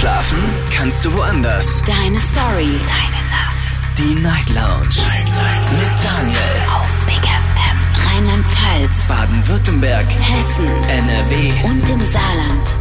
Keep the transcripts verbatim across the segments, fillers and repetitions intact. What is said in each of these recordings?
Schlafen kannst du woanders. Deine Story. Deine Nacht. Die Night Lounge. Night, Night. Mit Daniel. Auf Big F M. Rheinland-Pfalz. Baden-Württemberg. Hessen. N R W. Und im Saarland.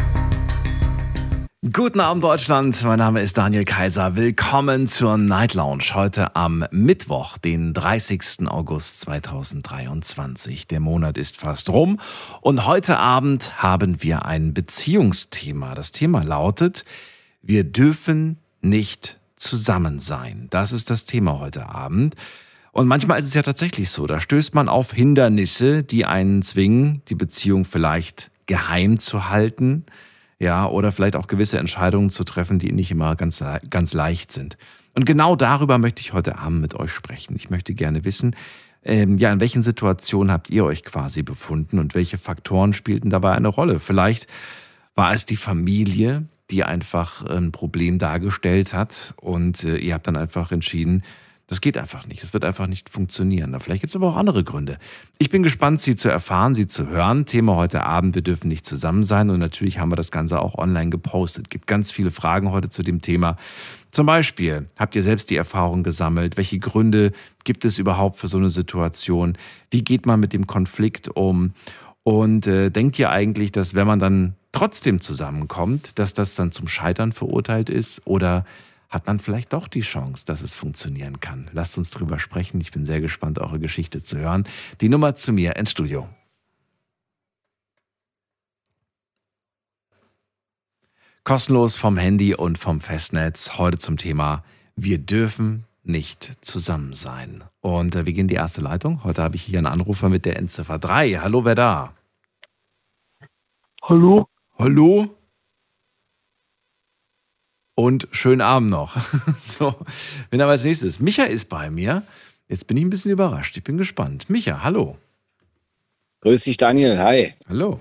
Guten Abend Deutschland, mein Name ist Daniel Kaiser. Willkommen zur Night Lounge. Heute am Mittwoch, den dreißigsten August zweitausenddreiundzwanzig. Der Monat ist fast rum und heute Abend haben wir ein Beziehungsthema. Das Thema lautet, wir dürfen nicht zusammen sein. Das ist das Thema heute Abend. Und manchmal ist es ja tatsächlich so, da stößt man auf Hindernisse, die einen zwingen, die Beziehung vielleicht geheim zu halten. Ja, oder vielleicht auch gewisse Entscheidungen zu treffen, die nicht immer ganz, ganz leicht sind. Und genau darüber möchte ich heute Abend mit euch sprechen. Ich möchte gerne wissen, ähm, ja, in welchen Situationen habt ihr euch quasi befunden und welche Faktoren spielten dabei eine Rolle? Vielleicht war es die Familie, die einfach ein Problem dargestellt hat und äh, ihr habt dann einfach entschieden, das geht einfach nicht. Es wird einfach nicht funktionieren. Vielleicht gibt es aber auch andere Gründe. Ich bin gespannt, Sie zu erfahren, Sie zu hören. Thema heute Abend, wir dürfen nicht zusammen sein. Und natürlich haben wir das Ganze auch online gepostet. Es gibt ganz viele Fragen heute zu dem Thema. Zum Beispiel, habt ihr selbst die Erfahrung gesammelt? Welche Gründe gibt es überhaupt für so eine Situation? Wie geht man mit dem Konflikt um? Und äh, denkt ihr eigentlich, dass wenn man dann trotzdem zusammenkommt, dass das dann zum Scheitern verurteilt ist? Oder hat man vielleicht doch die Chance, dass es funktionieren kann? Lasst uns drüber sprechen. Ich bin sehr gespannt, eure Geschichte zu hören. Die Nummer zu mir ins Studio. Kostenlos vom Handy und vom Festnetz. Heute zum Thema, wir dürfen nicht zusammen sein. Und äh, wir gehen in die erste Leitung. Heute habe ich hier einen Anrufer mit der Endziffer drei. Hallo, wer da? Hallo? Hallo? Und schönen Abend noch. So, wen aber als nächstes? Micha ist bei mir. Jetzt bin ich ein bisschen überrascht. Ich bin gespannt. Micha, hallo. Grüß dich, Daniel. Hi. Hallo.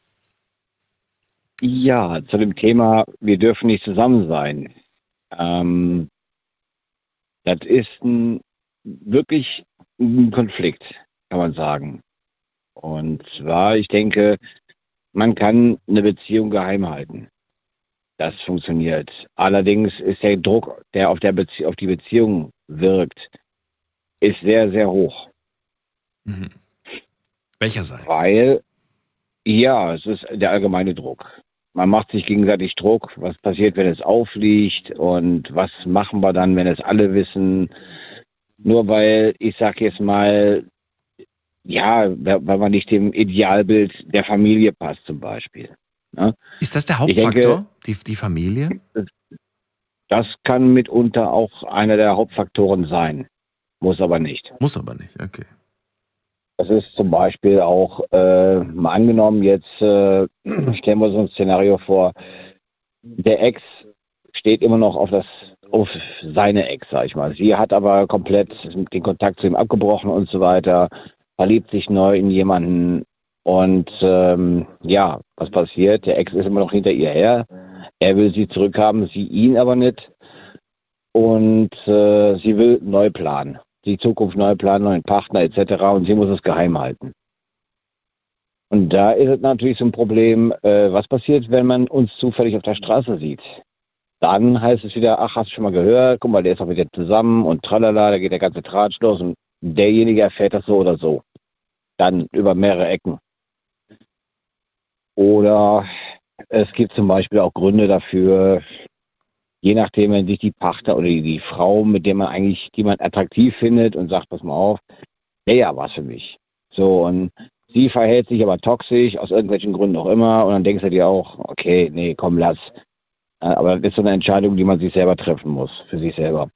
Ja, zu dem Thema, wir dürfen nicht zusammen sein. Ähm, das ist ein, wirklich ein Konflikt, kann man sagen. Und zwar, ich denke, man kann eine Beziehung geheim halten. Das funktioniert. Allerdings ist der Druck, der auf, der Bezie- auf die Beziehung wirkt, ist sehr, sehr hoch. Mhm. Welcherseits? Weil, ja, es ist der allgemeine Druck. Man macht sich gegenseitig Druck. Was passiert, wenn es aufliegt? Und was machen wir dann, wenn es alle wissen? Nur weil, ich sag jetzt mal, ja, weil man nicht dem Idealbild der Familie passt zum Beispiel. Ja? Ist das der Hauptfaktor, denke, die, die Familie? Das kann mitunter auch einer der Hauptfaktoren sein, muss aber nicht. Muss aber nicht, okay. Das ist zum Beispiel auch, äh, mal angenommen, jetzt äh, stellen wir uns ein Szenario vor, der Ex steht immer noch auf, das, auf seine Ex, sag ich mal. Sie hat aber komplett den Kontakt zu ihm abgebrochen und so weiter, verliebt sich neu in jemanden. Und ähm, ja, was passiert? Der Ex ist immer noch hinter ihr her. Er will sie zurückhaben, sie ihn aber nicht. Und äh, sie will neu planen. Die Zukunft neu planen, neuen Partner et cetera. Und sie muss es geheim halten. Und da ist es natürlich so ein Problem, äh, was passiert, wenn man uns zufällig auf der Straße sieht? Dann heißt es wieder, ach, hast du schon mal gehört? Guck mal, der ist auch mit dir zusammen und tralala, da geht der ganze Tratsch los. Und derjenige erfährt das so oder so. Dann über mehrere Ecken. Oder es gibt zum Beispiel auch Gründe dafür, je nachdem, wenn sich die Partner oder die, die Frau, mit der man eigentlich, die man attraktiv findet und sagt, pass mal auf, der ja was für mich. So, und sie verhält sich aber toxisch, aus irgendwelchen Gründen auch immer, und dann denkst du dir auch, okay, nee, komm, lass. Aber das ist so eine Entscheidung, die man sich selber treffen muss, für sich selber.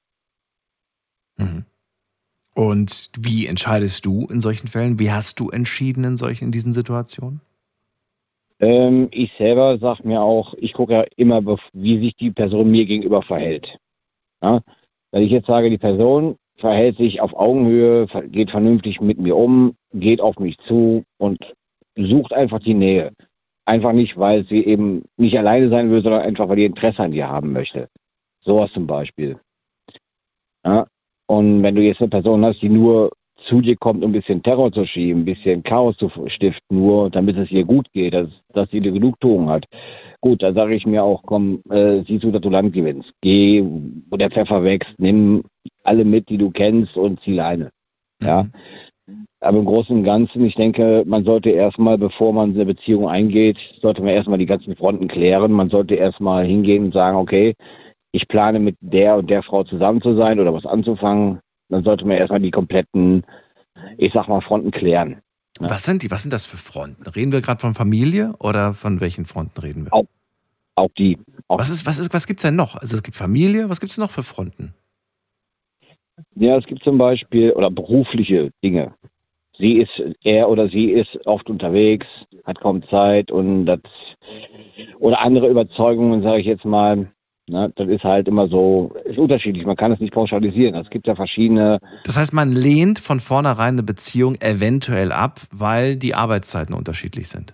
Mhm. Und wie entscheidest du in solchen Fällen? Wie hast du entschieden in solchen, in diesen Situationen? Ähm, ich selber sage mir auch, ich gucke ja immer, wie sich die Person mir gegenüber verhält. Ja? Wenn ich jetzt sage, die Person verhält sich auf Augenhöhe, geht vernünftig mit mir um, geht auf mich zu und sucht einfach die Nähe. Einfach nicht, weil sie eben nicht alleine sein will, sondern einfach, weil die Interesse an dir haben möchte. Sowas zum Beispiel. Ja? Und wenn du jetzt eine Person hast, die nur zu dir kommt, um ein bisschen Terror zu schieben, ein bisschen Chaos zu stiften, nur damit es ihr gut geht, dass, dass sie die Genugtuung hat. Gut, da sage ich mir auch, komm, äh, sieh zu, dass du Land gewinnst. Geh, wo der Pfeffer wächst, nimm alle mit, die du kennst und zieh Leine. Ja. Mhm. Aber im Großen und Ganzen, ich denke, man sollte erstmal, bevor man eine Beziehung eingeht, sollte man erstmal die ganzen Fronten klären. Man sollte erstmal hingehen und sagen, okay, ich plane mit der und der Frau zusammen zu sein oder was anzufangen. Dann sollte man erstmal die kompletten, ich sag mal, Fronten klären. Ja. Was sind die? Was sind das für Fronten? Reden wir gerade von Familie oder von welchen Fronten reden wir? Auch, auch die. Auch Was ist, was ist, was gibt's denn noch? Also es gibt Familie, was gibt's noch für Fronten? Ja, es gibt zum Beispiel, oder berufliche Dinge. Sie ist, er oder sie ist oft unterwegs, hat kaum Zeit und das, oder andere Überzeugungen, sage ich jetzt mal, ne, das ist halt immer so, ist unterschiedlich, man kann es nicht pauschalisieren. Es gibt ja verschiedene. Das heißt, man lehnt von vornherein eine Beziehung eventuell ab, weil die Arbeitszeiten unterschiedlich sind.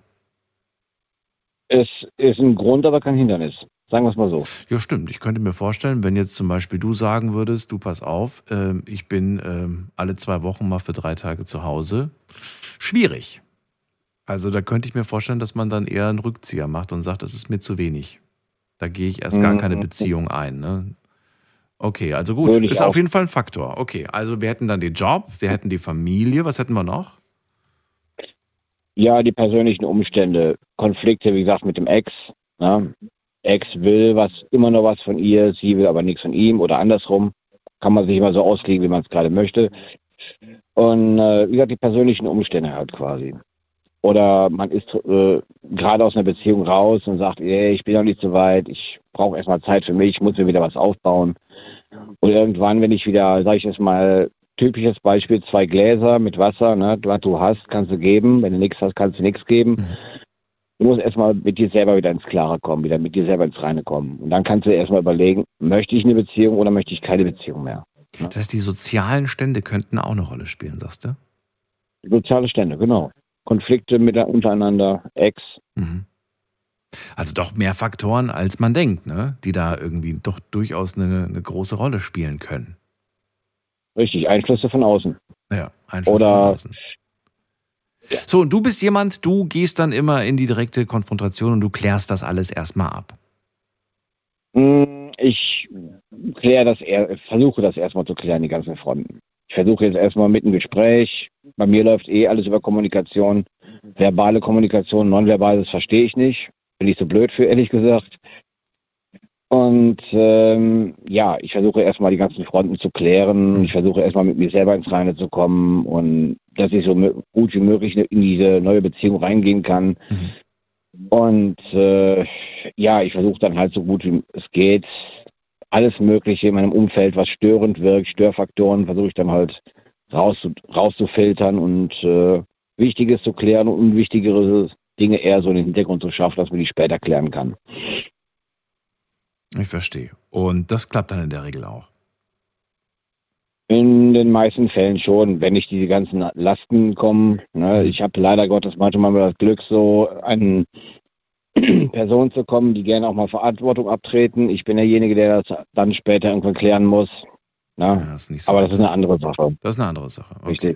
Es ist ein Grund, aber kein Hindernis. Sagen wir es mal so. Ja, stimmt. Ich könnte mir vorstellen, wenn jetzt zum Beispiel du sagen würdest, du pass auf, äh, ich bin äh, alle zwei Wochen mal für drei Tage zu Hause. Schwierig. Also da könnte ich mir vorstellen, dass man dann eher einen Rückzieher macht und sagt, das ist mir zu wenig. Da gehe ich erst gar keine Beziehung ein. Ne? Okay, also gut. Würde ich Ist auch. auf jeden Fall ein Faktor. Okay, also wir hätten dann den Job, wir hätten die Familie. Was hätten wir noch? Ja, die persönlichen Umstände, Konflikte, wie gesagt, mit dem Ex. Ne? Ex will was, immer noch was von ihr, sie will aber nichts von ihm oder andersrum. Kann man sich immer so auslegen, wie man es gerade möchte. Und äh, wie gesagt, die persönlichen Umstände halt quasi. Oder man ist äh, gerade aus einer Beziehung raus und sagt, ey, ich bin noch nicht so weit, ich brauche erstmal Zeit für mich, ich muss mir wieder was aufbauen. Und irgendwann, wenn ich wieder, sage ich jetzt mal, typisches Beispiel, zwei Gläser mit Wasser, ne, was du hast, kannst du geben, wenn du nichts hast, kannst du nichts geben. Mhm. Du musst erstmal mit dir selber wieder ins Klare kommen, wieder mit dir selber ins Reine kommen. Und dann kannst du erstmal überlegen, möchte ich eine Beziehung oder möchte ich keine Beziehung mehr? Das heißt, die sozialen Stände könnten auch eine Rolle spielen, sagst du? Soziale Stände, genau. Konflikte mit untereinander, Ex. Mhm. Also doch mehr Faktoren, als man denkt, ne? Die da irgendwie doch durchaus eine, eine große Rolle spielen können. Richtig, Einflüsse von außen. Ja, Einflüsse Oder von außen. Ja. So, und du bist jemand, du gehst dann immer in die direkte Konfrontation und du klärst das alles erstmal ab. Ich kläre das eher, versuche das erstmal zu klären, die ganzen Fronten. Ich versuche jetzt erstmal mit einem Gespräch. Bei mir läuft eh alles über Kommunikation. Verbale Kommunikation, nonverbales verstehe ich nicht. Bin ich so blöd für, ehrlich gesagt. Und ähm, ja, ich versuche erstmal die ganzen Fronten zu klären. Ich versuche erstmal mit mir selber ins Reine zu kommen und dass ich so gut wie möglich in diese neue Beziehung reingehen kann. Mhm. Und äh, ja, ich versuche dann halt so gut wie es geht, alles Mögliche in meinem Umfeld, was störend wirkt, Störfaktoren, versuche ich dann halt rauszu, rauszufiltern und äh, Wichtiges zu klären und unwichtigere Dinge eher so in den Hintergrund zu schaffen, dass man die später klären kann. Ich verstehe. Und das klappt dann in der Regel auch? In den meisten Fällen schon, wenn nicht diese ganzen Lasten kommen. Ne? Ich habe leider Gottes manchmal das Glück, so an Personen zu kommen, die gerne auch mal Verantwortung abtreten. Ich bin derjenige, der das dann später irgendwann klären muss. Ne? Ja, das ist nicht so Aber einfach. das ist eine andere Sache. Das ist eine andere Sache. Okay. Richtig.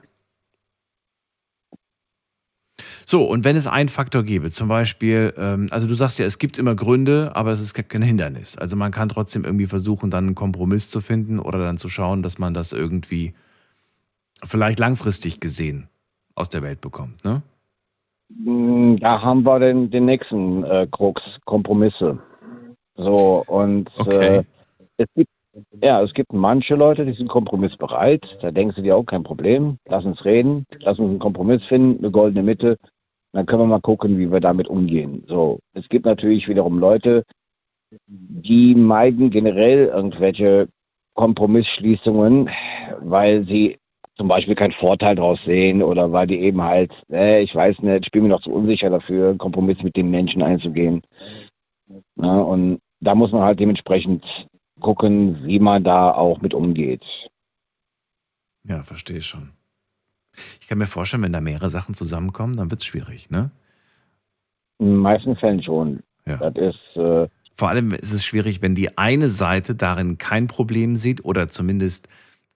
So, und wenn es einen Faktor gäbe, zum Beispiel, ähm, also du sagst ja, es gibt immer Gründe, aber es ist kein Hindernis. Also man kann trotzdem irgendwie versuchen, dann einen Kompromiss zu finden oder dann zu schauen, dass man das irgendwie vielleicht langfristig gesehen aus der Welt bekommt, ne? Da haben wir den, den nächsten äh, Krux, Kompromisse. So, und Okay. äh, es gibt, ja, es gibt manche Leute, die sind kompromissbereit. Da denkst du dir auch, kein Problem. Lass uns reden, lass uns einen Kompromiss finden, eine goldene Mitte. Dann können wir mal gucken, wie wir damit umgehen. So, es gibt natürlich wiederum Leute, die meiden generell irgendwelche Kompromissschließungen, weil sie zum Beispiel keinen Vorteil daraus sehen oder weil die eben halt, äh, ich weiß nicht, ich bin mir noch zu unsicher dafür, einen Kompromiss mit den Menschen einzugehen. Ja, und da muss man halt dementsprechend gucken, wie man da auch mit umgeht. Ja, verstehe schon. Ich kann mir vorstellen, wenn da mehrere Sachen zusammenkommen, dann wird es schwierig, ne? In den meisten Fällen schon. Ja. Das ist, äh, Vor allem ist es schwierig, wenn die eine Seite darin kein Problem sieht oder zumindest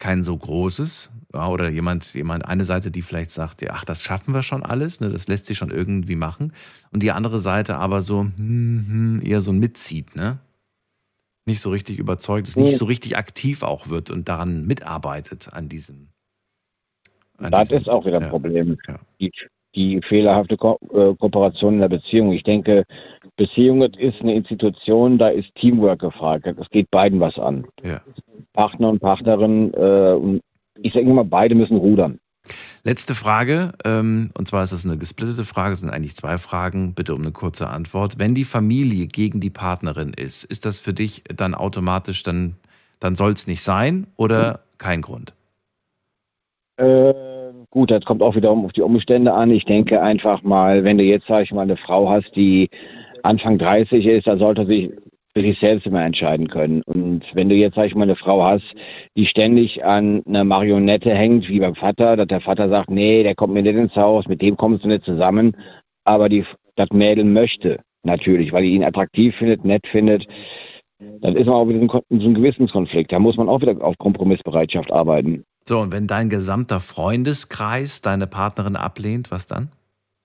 kein so großes. Ja, oder jemand, jemand, eine Seite, die vielleicht sagt, ja, ach, das schaffen wir schon alles, ne, das lässt sich schon irgendwie machen. Und die andere Seite aber so hm, hm, eher so mitzieht, ne? Nicht so richtig überzeugt ist, nicht so richtig aktiv auch wird und daran mitarbeitet an diesem. An Das diesem, ist auch wieder ein ja, Problem. ja. Die, die fehlerhafte Ko äh, Kooperation in der Beziehung. Ich denke, Beziehung ist eine Institution, da ist Teamwork gefragt. Das geht beiden was an. Ja. Partner und Partnerin, äh, und ich sage immer, beide müssen rudern. Letzte Frage, ähm, und zwar ist das eine gesplittete Frage, es sind eigentlich zwei Fragen, bitte um eine kurze Antwort. Wenn die Familie gegen die Partnerin ist, ist das für dich dann automatisch, dann, dann soll es nicht sein oder kein Grund? Äh, gut, das kommt auch wieder auf die Umstände an. Ich denke einfach mal, wenn du jetzt, sag ich mal, eine Frau hast, die Anfang dreißig ist, dann sollte sie für sich selbst immer entscheiden können. Und wenn du jetzt, sag ich mal, eine Frau hast, die ständig an einer Marionette hängt, wie beim Vater, dass der Vater sagt, nee, der kommt mir nicht ins Haus, mit dem kommst du nicht zusammen, aber die, das Mädel möchte natürlich, weil die ihn attraktiv findet, nett findet, dann ist man auch wieder in so einem Gewissenskonflikt. Da muss man auch wieder auf Kompromissbereitschaft arbeiten. So, und wenn dein gesamter Freundeskreis deine Partnerin ablehnt, was dann?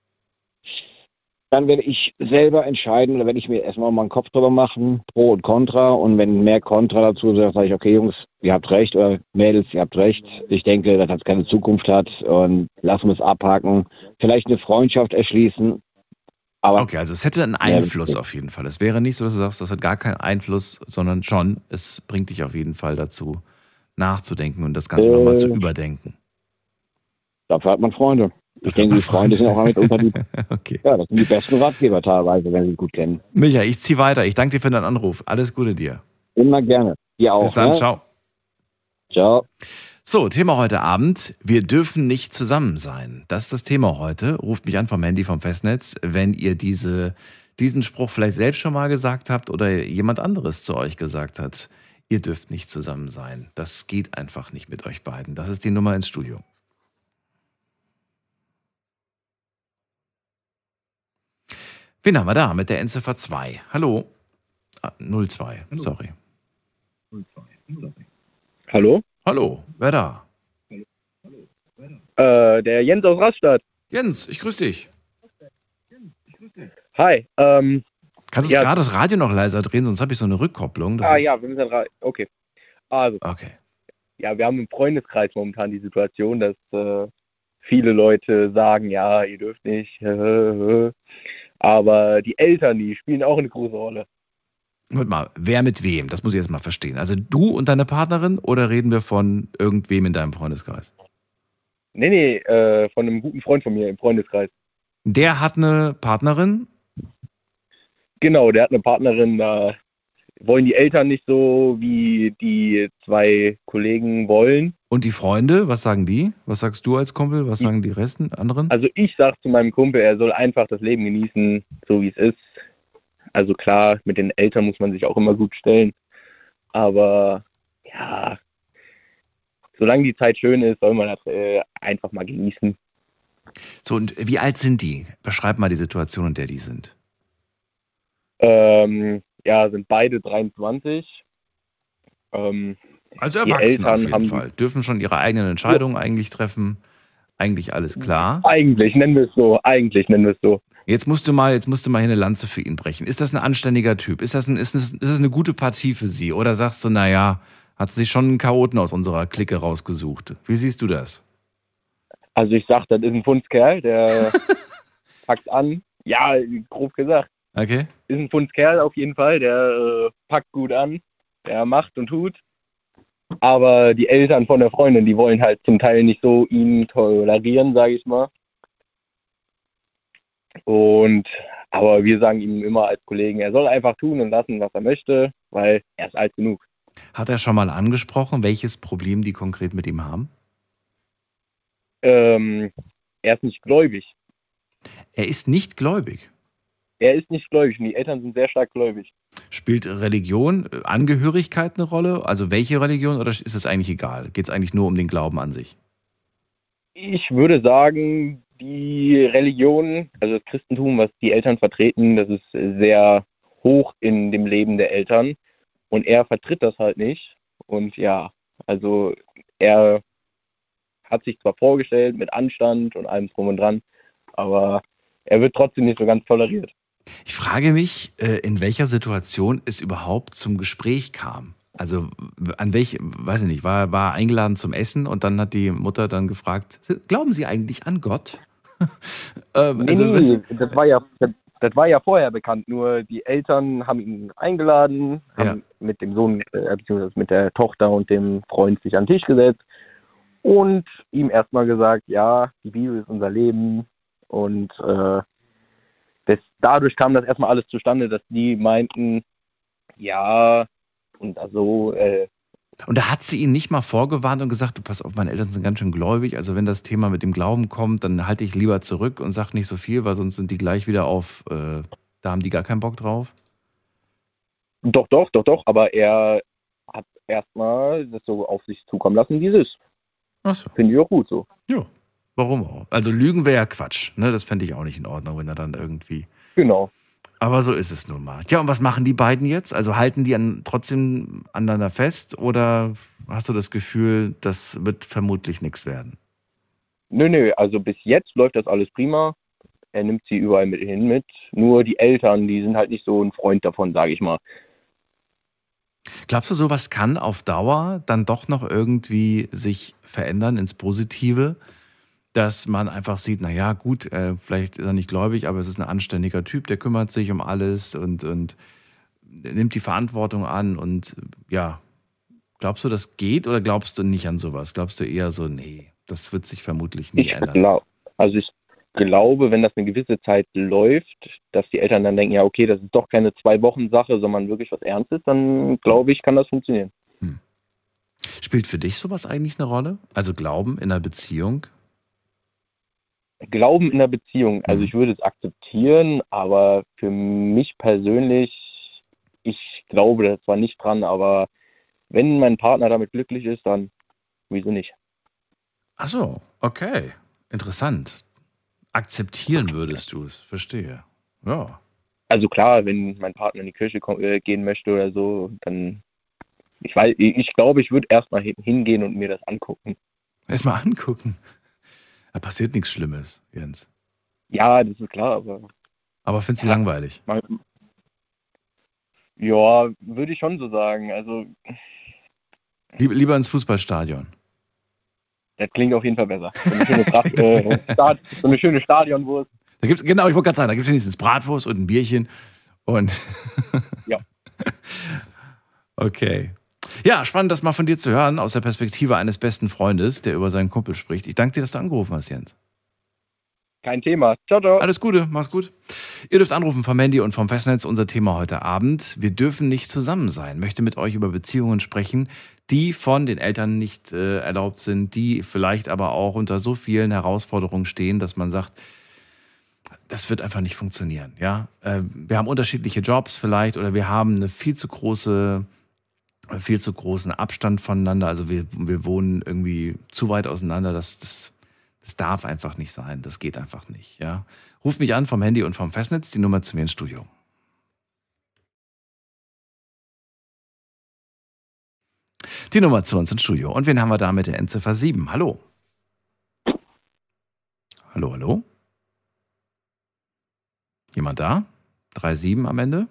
Dann werde ich selber entscheiden, oder werde ich mir erstmal mal einen Kopf drüber machen, Pro und Contra. Und wenn mehr Contra dazu sagt, sage ich, okay, Jungs, ihr habt recht, oder Mädels, ihr habt recht. Ich denke, dass das keine Zukunft hat und lassen wir es abhaken. Vielleicht eine Freundschaft erschließen. Aber okay, also es hätte einen Einfluss auf jeden Fall. Es wäre nicht so, dass du sagst, das hat gar keinen Einfluss, sondern schon, es bringt dich auf jeden Fall dazu, nachzudenken und das Ganze äh, nochmal zu überdenken. Dafür hat man Freunde. Ich denke, die Freunde sind auch damit unter die. Okay. Ja, das sind die besten Ratgeber teilweise, wenn sie gut kennen. Micha, ich ziehe weiter. Ich danke dir für deinen Anruf. Alles Gute dir. Immer gerne. Dir auch. Bis dann, ne? Ciao. Ciao. So, Thema heute Abend. Wir dürfen nicht zusammen sein. Das ist das Thema heute. Ruft mich an vom Handy vom Festnetz, wenn ihr diese, diesen Spruch vielleicht selbst schon mal gesagt habt oder jemand anderes zu euch gesagt hat. Ihr dürft nicht zusammen sein. Das geht einfach nicht mit euch beiden. Das ist die Nummer ins Studio. Wen haben wir da mit der Endziffer zwei? Hallo? Ah, null zwei, Hallo. Sorry. null zwei. Hallo? Hallo, wer da? Äh, der Jens aus Rastatt. Jens, ich grüße dich. Hi. Ähm, Kannst du ja, gerade das Radio noch leiser drehen, sonst habe ich so eine Rückkopplung. Das ah ist... ja, wir müssen Radio. Okay. Also, okay. Ja, wir haben im Freundeskreis momentan die Situation, dass äh, viele Leute sagen, ja, ihr dürft nicht. Aber die Eltern, die spielen auch eine große Rolle. Warte mal, wer mit wem? Das muss ich jetzt mal verstehen. Also du und deine Partnerin oder reden wir von irgendwem in deinem Freundeskreis? Nee, nee, äh, von einem guten Freund von mir im Freundeskreis. Der hat eine Partnerin? Genau, der hat eine Partnerin, da wollen die Eltern nicht so, wie die zwei Kollegen wollen. Und die Freunde, was sagen die? Was sagst du als Kumpel? Was sagen die Resten, anderen? Also ich sag zu meinem Kumpel, er soll einfach das Leben genießen, so wie es ist. Also klar, mit den Eltern muss man sich auch immer gut stellen. Aber ja, solange die Zeit schön ist, soll man das äh, einfach mal genießen. So, und wie alt sind die? Beschreib mal die Situation, in der die sind. Ähm, ja, sind beide dreiundzwanzig. Ähm, also erwachsen auf jeden Fall. Dürfen schon ihre eigenen Entscheidungen ja. eigentlich treffen. Eigentlich alles klar. Eigentlich, nennen wir es so. Eigentlich nennen wir es so. Jetzt musst du mal, jetzt musst du mal hier eine Lanze für ihn brechen. Ist das ein anständiger Typ? Ist das, ein, ist das, ist das eine gute Partie für sie? Oder sagst du, naja, hat sich schon einen Chaoten aus unserer Clique rausgesucht? Wie siehst du das? Also ich sag, das ist ein Fundskerl, der packt an. Ja, grob gesagt. Okay. Ist ein Fundskerl auf jeden Fall, der äh, packt gut an, der macht und tut. Aber die Eltern von der Freundin, die wollen halt zum Teil nicht so ihn tolerieren, sage ich mal. Und aber wir sagen ihm immer als Kollegen, er soll einfach tun und lassen, was er möchte, weil er ist alt genug. Hat er schon mal angesprochen, welches Problem die konkret mit ihm haben? Ähm, er ist nicht gläubig. Er ist nicht gläubig? Er ist nicht gläubig und die Eltern sind sehr stark gläubig. Spielt Religion, Angehörigkeit eine Rolle? Also welche Religion oder ist es eigentlich egal? Geht es eigentlich nur um den Glauben an sich? Ich würde sagen, die Religion, also das Christentum, was die Eltern vertreten, das ist sehr hoch in dem Leben der Eltern und er vertritt das halt nicht. Und ja, also er hat sich zwar vorgestellt mit Anstand und allem drum und dran, aber er wird trotzdem nicht so ganz toleriert. Ich frage mich, äh, in welcher Situation es überhaupt zum Gespräch kam. Also an welch, weiß ich nicht, war, war eingeladen zum Essen und dann hat die Mutter dann gefragt, glauben Sie eigentlich an Gott? ähm, Nee, also, nee, das war ja, das, das war ja vorher bekannt, nur die Eltern haben ihn eingeladen, haben Ja. mit dem Sohn, äh, beziehungsweise mit der Tochter und dem Freund sich an den Tisch gesetzt und ihm erstmal gesagt, ja, die Bibel ist unser Leben und äh, das, dadurch kam das erstmal alles zustande, dass die meinten, ja, und also, äh, Und da hat sie ihn nicht mal vorgewarnt und gesagt, du pass auf, meine Eltern sind ganz schön gläubig, also wenn das Thema mit dem Glauben kommt, dann halte ich lieber zurück und sag nicht so viel, weil sonst sind die gleich wieder auf, äh, da haben die gar keinen Bock drauf. doch, doch, doch, doch, aber er hat erstmal das so auf sich zukommen lassen, wie es ist. Achso, Finde ich auch gut so. ja, warum auch? Also Lügen wäre ja Quatsch, ne? Das fände ich auch nicht in Ordnung, wenn er dann irgendwie... Genau. Aber so ist es nun mal. Ja, und was machen die beiden jetzt? Also halten die an, trotzdem aneinander fest oder hast du das Gefühl, das wird vermutlich nichts werden? Nö, nö, also bis jetzt läuft das alles prima. Er nimmt sie überall mit hin mit. Nur die Eltern, die sind halt nicht so ein Freund davon, sage ich mal. Glaubst du, sowas kann auf Dauer dann doch noch irgendwie sich verändern ins Positive, dass man einfach sieht, naja, gut, äh, vielleicht ist er nicht gläubig, aber es ist ein anständiger Typ, der kümmert sich um alles und, und nimmt die Verantwortung an und ja, glaubst du, das geht oder glaubst du nicht an sowas? Glaubst du eher so, nee, das wird sich vermutlich nie Ich ändern? glaub, also ich glaube, wenn das eine gewisse Zeit läuft, dass die Eltern dann denken, ja, okay, das ist doch keine Zwei-Wochen-Sache, sondern wirklich was Ernstes, dann glaube ich, kann das funktionieren. Spielt für dich sowas eigentlich eine Rolle? Also Glauben in einer Beziehung? Glauben in der Beziehung, also Mhm. ich würde es akzeptieren, aber für mich persönlich, ich glaube da zwar nicht dran, aber wenn mein Partner damit glücklich ist, dann wieso nicht? Ach so, okay. Interessant. Akzeptieren würdest du es, verstehe. Ja. Also klar, wenn mein Partner in die Kirche ko- äh, gehen möchte oder so, dann, ich weiß, ich ich glaube, ich würde erstmal hin- hingehen und mir das angucken. Erstmal angucken. Da passiert nichts Schlimmes, Jens. Ja, das ist klar, aber Aber findest du Ja. langweilig? mal, ja, würde ich schon so sagen. Also Lieb, lieber ins Fußballstadion. das klingt auf jeden Fall besser. So eine schöne, Brat, äh, Stad, so eine schöne Stadionwurst. Da gibt's, genau, ich wollte gerade sagen, da gibt es wenigstens Bratwurst und ein Bierchen. Und Ja. Okay. Ja, spannend, das mal von dir zu hören, aus der Perspektive eines besten Freundes, der über seinen Kumpel spricht. Ich danke dir, dass du angerufen hast, Jens. Kein Thema. Ciao, ciao. Alles Gute, mach's gut. Ihr dürft anrufen vom Handy und vom Festnetz. Unser Thema heute Abend: Wir dürfen nicht zusammen sein. Ich möchte mit euch über Beziehungen sprechen, die von den Eltern nicht äh, erlaubt sind, die vielleicht aber auch unter so vielen Herausforderungen stehen, dass man sagt, das wird einfach nicht funktionieren. Ja? Äh, wir haben unterschiedliche Jobs vielleicht oder wir haben eine viel zu große, viel zu großen Abstand voneinander. Also wir, wir wohnen irgendwie zu weit auseinander. Das, das, das darf einfach nicht sein. Das geht einfach nicht. Ja? Ruf mich an vom Handy und vom Festnetz, die Nummer zu mir ins Studio. Die Nummer zu uns ins Studio. Und wen haben wir da mit der Endziffer sieben? Hallo. Hallo, hallo. Jemand da? drei sieben am Ende?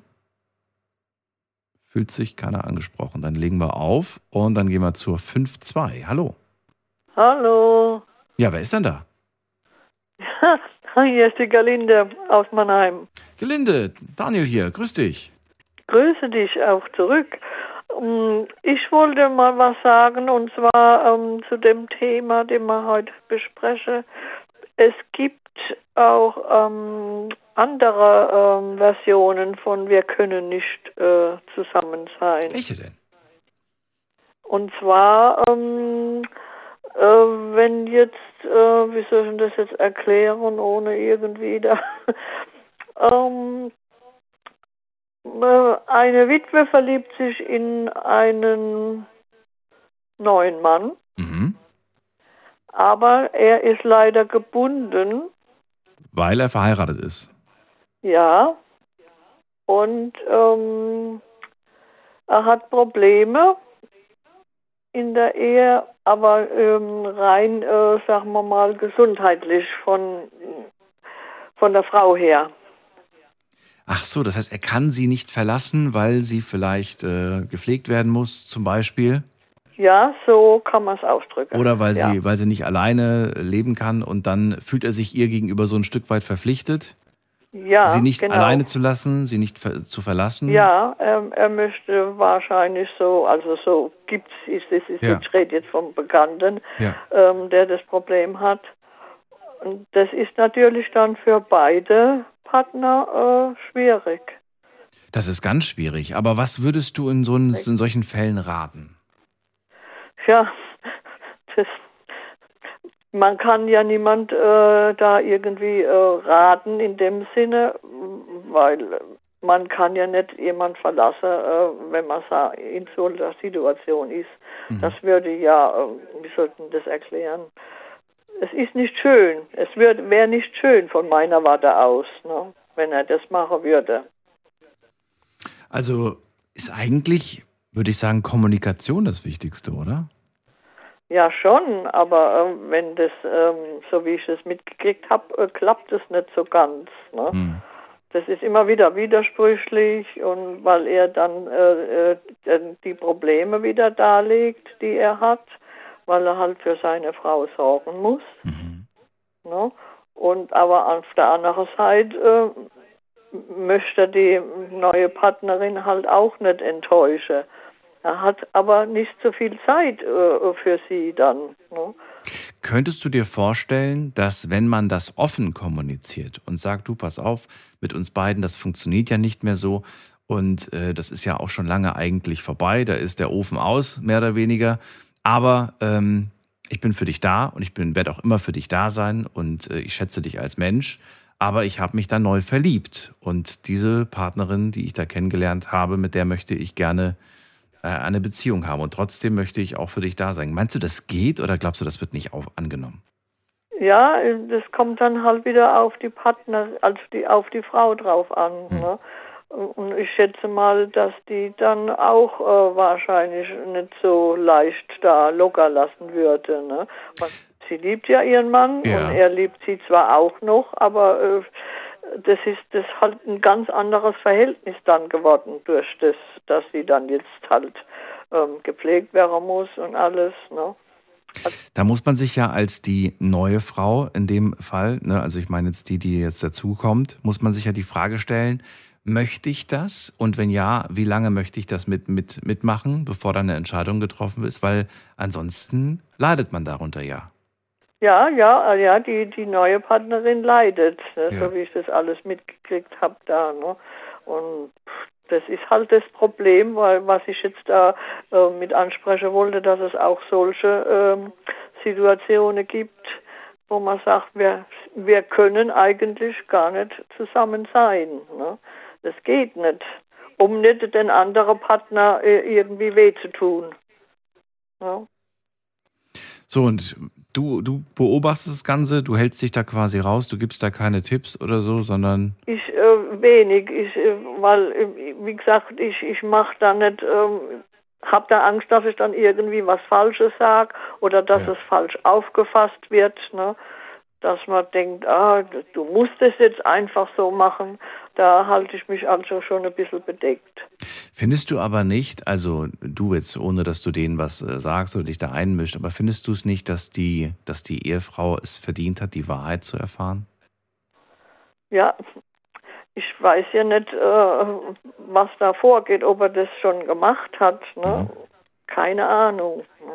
Fühlt sich keiner angesprochen. Dann legen wir auf und dann gehen wir zur fünf zwei. Hallo. Hallo. Ja, wer ist denn da? Hier ist die Galinde aus Mannheim. Gelinde, Daniel hier, grüß dich. Grüße dich auch zurück. Ähm, Ich wollte mal was sagen, und zwar ähm, zu dem Thema, den wir heute besprechen. Es gibt auch ähm, andere ähm, Versionen von Wir können nicht äh, zusammen sein. Welche denn? Und zwar, ähm, äh, wenn jetzt, äh, wie soll ich das jetzt erklären, ohne irgendwie da, ähm, äh, eine Witwe verliebt sich in einen neuen Mann, Mhm. aber er ist leider gebunden, Weil er verheiratet ist. ja, und ähm, er hat Probleme in der Ehe, aber ähm, rein, äh, sagen wir mal, gesundheitlich von, von der Frau her. Ach so, das heißt, er kann sie nicht verlassen, weil sie vielleicht äh, gepflegt werden muss, zum Beispiel? Ja, so kann man es ausdrücken. Oder weil ja. sie, weil sie nicht alleine leben kann und dann fühlt er sich ihr gegenüber so ein Stück weit verpflichtet, ja, sie nicht genau. alleine zu lassen, sie nicht ver- zu verlassen? Ja, ähm, er möchte wahrscheinlich so, also so gibt's, ist, ist, ist, Ja. ich rede jetzt vom Bekannten, Ja. ähm, der das Problem hat. Und das ist natürlich dann für beide Partner äh, schwierig. Das ist ganz schwierig. Aber was würdest du in, so ein, in solchen Fällen raten? Ja, das, man kann ja niemand äh, da irgendwie äh, raten in dem Sinne, weil man kann ja nicht jemand verlassen, äh, wenn man sa- in so einer Situation ist. Mhm. Das würde ja, äh, wie sollten das erklären? Es ist nicht schön. Es wäre nicht schön von meiner Warte aus, ne, wenn er das machen würde. Also ist eigentlich, würde ich sagen, Kommunikation das Wichtigste, oder? Ja, schon, aber äh, wenn das, ähm, so wie ich es mitgekriegt habe, äh, klappt es nicht so ganz. Ne? Hm. Das ist immer wieder widersprüchlich und weil er dann äh, äh, die Probleme wieder darlegt, die er hat, weil er halt für seine Frau sorgen muss. Mhm. Ne? Und aber auf der anderen Seite äh, möchte die neue Partnerin halt auch nicht enttäuschen. Er hat aber nicht so viel Zeit äh, für sie dann. Ne? Könntest du dir vorstellen, dass wenn man das offen kommuniziert und sagt, du, pass auf, mit uns beiden, das funktioniert ja nicht mehr so und äh, das ist ja auch schon lange eigentlich vorbei, da ist der Ofen aus, mehr oder weniger, aber ähm, ich bin für dich da und ich bin, werde auch immer für dich da sein und äh, ich schätze dich als Mensch, aber ich habe mich da neu verliebt und diese Partnerin, die ich da kennengelernt habe, mit der möchte ich gerne eine Beziehung haben und trotzdem möchte ich auch für dich da sein. Meinst du, das geht oder glaubst du, das wird nicht auf, angenommen? Ja, das kommt dann halt wieder auf die Partner, also die, auf die Frau drauf an. Hm. Ne? Und ich schätze mal, dass die dann auch äh, wahrscheinlich nicht so leicht da locker lassen würde. Ne? Sie liebt ja ihren Mann ja. Und er liebt sie zwar auch noch, aber äh, das ist das halt ein ganz anderes Verhältnis dann geworden durch das, dass sie dann jetzt halt ähm, gepflegt werden muss und alles. Ne? Da muss man sich ja als die neue Frau in dem Fall, ne, also ich meine jetzt die, die jetzt dazukommt, muss man sich ja die Frage stellen, möchte ich das? Und wenn ja, wie lange möchte ich das mit, mit, mitmachen, bevor dann eine Entscheidung getroffen ist? Weil ansonsten leidet man darunter ja. Ja, ja, ja, die, die neue Partnerin leidet, ne, ja. so wie ich das alles mitgekriegt habe da. Ne? Und das ist halt das Problem, weil was ich jetzt da äh, mit ansprechen wollte, dass es auch solche ähm, Situationen gibt, wo man sagt, wir, wir können eigentlich gar nicht zusammen sein. Ne? Das geht nicht, um nicht den anderen Partner äh, irgendwie weh zu tun. Ne? So, und du, du beobachtest das Ganze, du hältst dich da quasi raus, du gibst da keine Tipps oder so, sondern... Ich, äh, wenig, ich, äh, weil, äh, wie gesagt, ich, ich mache da nicht, ähm, habe da Angst, dass ich dann irgendwie was Falsches sage oder dass ja. es falsch aufgefasst wird, ne? Dass man denkt, ah, du musst es jetzt einfach so machen, da halte ich mich also schon ein bisschen bedeckt. Findest du aber nicht, also du jetzt, ohne dass du denen was äh, sagst oder dich da einmischst, aber findest du es nicht, dass die, dass die Ehefrau es verdient hat, die Wahrheit zu erfahren? Ja, ich weiß ja nicht, äh, was da vorgeht, ob er das schon gemacht hat, ne? Mhm. Keine Ahnung, ne?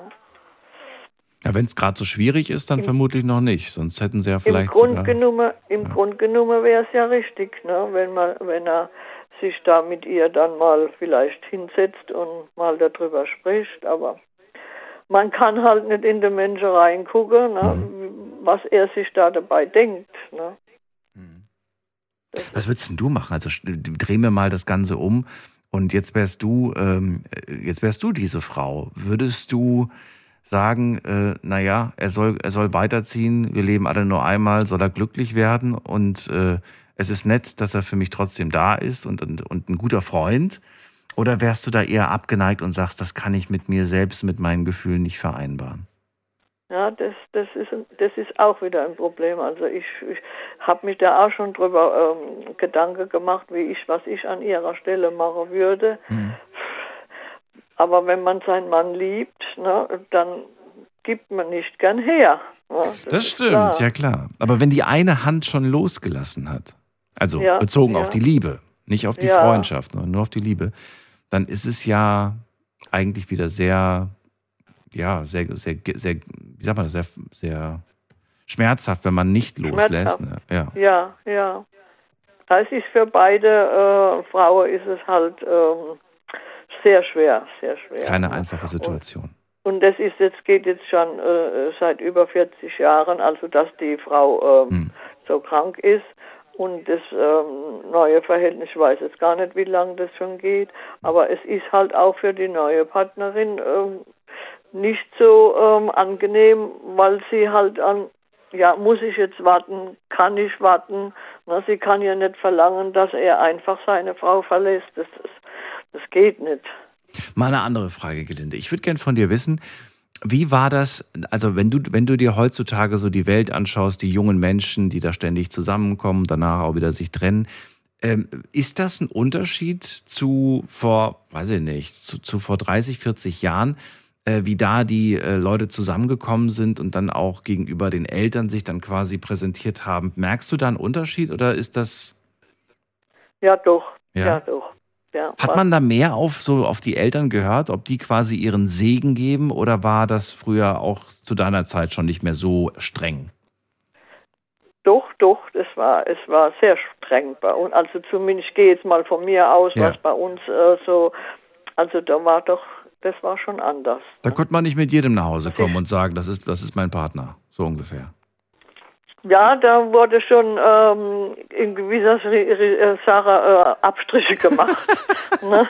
Ja, wenn es gerade so schwierig ist, dann Im, vermutlich noch nicht. Sonst hätten sie ja vielleicht Im Grund sogar, genommen, im ja. Grund genommen wäre es ja richtig, ne? Wenn man, wenn er sich da mit ihr dann mal vielleicht hinsetzt und mal darüber spricht. Aber man kann halt nicht in den Menschen reingucken, ne? Mhm. Was er sich da dabei denkt. Ne? Mhm. Was würdest denn du machen? Also drehen wir mal das Ganze um und jetzt wärst du, ähm, jetzt wärst du diese Frau. Würdest du sagen, äh, naja, er soll, er soll weiterziehen, wir leben alle nur einmal, soll er glücklich werden und äh, es ist nett, dass er für mich trotzdem da ist und, und, und ein guter Freund. Oder wärst du da eher abgeneigt und sagst, das kann ich mit mir selbst, mit meinen Gefühlen nicht vereinbaren? Ja, das, das, ist, das ist auch wieder ein Problem. Also ich, ich habe mich da auch schon drüber ähm, Gedanken gemacht, wie ich, was ich an ihrer Stelle machen würde. Mhm. Aber wenn man seinen Mann liebt, ne, dann gibt man nicht gern her. Ne? Das, das stimmt, klar. Ja klar. Aber wenn die eine Hand schon losgelassen hat, also ja, bezogen ja. auf die Liebe, nicht auf die ja. Freundschaft, nur auf die Liebe, dann ist es ja eigentlich wieder sehr... ja, sehr, sehr, sehr, wie sagt man das, sehr, sehr schmerzhaft, wenn man nicht loslässt. Ne? Ja. ja, ja. Das ist für beide äh, Frauen ist es halt ähm, sehr schwer, sehr schwer. Keine ne? einfache Situation. Und, und das ist jetzt, geht jetzt schon äh, seit über vierzig Jahren, also dass die Frau ähm, hm. so krank ist. Und das ähm, neue Verhältnis, ich weiß jetzt gar nicht, wie lange das schon geht, aber es ist halt auch für die neue Partnerin ähm, nicht so ähm, angenehm, weil sie halt an, ja, muss ich jetzt warten, kann ich warten. Na, sie kann ja nicht verlangen, dass er einfach seine Frau verlässt. Das, das, das geht nicht. Mal eine andere Frage, Gelinde. Ich würde gerne von dir wissen, wie war das, also wenn du, wenn du dir heutzutage so die Welt anschaust, die jungen Menschen, die da ständig zusammenkommen, danach auch wieder sich trennen, ähm, ist das ein Unterschied zu vor, weiß ich nicht, zu, zu vor dreißig, vierzig Jahren, äh, wie da die äh, Leute zusammengekommen sind und dann auch gegenüber den Eltern sich dann quasi präsentiert haben? Merkst du da einen Unterschied oder ist das... Ja, doch. Ja, ja doch. Ja, Hat man da mehr auf so auf die Eltern gehört, ob die quasi ihren Segen geben, oder war das früher auch zu deiner Zeit schon nicht mehr so streng? Doch, doch, das war, es war sehr streng bei uns. Also zumindest, ich gehe jetzt mal von mir aus, Ja. was bei uns äh, so, also da war doch, das war schon anders. Da konnte man nicht mit jedem nach Hause kommen und sagen, das ist, das ist mein Partner, so ungefähr. Ja, da wurde schon ähm, in gewisser Sache äh, Abstriche gemacht. ne?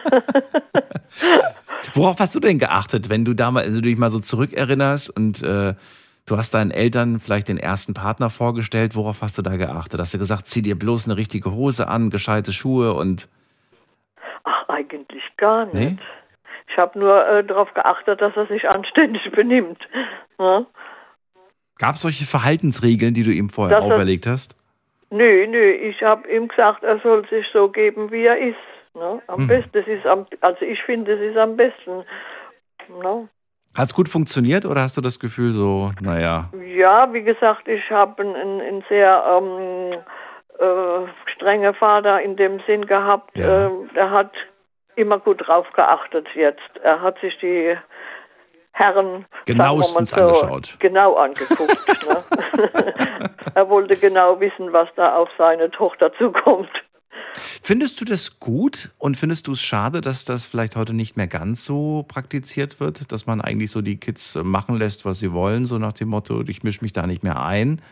Worauf hast du denn geachtet, wenn du da mal, also du dich mal so zurückerinnerst und äh, du hast deinen Eltern vielleicht den ersten Partner vorgestellt, worauf hast du da geachtet? Hast du gesagt, zieh dir bloß eine richtige Hose an, gescheite Schuhe und... Ach, eigentlich gar nicht. Nee? Ich habe nur äh, darauf geachtet, dass er sich anständig benimmt. Ne? Gab es solche Verhaltensregeln, die du ihm vorher Dass er- auferlegt hast? Nö, nö, ich habe ihm gesagt, er soll sich so geben, wie er ist. Ne? Am Mhm. besten, das ist am, also ich finde, das ist am besten. Ne? Hat es gut funktioniert oder hast du das Gefühl so, naja, Ja, wie gesagt, ich habe einen, einen, einen sehr ähm, äh, strengen Vater in dem Sinn gehabt. Ja. Äh, der hat immer gut drauf geachtet jetzt. Er hat sich die Herren Genauestens sagen wir mal so, angeschaut. genau angeguckt. ne? Er wollte genau wissen, was da auf seine Tochter zukommt. Findest du das gut und findest du es schade, dass das vielleicht heute nicht mehr ganz so praktiziert wird, dass man eigentlich so die Kids äh, machen lässt, was sie wollen, so nach dem Motto, ich mische mich da nicht mehr ein?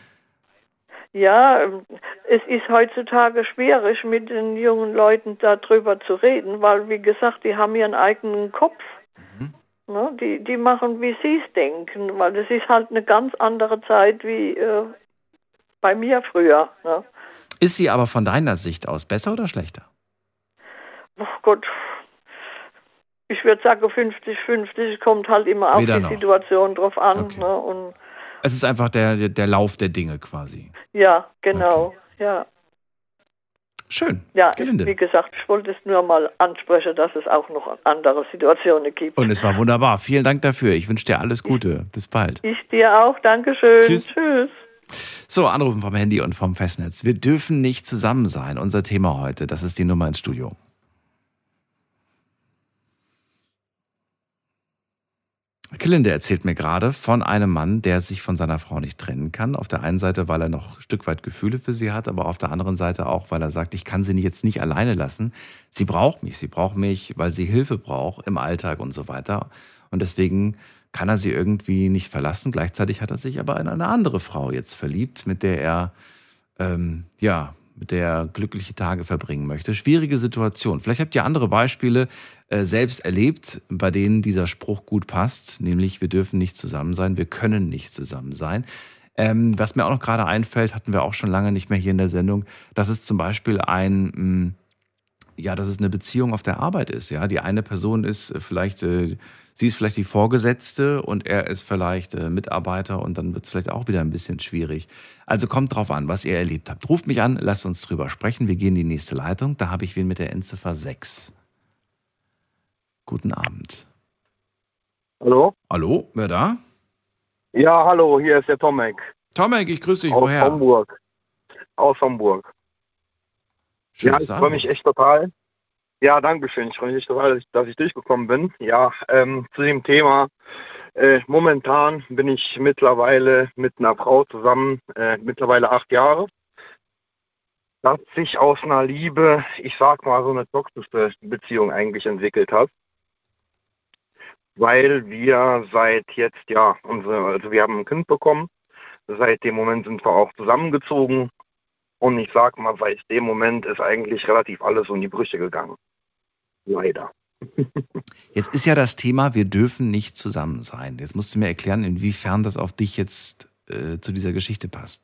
Ja, ähm, es ist heutzutage schwierig, mit den jungen Leuten darüber zu reden, weil, wie gesagt, die haben ihren eigenen Kopf. Mhm. Ne? Die, die machen, wie sie es denken, weil das ist halt eine ganz andere Zeit wie äh, bei mir früher. Ne? Ist sie aber von deiner Sicht aus besser oder schlechter? Oh Gott, ich würde sagen fünfzig fünfzig, kommt halt immer auf Weder die noch. Situation drauf an. Okay. Ne? Und Es ist einfach der, der, der Lauf der Dinge quasi. ja, genau, ja. Schön, Ja, ich, Gelinde. wie gesagt, ich wollte es nur mal ansprechen, dass es auch noch andere Situationen gibt. Und es war wunderbar. Vielen Dank dafür. Ich wünsche dir alles Gute. Bis bald. Ich dir auch, Dankeschön. Tschüss. Tschüss. So, Anrufen vom Handy und vom Festnetz. Wir dürfen nicht zusammen sein. Unser Thema heute, das ist die Nummer ins Studio. Gelinde erzählt mir gerade von einem Mann, der sich von seiner Frau nicht trennen kann. Auf der einen Seite, weil er noch ein Stück weit Gefühle für sie hat, aber auf der anderen Seite auch, weil er sagt, ich kann sie jetzt nicht alleine lassen. Sie braucht mich, sie braucht mich, weil sie Hilfe braucht im Alltag und so weiter. Und deswegen kann er sie irgendwie nicht verlassen. Gleichzeitig hat er sich aber in eine andere Frau jetzt verliebt, mit der er, ähm, ja, mit der er glückliche Tage verbringen möchte. Schwierige Situation. Vielleicht habt ihr andere Beispiele äh, selbst erlebt, bei denen dieser Spruch gut passt, nämlich wir dürfen nicht zusammen sein, wir können nicht zusammen sein. Ähm, was mir auch noch gerade einfällt, hatten wir auch schon lange nicht mehr hier in der Sendung, das ist zum Beispiel ein, mh, ja, dass es eine Beziehung auf der Arbeit ist. Ja, die eine Person ist äh, vielleicht, äh, sie ist vielleicht die Vorgesetzte und er ist vielleicht äh, Mitarbeiter und dann wird es vielleicht auch wieder ein bisschen schwierig. Also kommt drauf an, was ihr erlebt habt. Ruft mich an, lasst uns drüber sprechen. Wir gehen in die nächste Leitung. Da habe ich wen mit der Endziffer sechs. Guten Abend. Hallo? Hallo, wer da? Ja, hallo, hier ist der Tomek Tomek, ich grüße dich. aus Woher? Hamburg. Aus Hamburg. Schön, Ja, dass ich du freue mich anrufst. echt total. Ja, danke schön. Ich freue mich echt total, dass ich, dass ich durchgekommen bin. Ja, ähm, zu dem Thema. Äh, momentan bin ich mittlerweile mit einer Frau zusammen, äh, mittlerweile acht Jahre. Das sich aus einer Liebe, ich sag mal, so eine toxische Beziehung eigentlich entwickelt hat. Weil wir seit jetzt, ja, unsere, also wir haben ein Kind bekommen. Seit dem Moment sind wir auch zusammengezogen. Und ich sag mal, seit dem Moment ist eigentlich relativ alles in die Brüche gegangen. Leider. Jetzt ist ja das Thema, wir dürfen nicht zusammen sein. Jetzt musst du mir erklären, inwiefern das auf dich jetzt äh, zu dieser Geschichte passt.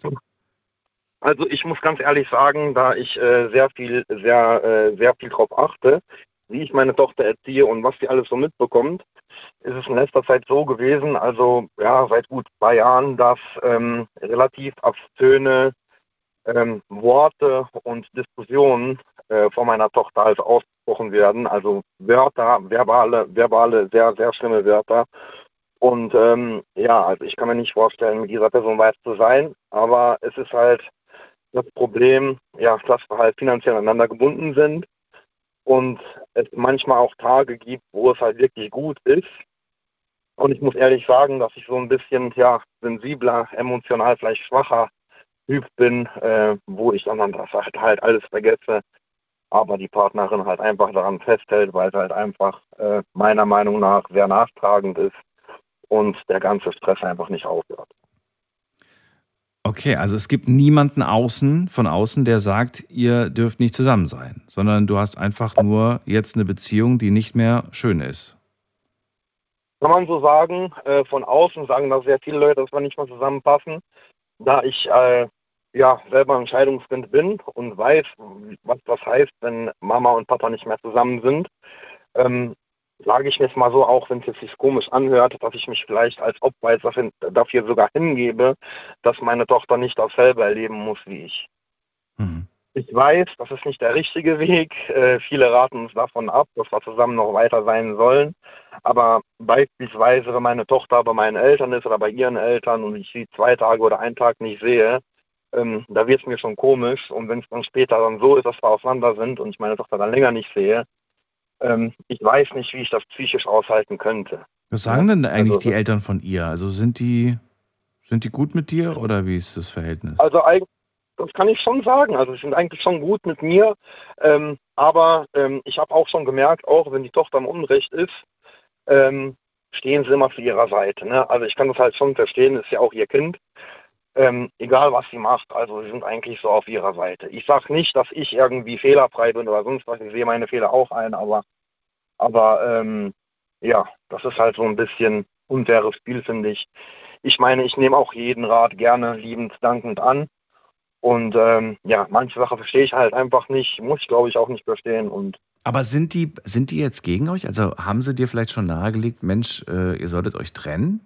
Also ich muss ganz ehrlich sagen, da ich äh, sehr viel, sehr, äh, sehr viel drauf achte, wie ich meine Tochter erziehe und was sie alles so mitbekommt, ist es in letzter Zeit so gewesen, also ja, seit gut zwei Jahren, dass ähm, relativ obszöne ähm, Worte und Diskussionen äh, von meiner Tochter also ausgesprochen werden, also Wörter, verbale, verbale, sehr, sehr schlimme Wörter. Und ähm, ja, also ich kann mir nicht vorstellen, mit dieser Person weiter zu sein, aber es ist halt das Problem, ja, dass wir halt finanziell aneinander gebunden sind und es manchmal auch Tage gibt, wo es halt wirklich gut ist. Und ich muss ehrlich sagen, dass ich so ein bisschen, ja, sensibler, emotional vielleicht schwacher Typ bin, äh, wo ich dann das halt, halt alles vergesse, aber die Partnerin halt einfach daran festhält, weil sie halt einfach äh, meiner Meinung nach sehr nachtragend ist und der ganze Stress einfach nicht aufhört. Okay, also es gibt niemanden außen, von außen, der sagt, ihr dürft nicht zusammen sein, sondern du hast einfach nur jetzt eine Beziehung, die nicht mehr schön ist. Kann man so sagen, äh, von außen sagen da sehr viele Leute, dass wir nicht mehr zusammenpassen. Da ich äh, ja selber ein Scheidungskind bin und weiß, was das heißt, wenn Mama und Papa nicht mehr zusammen sind, ähm, sage ich mir jetzt mal so, auch wenn es jetzt sich komisch anhört, dass ich mich vielleicht als Opfer jetzt dafür, dafür sogar hingebe, dass meine Tochter nicht dasselbe erleben muss wie ich. Mhm. Ich weiß, das ist nicht der richtige Weg. Äh, viele raten uns davon ab, dass wir zusammen noch weiter sein sollen. Aber beispielsweise, wenn meine Tochter bei meinen Eltern ist oder bei ihren Eltern und ich sie zwei Tage oder einen Tag nicht sehe, ähm, da wird es mir schon komisch. Und wenn es dann später dann so ist, dass wir auseinander sind und ich meine Tochter dann länger nicht sehe, ähm, ich weiß nicht, wie ich das psychisch aushalten könnte. Was sagen denn eigentlich Also, die Eltern von ihr? Also sind die, sind die gut mit dir oder wie ist das Verhältnis? Also eigentlich, das kann ich schon sagen. Also sie sind eigentlich schon gut mit mir. Ähm, aber ähm, ich habe auch schon gemerkt, auch wenn die Tochter im Unrecht ist, ähm, stehen sie immer zu ihrer Seite. Ne? Also ich kann das halt schon verstehen, ist ja auch ihr Kind. Ähm, egal was sie macht, also sie sind eigentlich so auf ihrer Seite. Ich sage nicht, dass ich irgendwie fehlerfrei bin oder sonst was. Ich sehe meine Fehler auch ein, aber, aber ähm, ja, das ist halt so ein bisschen unfaires Spiel, finde ich. Ich meine, ich nehme auch jeden Rat gerne liebend dankend an. Und ähm, ja, manche Sachen verstehe ich halt einfach nicht, muss ich glaube ich auch nicht verstehen. Und Aber sind die, sind die jetzt gegen euch? Also haben sie dir vielleicht schon nahegelegt, Mensch, äh, ihr solltet euch trennen?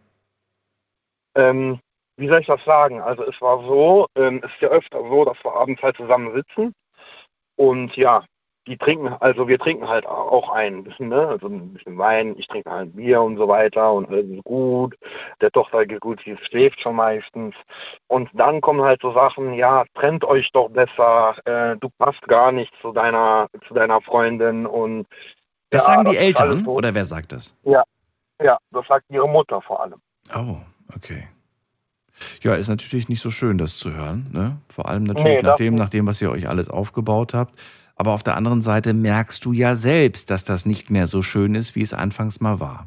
ähm, wie soll ich das sagen? Also es war so, ähm, es ist ja öfter so, dass wir abends halt zusammen sitzen und ja, die trinken, also wir trinken halt auch ein bisschen, ne? Also ein bisschen Wein, ich trinke halt Bier und so weiter und alles ist gut. Der Tochter geht gut, sie schläft schon meistens. Und dann kommen halt so Sachen, ja, trennt euch doch besser, äh, du passt gar nicht zu deiner, zu deiner Freundin und Das ja, sagen die das ist alles Eltern so. oder wer sagt das? Ja, ja, das sagt ihre Mutter vor allem. Oh, okay. Ja, ist natürlich nicht so schön, das zu hören, ne? Vor allem natürlich Nee, nach das dem, nicht. nach dem, was ihr euch alles aufgebaut habt. Aber auf der anderen Seite merkst du ja selbst, dass das nicht mehr so schön ist, wie es anfangs mal war.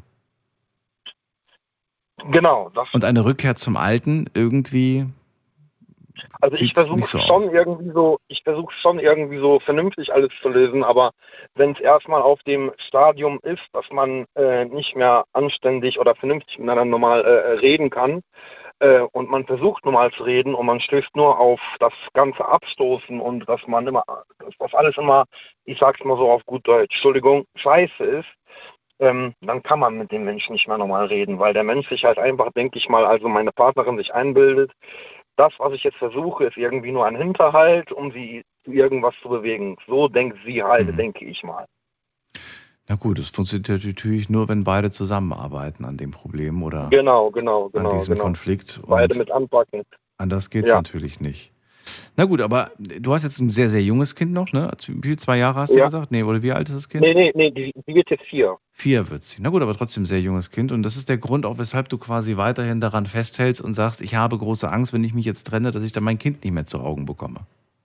Genau, das Und eine Rückkehr zum Alten irgendwie Also ich sieht versuche nicht so schon aus. irgendwie so, ich versuche schon irgendwie so vernünftig alles zu lösen, aber wenn es erstmal auf dem Stadium ist, dass man äh, nicht mehr anständig oder vernünftig miteinander normal äh, reden kann, äh, und man versucht normal zu reden und man stößt nur auf das ganze Abstoßen und dass man immer, dass das alles immer, ich sag's mal so auf gut Deutsch, Entschuldigung, scheiße ist, ähm, dann kann man mit dem Menschen nicht mehr normal reden, weil der Mensch sich halt einfach, denke ich mal, also meine Partnerin sich einbildet, das, was ich jetzt versuche, ist irgendwie nur ein Hinterhalt, um sie zu irgendwas zu bewegen. So denkt sie halt, Mhm. denke ich mal. Na gut, es funktioniert natürlich nur, wenn beide zusammenarbeiten an dem Problem oder Genau, genau, an genau, diesem genau. Konflikt. Beide Und mit anpacken. anders geht's Ja. natürlich nicht. Na gut, aber du hast jetzt ein sehr, sehr junges Kind noch, ne? Wie viel, zwei Jahre hast du Ja. gesagt? Nee, oder wie alt ist das Kind? Nee, nee, nee, die, die wird jetzt vier. Vier wird sie. Na gut, aber trotzdem sehr junges Kind. Und das ist der Grund, auch weshalb du quasi weiterhin daran festhältst und sagst, ich habe große Angst, wenn ich mich jetzt trenne, dass ich dann mein Kind nicht mehr zu Augen bekomme.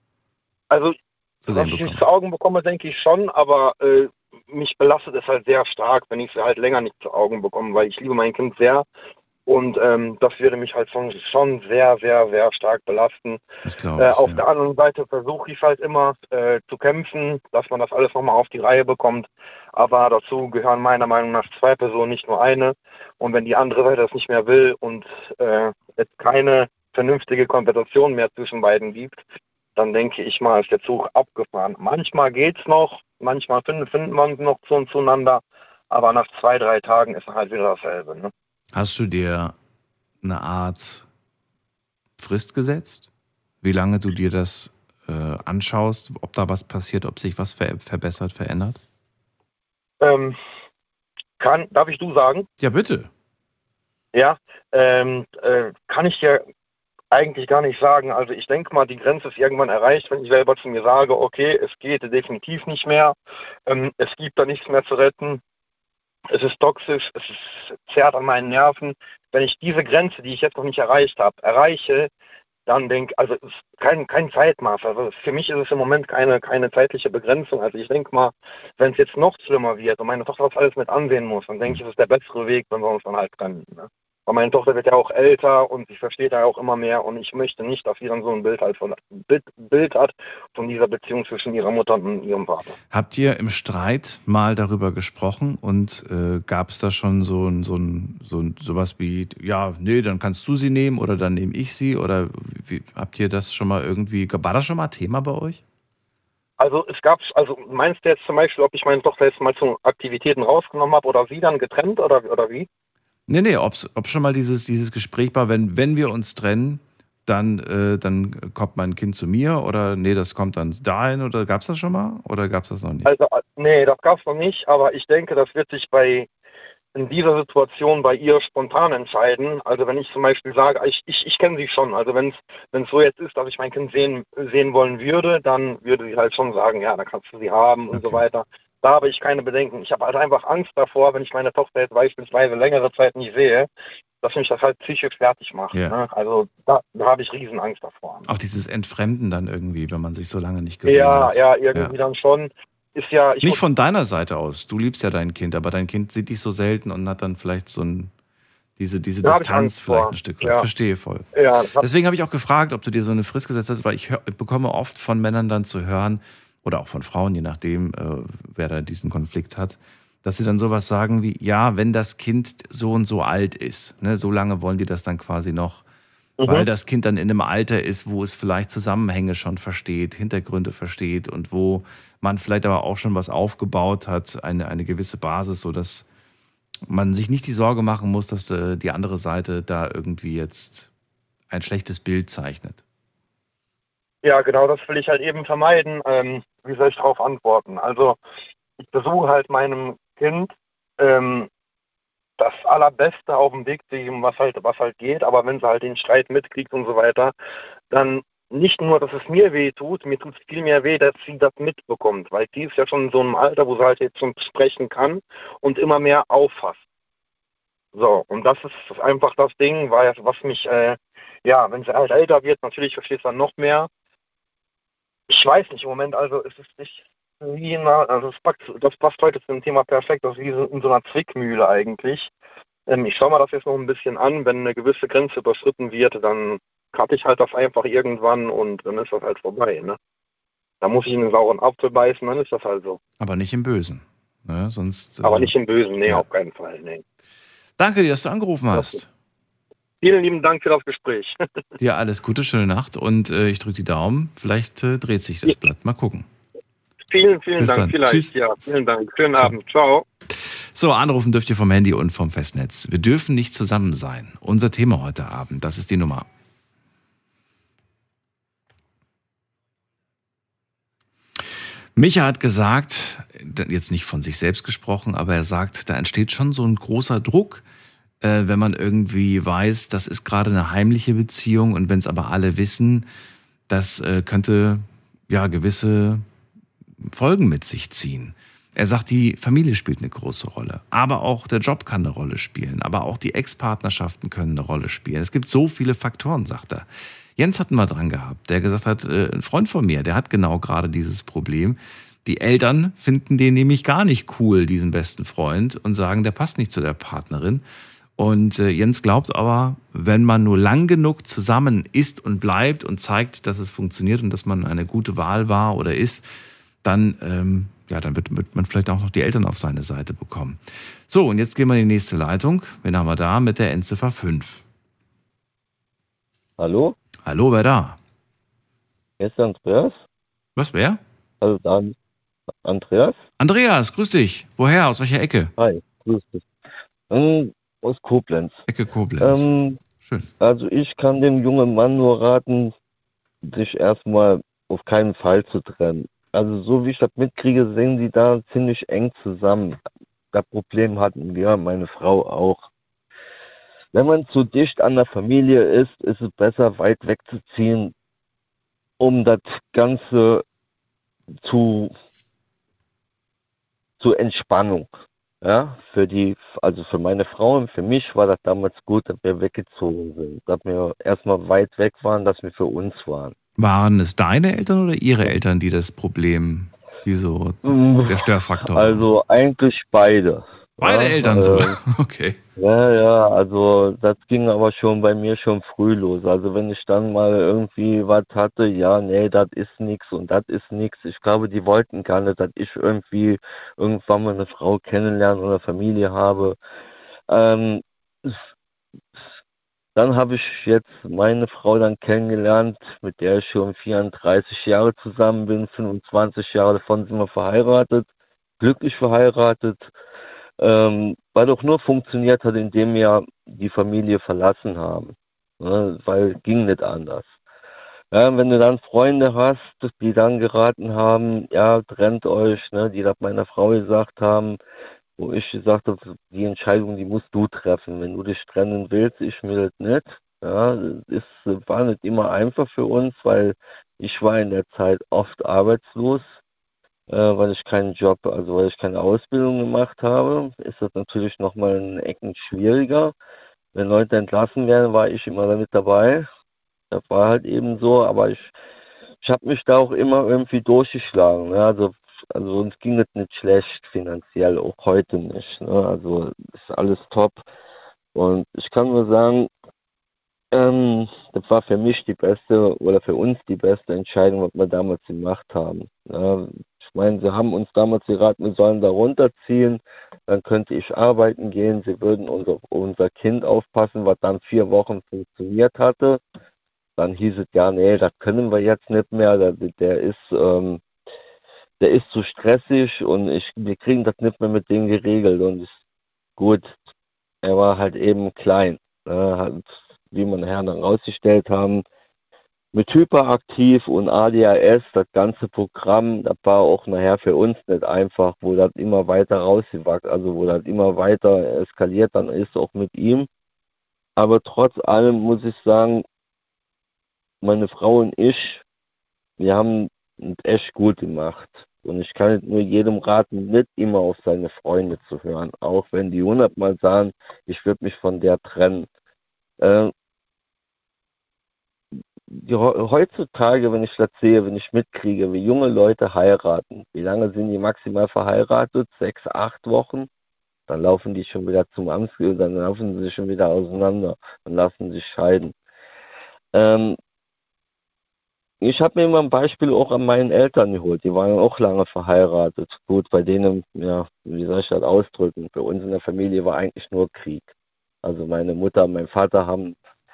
Also, Zu dass sehen ich bekomme. es zu Augen bekomme, denke ich schon, aber äh, mich belastet es halt sehr stark, wenn ich sie halt länger nicht zu Augen bekomme, weil ich liebe mein Kind sehr und ähm, das würde mich halt schon, schon sehr, sehr, sehr stark belasten. Das glaube Äh, ich. auf Ja. der anderen Seite versuche ich halt immer äh, zu kämpfen, dass man das alles nochmal auf die Reihe bekommt, aber dazu gehören meiner Meinung nach zwei Personen, nicht nur eine, und wenn die andere Seite das nicht mehr will und äh, es keine vernünftige Kompensation mehr zwischen beiden gibt, dann denke ich mal, ist der Zug abgefahren. Manchmal geht's noch, manchmal finden, finden wir uns noch zu, zueinander, aber nach zwei, drei Tagen ist halt wieder dasselbe. Ne? Hast du dir eine Art Frist gesetzt? Wie lange du dir das äh, anschaust, ob da was passiert, ob sich was ver verbessert, verändert? Ähm, kann, darf ich du sagen? Ja, bitte. Ja, ähm, äh, kann ich dir eigentlich gar nicht sagen. Also ich denke mal, die Grenze ist irgendwann erreicht, wenn ich selber zu mir sage, okay, es geht definitiv nicht mehr, ähm, es gibt da nichts mehr zu retten, es ist toxisch, es ist, zerrt an meinen Nerven. Wenn ich diese Grenze, die ich jetzt noch nicht erreicht habe, erreiche, dann denke also es ist kein, kein Zeitmaß. Also für mich ist es im Moment keine, keine zeitliche Begrenzung. Also ich denke mal, wenn es jetzt noch schlimmer wird und meine Tochter das alles mit ansehen muss, dann denke ich, es ist der bessere Weg, wenn wir uns dann halt trennen. Ne? Weil meine Tochter wird ja auch älter und sie versteht ja auch immer mehr und ich möchte nicht, dass sie dann so ein Bild halt von Bild, Bild hat von dieser Beziehung zwischen ihrer Mutter und ihrem Vater. Habt ihr im Streit mal darüber gesprochen und äh, gab es da schon so ein, so ein, so ein, sowas wie, ja, nee, dann kannst du sie nehmen oder dann nehme ich sie oder wie, habt ihr das schon mal irgendwie, war das schon mal Thema bei euch? Also es gab, also meinst du jetzt zum Beispiel, ob ich meine Tochter jetzt mal zu Aktivitäten rausgenommen habe oder sie dann getrennt oder, oder wie? Nee, nee, ob's, ob schon mal dieses, dieses Gespräch war, wenn, wenn wir uns trennen, dann, äh, dann kommt mein Kind zu mir oder nee, das kommt dann dahin oder gab es das schon mal oder gab es das noch nicht? Also nee, das gab es noch nicht, aber ich denke, das wird sich bei in dieser Situation bei ihr spontan entscheiden. Also wenn ich zum Beispiel sage, ich, ich, ich kenne sie schon, also wenn es so jetzt ist, dass ich mein Kind sehen, sehen wollen würde, dann würde sie halt schon sagen, ja, dann kannst du sie haben und Okay. so weiter. Da habe ich keine Bedenken. Ich habe halt einfach Angst davor, wenn ich meine Tochter jetzt beispielsweise längere Zeit nicht sehe, dass mich das halt psychisch fertig macht. Ja. Ne? Also da, da habe ich riesen Angst davor. Auch dieses Entfremden dann irgendwie, wenn man sich so lange nicht gesehen Ja, hat. ja, irgendwie dann schon. Ist ja, ich Nicht muss, von deiner Seite aus. Du liebst ja dein Kind, aber dein Kind sieht dich so selten und hat dann vielleicht so ein, diese, diese Da hab ich Distanz Angst vielleicht vor. ein Stück weit. Ja. Verstehe voll. ja, das hat, Deswegen habe ich auch gefragt, ob du dir so eine Frist gesetzt hast, weil ich, hör, ich bekomme oft von Männern dann zu hören, oder auch von Frauen, je nachdem, äh, wer da diesen Konflikt hat, dass sie dann sowas sagen wie, ja, wenn das Kind so und so alt ist, ne, so lange wollen die das dann quasi noch, Mhm. weil das Kind dann in einem Alter ist, wo es vielleicht Zusammenhänge schon versteht, Hintergründe versteht und wo man vielleicht aber auch schon was aufgebaut hat, eine, eine gewisse Basis, sodass man sich nicht die Sorge machen muss, dass äh, die andere Seite da irgendwie jetzt ein schlechtes Bild zeichnet. Ja, genau, das will ich halt eben vermeiden. Ähm, wie soll ich darauf antworten? Also ich versuche halt meinem Kind ähm, das Allerbeste auf den Weg zu geben, was halt, was halt geht, aber wenn sie halt den Streit mitkriegt und so weiter, dann nicht nur, dass es mir weh tut, mir tut es viel mehr weh, dass sie das mitbekommt, weil die ist ja schon in so einem Alter, wo sie halt jetzt schon sprechen kann und immer mehr auffasst. So, und das ist einfach das Ding, weil was mich, äh, ja, wenn sie halt älter wird, natürlich versteht sie dann noch mehr. Ich weiß nicht, im Moment, also es ist nicht wie in einer, also das passt, das passt heute zu dem Thema perfekt, das ist wie so in so einer Zwickmühle eigentlich. Ähm, ich schaue mir das jetzt noch ein bisschen an, wenn eine gewisse Grenze überschritten wird, dann cutte ich halt das einfach irgendwann und dann ist das halt vorbei, ne? Da muss ich in den sauren Apfel beißen, dann ist das halt so. Aber nicht im Bösen. Ne? Sonst, Aber äh, nicht im Bösen, nee, ja. auf keinen Fall, nee. Danke dir, dass du angerufen hast. Vielen lieben Dank für das Gespräch. Dir alles Gute, schöne Nacht und äh, ich drücke die Daumen. Vielleicht äh, dreht sich das Blatt. Mal gucken. Vielen, vielen Bis Dank. dann. Vielleicht, Tschüss. ja. Vielen Dank. Schönen Ciao. Abend. Ciao. So, anrufen dürft ihr vom Handy und vom Festnetz. Wir dürfen nicht zusammen sein. Unser Thema heute Abend, das ist die Nummer. Micha hat gesagt, jetzt nicht von sich selbst gesprochen, aber er sagt, da entsteht schon so ein großer Druck, äh, wenn man irgendwie weiß, das ist gerade eine heimliche Beziehung und wenn es aber alle wissen, das äh, könnte ja gewisse Folgen mit sich ziehen. Er sagt, die Familie spielt eine große Rolle, aber auch der Job kann eine Rolle spielen, aber auch die Ex-Partnerschaften können eine Rolle spielen. Es gibt so viele Faktoren, sagt er. Jens hatten wir dran gehabt, der gesagt hat, äh, ein Freund von mir, der hat genau gerade dieses Problem. Die Eltern finden den nämlich gar nicht cool, diesen besten Freund, und sagen, der passt nicht zu der Partnerin. Und äh, Jens glaubt aber, wenn man nur lang genug zusammen ist und bleibt und zeigt, dass es funktioniert und dass man eine gute Wahl war oder ist, dann, ähm, ja, dann wird, wird man vielleicht auch noch die Eltern auf seine Seite bekommen. So, und jetzt gehen wir in die nächste Leitung. Wen haben wir da mit der Endziffer fünf? Hallo? Hallo, wer da? Wer ist der Andreas? Was, wer? Also dann Andreas? Andreas, grüß dich. Woher? Aus welcher Ecke? Hi, grüß dich. Ähm, aus Koblenz. Ecke Koblenz. Ähm, Schön. Also ich kann dem jungen Mann nur raten, sich erstmal auf keinen Fall zu trennen. Also so wie ich das mitkriege, sind die da ziemlich eng zusammen. Das Problem hatten wir, meine Frau auch. Wenn man zu dicht an der Familie ist, ist es besser, weit wegzuziehen, um das Ganze zu, zur Entspannung. Ja, für die, also für meine Frau und für mich war das damals gut, dass wir weggezogen sind. Dass wir erstmal weit weg waren, dass wir für uns waren. Waren es deine Eltern oder ihre Eltern, die das Problem, die so der Störfaktor waren? Also eigentlich beide. Beide ja, Eltern äh, sogar. Okay. Ja, ja, also das ging aber schon bei mir schon früh los. Also wenn ich dann mal irgendwie was hatte, ja, nee, das ist nichts und das ist nichts. Ich glaube, die wollten gar nicht, dass ich irgendwie irgendwann mal eine Frau kennenlerne oder Familie habe. Ähm, dann habe ich jetzt meine Frau dann kennengelernt, mit der ich schon vierunddreißig Jahre zusammen bin, fünfundzwanzig Jahre davon sind wir verheiratet, glücklich verheiratet. Ähm, weil doch nur funktioniert hat, indem wir die Familie verlassen haben. Ne? Weil ging nicht anders. Ja, wenn du dann Freunde hast, die dann geraten haben, ja, trennt euch, ne, die das meiner Frau gesagt haben, wo ich gesagt habe, die Entscheidung, die musst du treffen. Wenn du dich trennen willst, ich will das nicht. Ja, es war nicht immer einfach für uns, weil ich war in der Zeit oft arbeitslos. Weil ich keinen Job, also weil ich keine Ausbildung gemacht habe, ist das natürlich nochmal in Ecken schwieriger. Wenn Leute entlassen werden, war ich immer damit dabei. Das war halt eben so, aber ich, ich habe mich da auch immer irgendwie durchgeschlagen. Ne? Also, also uns ging es nicht schlecht finanziell, auch heute nicht. Ne? Also ist alles top. Und ich kann nur sagen, ähm, das war für mich die beste oder für uns die beste Entscheidung, was wir damals gemacht haben. Ja, ich meine, sie haben uns damals geraten, wir sollen da runterziehen, dann könnte ich arbeiten gehen, sie würden unser, unser Kind aufpassen, was dann vier Wochen funktioniert hatte. Dann hieß es, ja, nee, das können wir jetzt nicht mehr, der, der ist ähm, der ist zu stressig und ich, wir kriegen das nicht mehr mit dem geregelt. Und ich, gut, er war halt eben klein, ne, halt, wie wir nachher dann rausgestellt haben, mit Hyperaktiv und A D H S, das ganze Programm, das war auch nachher für uns nicht einfach, wo das immer weiter rausgewachsen, also wo das immer weiter eskaliert dann ist, auch mit ihm. Aber trotz allem muss ich sagen, meine Frau und ich, wir haben es echt gut gemacht. Und ich kann nur jedem raten, nicht immer auf seine Freunde zu hören, auch wenn die hundertmal sagen, ich würde mich von der trennen. Äh, Die, heutzutage, wenn ich das sehe, wenn ich mitkriege, wie junge Leute heiraten, wie lange sind die maximal verheiratet? Sechs, acht Wochen? Dann laufen die schon wieder zum Amtsgericht, dann laufen sie schon wieder auseinander und lassen sich scheiden. Ähm, ich habe mir immer ein Beispiel auch an meinen Eltern geholt. Die waren auch lange verheiratet. Gut, bei denen, ja, wie soll ich das ausdrücken? Bei uns in der Familie war eigentlich nur Krieg. Also meine Mutter und mein Vater haben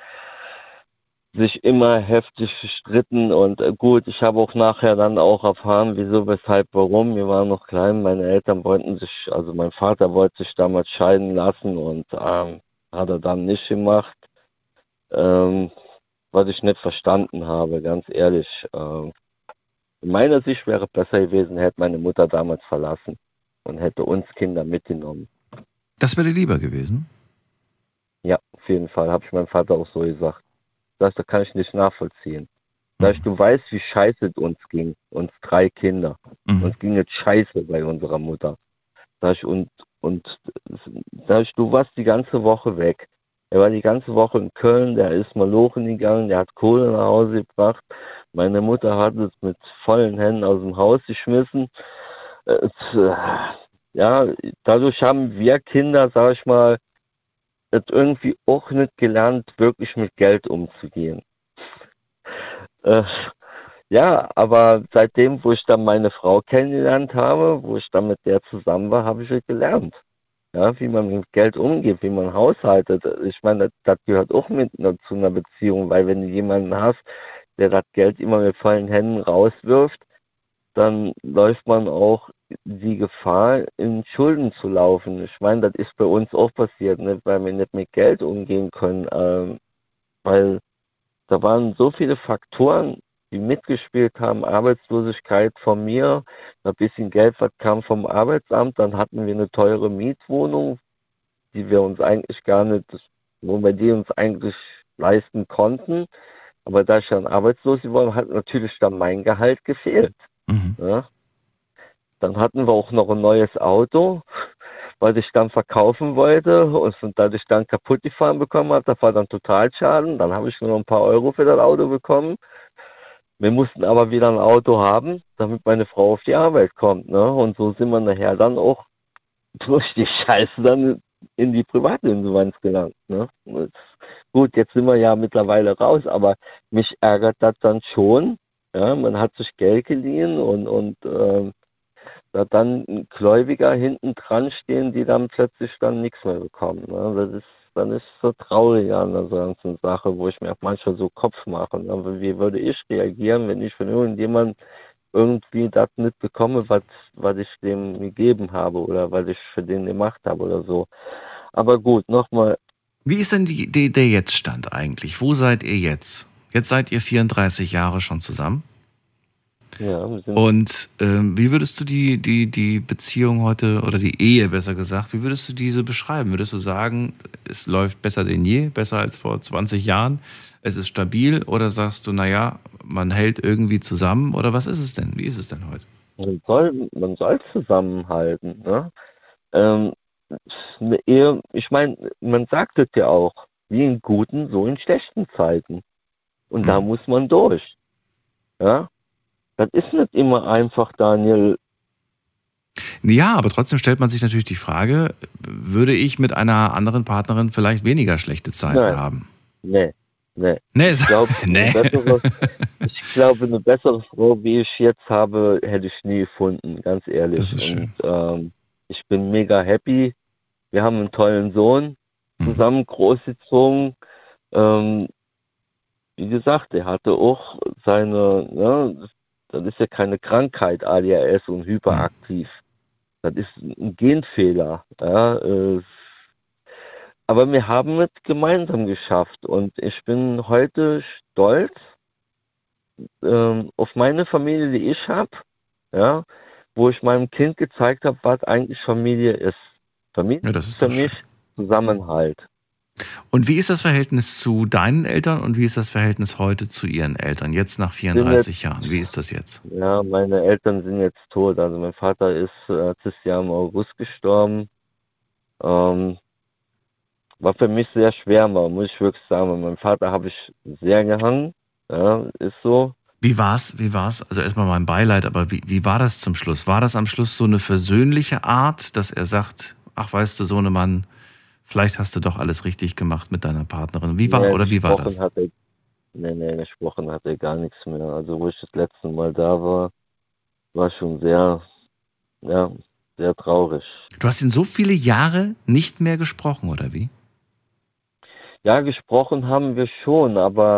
sich immer heftig gestritten und äh, gut, ich habe auch nachher dann auch erfahren, wieso, weshalb, warum. Wir waren noch klein, meine Eltern wollten sich, also mein Vater wollte sich damals scheiden lassen und ähm, hat er dann nicht gemacht, ähm, was ich nicht verstanden habe, ganz ehrlich. Ähm, in meiner Sicht wäre es besser gewesen, hätte meine Mutter damals verlassen und hätte uns Kinder mitgenommen. Das wäre dir lieber gewesen? Ja, auf jeden Fall, habe ich meinem Vater auch so gesagt. Das, das kann ich nicht nachvollziehen. Da ich, du weißt, wie scheiße es uns ging, uns drei Kinder. Mhm. Uns ging jetzt scheiße bei unserer Mutter. Da ich, und und da ich, du warst die ganze Woche weg. Er war die ganze Woche in Köln, der ist mal lochen gegangen, der hat Kohle nach Hause gebracht. Meine Mutter hat es mit vollen Händen aus dem Haus geschmissen. Es, äh, ja, dadurch haben wir Kinder, sag ich mal, das irgendwie auch nicht gelernt, wirklich mit Geld umzugehen. Äh, ja, aber seitdem, wo ich dann meine Frau kennengelernt habe, wo ich dann mit der zusammen war, habe ich es gelernt. Ja, wie man mit Geld umgeht, wie man haushaltet. Ich meine, das, das gehört auch mit zu einer Beziehung, weil wenn du jemanden hast, der das Geld immer mit vollen Händen rauswirft, dann läuft man auch die Gefahr, in Schulden zu laufen. Ich meine, das ist bei uns auch passiert, ne? Weil wir nicht mit Geld umgehen können, ähm, weil da waren so viele Faktoren, die mitgespielt haben. Arbeitslosigkeit von mir, ein bisschen Geld, was kam vom Arbeitsamt, dann hatten wir eine teure Mietwohnung, die wir uns eigentlich gar nicht, wo wir die uns eigentlich leisten konnten. Aber da ich dann arbeitslos geworden bin, hat natürlich dann mein Gehalt gefehlt. Mhm. Ja. Dann hatten wir auch noch ein neues Auto, was ich dann verkaufen wollte und da ich dann kaputt gefahren bekommen habe, das war dann Totalschaden. Dann habe ich nur noch ein paar Euro für das Auto bekommen. Wir mussten aber wieder ein Auto haben, damit meine Frau auf die Arbeit kommt. Ne? Und so sind wir nachher dann auch durch die Scheiße dann in die Privatinsolvenz gelangt. Ne? Gut, jetzt sind wir ja mittlerweile raus, aber mich ärgert das dann schon. Ja? Man hat sich Geld geliehen und, und ähm, da dann Gläubiger hinten dran stehen, die dann plötzlich dann nichts mehr bekommen. Ne? Das ist, dann ist so traurig an der ganzen Sache, wo ich mir auch manchmal so Kopf mache. Ne? Wie würde ich reagieren, wenn ich von irgendjemandem irgendwie das nicht bekomme, was, was ich dem gegeben habe oder was ich für den gemacht habe oder so. Aber gut, nochmal. Wie ist denn die, die, der Jetztstand eigentlich? Wo seid ihr jetzt? Jetzt seid ihr vierunddreißig Jahre schon zusammen. Ja, wir sind Und ähm, wie würdest du die, die, die Beziehung heute, oder die Ehe besser gesagt, wie würdest du diese beschreiben? Würdest du sagen, es läuft besser denn je, besser als vor zwanzig Jahren, es ist stabil, oder sagst du, naja, man hält irgendwie zusammen, oder was ist es denn? Wie ist es denn heute? Man soll, man soll zusammenhalten. Ne? Ähm, eine Ehe, ich meine, man sagt es ja auch, wie in guten, so in schlechten Zeiten. Und Mhm. da muss man durch. Ja? Das ist nicht immer einfach, Daniel. Ja, aber trotzdem stellt man sich natürlich die Frage, würde ich mit einer anderen Partnerin vielleicht weniger schlechte Zeiten Nein. haben? Nee, nee. Nee, Ich glaube, nee. eine bessere, ich glaube, eine bessere Frau, wie ich jetzt habe, hätte ich nie gefunden, ganz ehrlich. Das ist schön. Und ähm, ich bin mega happy. Wir haben einen tollen Sohn zusammen großgezogen. Ähm, wie gesagt, er hatte auch seine, ne, das ist ja keine Krankheit, A D H S und hyperaktiv. Das ist ein Genfehler. Ja, äh, aber wir haben es gemeinsam geschafft und ich bin heute stolz ähm, auf meine Familie, die ich habe, ja, wo ich meinem Kind gezeigt habe, was eigentlich Familie ist. Familie Ja, das ist ist für doch mich Zusammenhalt. Und wie ist das Verhältnis zu deinen Eltern und wie ist das Verhältnis heute zu ihren Eltern, jetzt nach vierunddreißig Jahren? Wie ist das jetzt? Ja, meine Eltern sind jetzt tot. Also mein Vater ist äh, dieses Jahr im August gestorben. Ähm, war für mich sehr schwer, mal, muss ich wirklich sagen. Mit meinem Vater habe ich sehr gehangen. Ja, ist so. Wie war's? Wie war's? Also erstmal mein Beileid, aber wie, wie war das zum Schluss? War das am Schluss so eine versöhnliche Art, dass er sagt, ach weißt du, Sohnemann, vielleicht hast du doch alles richtig gemacht mit deiner Partnerin. Wie war Nee, oder wie war gesprochen das? Hat er, nee, nee, gesprochen hat er gar nichts mehr. Also wo ich das letzte Mal da war, war schon sehr, ja, sehr traurig. Du hast ihn so viele Jahre nicht mehr gesprochen, oder wie? Ja, gesprochen haben wir schon, aber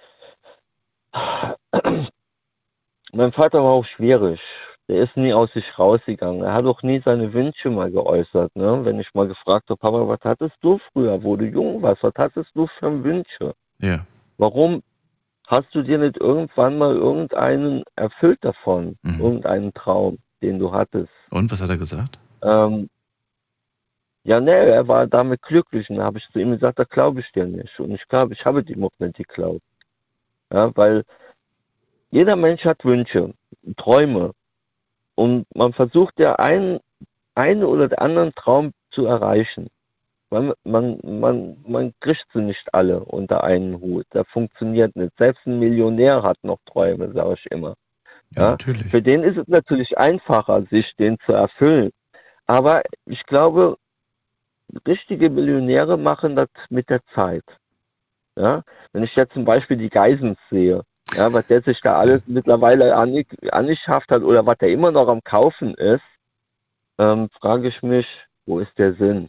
mein Vater war auch schwierig. Der ist nie aus sich rausgegangen. Er hat auch nie seine Wünsche mal geäußert. Ne? Wenn ich mal gefragt habe, Papa, was hattest du früher, wo du jung warst? Was hattest du für Wünsche? Ja. Warum hast du dir nicht irgendwann mal irgendeinen erfüllt davon? Mhm. Irgendeinen Traum, den du hattest? Und, was hat er gesagt? Ähm, ja, ne, er war damit glücklich. Und da habe ich zu ihm gesagt, da glaube ich dir nicht. Und ich glaube, ich habe ihm auch nicht geglaubt. Ja, weil jeder Mensch hat Wünsche, Träume. Und man versucht ja einen, einen oder den anderen Traum zu erreichen. Man, man, man, man kriegt sie nicht alle unter einen Hut. Das funktioniert nicht. Selbst ein Millionär hat noch Träume, sage ich immer. Ja, Ja? natürlich. Für den ist es natürlich einfacher, sich den zu erfüllen. Aber ich glaube, richtige Millionäre machen das mit der Zeit. Ja? Wenn ich jetzt zum Beispiel die Geisens sehe, ja, was der sich da alles mittlerweile angeschafft hat oder was der immer noch am Kaufen ist, ähm, frage ich mich, wo ist der Sinn?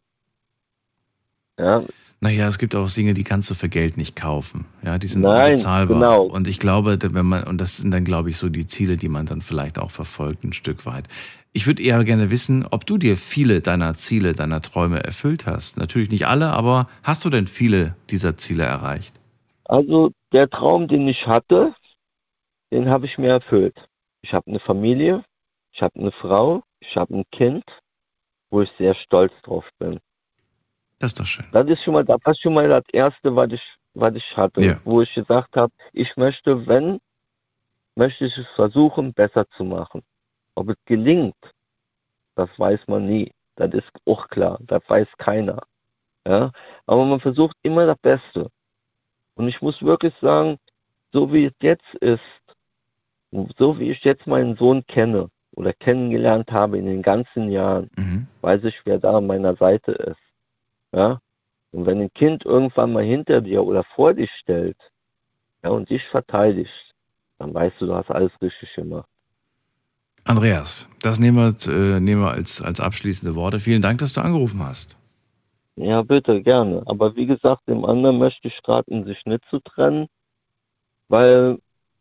Ja. Naja, es gibt auch Dinge, die kannst du für Geld nicht kaufen. Ja, die sind Nein, unbezahlbar. genau. Und ich glaube, wenn man, und das sind dann, glaube ich, so die Ziele, die man dann vielleicht auch verfolgt, ein Stück weit. Ich würde eher gerne wissen, ob du dir viele deiner Ziele, deiner Träume erfüllt hast. Natürlich nicht alle, aber hast du denn viele dieser Ziele erreicht? Also der Traum, den ich hatte, den habe ich mir erfüllt. Ich habe eine Familie, ich habe eine Frau, ich habe ein Kind, wo ich sehr stolz drauf bin. Das ist doch schön. Das ist schon mal, das ist schon mal das Erste, was ich, was ich hatte, Ja. wo ich gesagt habe, ich möchte, wenn, möchte ich es versuchen, besser zu machen. Ob es gelingt, das weiß man nie. Das ist auch klar, das weiß keiner. Ja? Aber man versucht immer das Beste. Und ich muss wirklich sagen, so wie es jetzt ist, so wie ich jetzt meinen Sohn kenne oder kennengelernt habe in den ganzen Jahren, Mhm. weiß ich, wer da an meiner Seite ist. Ja? Und wenn ein Kind irgendwann mal hinter dir oder vor dich stellt, ja, und dich verteidigt, dann weißt du, du hast alles richtig gemacht. Andreas, das nehmen wir, äh, nehmen wir als, als abschließende Worte. Vielen Dank, dass du angerufen hast. Ja, bitte, gerne. Aber wie gesagt, dem anderen möchte ich raten, sich nicht zu trennen, weil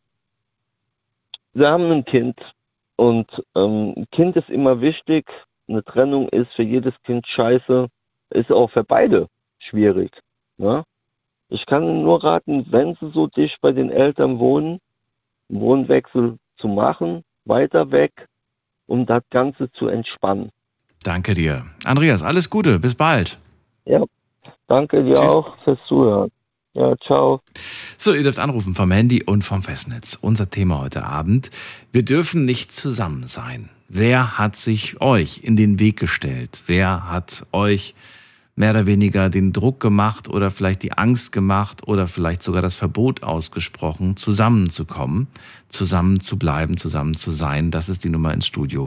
wir haben ein Kind und ähm, ein Kind ist immer wichtig. Eine Trennung ist für jedes Kind scheiße, ist auch für beide schwierig. Ne? Ich kann nur raten, wenn sie so dicht bei den Eltern wohnen, einen Wohnwechsel zu machen, weiter weg, um das Ganze zu entspannen. Danke dir. Andreas, alles Gute, bis bald. Ja, danke dir Tschüss. auch fürs Zuhören. Ja, ciao. So, ihr dürft anrufen vom Handy und vom Festnetz. Unser Thema heute Abend: Wir dürfen nicht zusammen sein. Wer hat sich euch in den Weg gestellt? Wer hat euch mehr oder weniger den Druck gemacht oder vielleicht die Angst gemacht oder vielleicht sogar das Verbot ausgesprochen, zusammenzukommen, zusammen zu bleiben, zusammen zu sein? Das ist die Nummer ins Studio.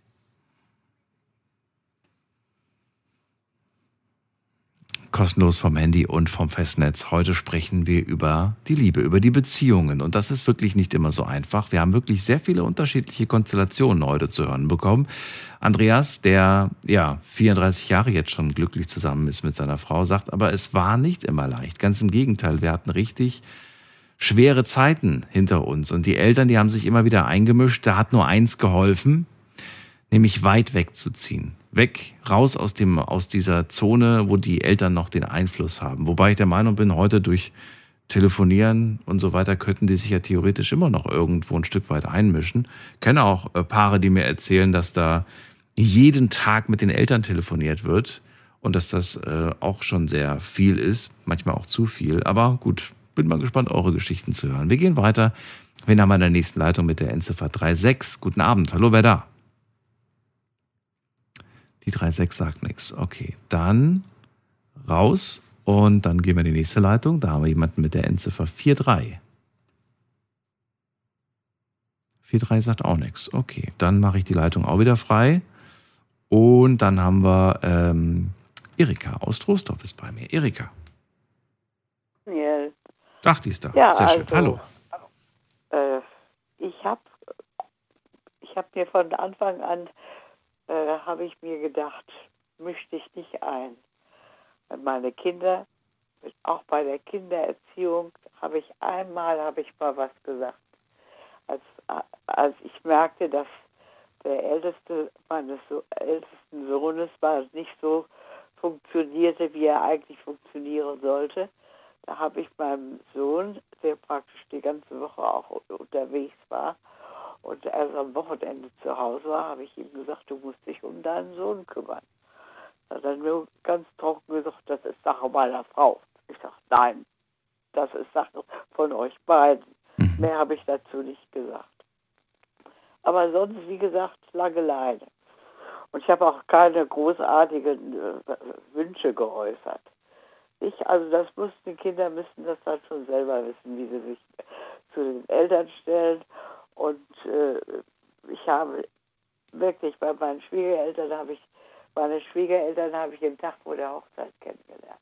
Kostenlos vom Handy und vom Festnetz. Heute sprechen wir über die Liebe, über die Beziehungen. Und das ist wirklich nicht immer so einfach. Wir haben wirklich sehr viele unterschiedliche Konstellationen heute zu hören bekommen. Andreas, der ja vierunddreißig Jahre jetzt schon glücklich zusammen ist mit seiner Frau, sagt, aber es war nicht immer leicht. Ganz im Gegenteil, wir hatten richtig schwere Zeiten hinter uns. Und die Eltern, die haben sich immer wieder eingemischt. Da hat nur eins geholfen, nämlich weit wegzuziehen. Weg, raus aus dem, aus dieser Zone, wo die Eltern noch den Einfluss haben. Wobei ich der Meinung bin, heute durch Telefonieren und so weiter könnten die sich ja theoretisch immer noch irgendwo ein Stück weit einmischen. Ich kenne auch äh, Paare, die mir erzählen, dass da jeden Tag mit den Eltern telefoniert wird und dass das äh, auch schon sehr viel ist, manchmal auch zu viel. Aber gut, bin mal gespannt, eure Geschichten zu hören. Wir gehen weiter. Wir haben in der nächsten Leitung mit der Endziffer drei sechs. Guten Abend. Hallo, wer da? Die drei sechs sagt nichts. Okay, dann raus und dann gehen wir in die nächste Leitung. Da haben wir jemanden mit der Endziffer vier drei. vier drei sagt auch nichts. Okay, dann mache ich die Leitung auch wieder frei. Und dann haben wir ähm, Erika aus Troisdorf ist bei mir. Erika. Ja, Ach, die ist da. ja Sehr schön. also, Hallo. Äh, ich habe ich hab mir von Anfang an äh, habe ich mir gedacht, misch dich nicht ein. Meine Kinder auch bei der Kindererziehung habe ich einmal, habe ich mal was gesagt. Als, als ich merkte, dass der Älteste meines so, ältesten Sohnes war nicht so funktionierte, wie er eigentlich funktionieren sollte. Da habe ich meinem Sohn, der praktisch die ganze Woche auch unterwegs war und erst am Wochenende zu Hause war, habe ich ihm gesagt, du musst dich um deinen Sohn kümmern. Da hat er nur ganz trocken gesagt, das ist Sache meiner Frau. Ich sage, nein, das ist Sache von euch beiden. Mhm. Mehr habe ich dazu nicht gesagt. Aber sonst, wie gesagt, lange Leine. Und ich habe auch keine großartigen äh, Wünsche geäußert. Ich, also das mussten die Kinder müssen das dann schon selber wissen, wie sie sich zu den Eltern stellen. Und äh, ich habe wirklich bei meinen Schwiegereltern habe ich, meine Schwiegereltern habe ich den Tag vor der Hochzeit kennengelernt.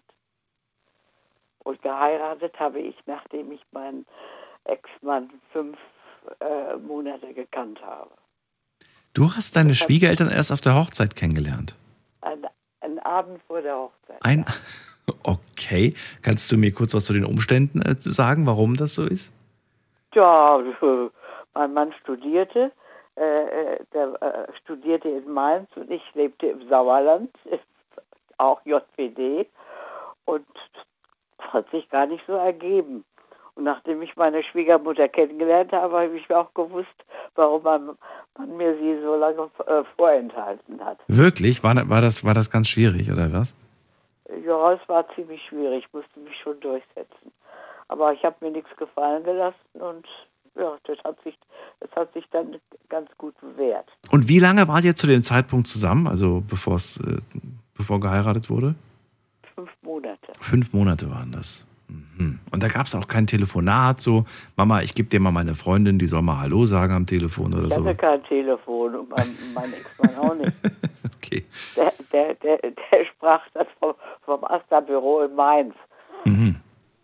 Und geheiratet habe ich, nachdem ich meinen Ex-Mann fünf äh, Monate gekannt habe. Du hast deine Schwiegereltern erst auf der Hochzeit kennengelernt? Ein, ein Abend vor der Hochzeit. Ein, okay. Kannst du mir kurz was zu den Umständen äh, sagen, warum das so ist? Ja, mein Mann studierte. Äh, der äh, studierte in Mainz und ich lebte im Sauerland, auch J P D. Und das hat sich gar nicht so ergeben. Und nachdem ich meine Schwiegermutter kennengelernt habe, habe ich auch gewusst, warum man, man mir sie so lange äh, vorenthalten hat. Wirklich? War, war, das, war das ganz schwierig, oder was? Ja, es war ziemlich schwierig. Ich musste mich schon durchsetzen. Aber ich habe mir nichts gefallen gelassen und ja, das hat sich, das hat sich dann ganz gut bewährt. Und wie lange wart ihr zu dem Zeitpunkt zusammen, also bevor es, äh, bevor geheiratet wurde? Fünf Monate. Fünf Monate waren das. Mhm. Und da gab es auch kein Telefonat, so, Mama, ich gebe dir mal meine Freundin, die soll mal Hallo sagen am Telefon oder ich so. Ich hatte kein Telefon und mein, mein Ex-Mann auch nicht. Okay. Der, der, der, der sprach das vom, vom Asta-Büro in Mainz. Mhm.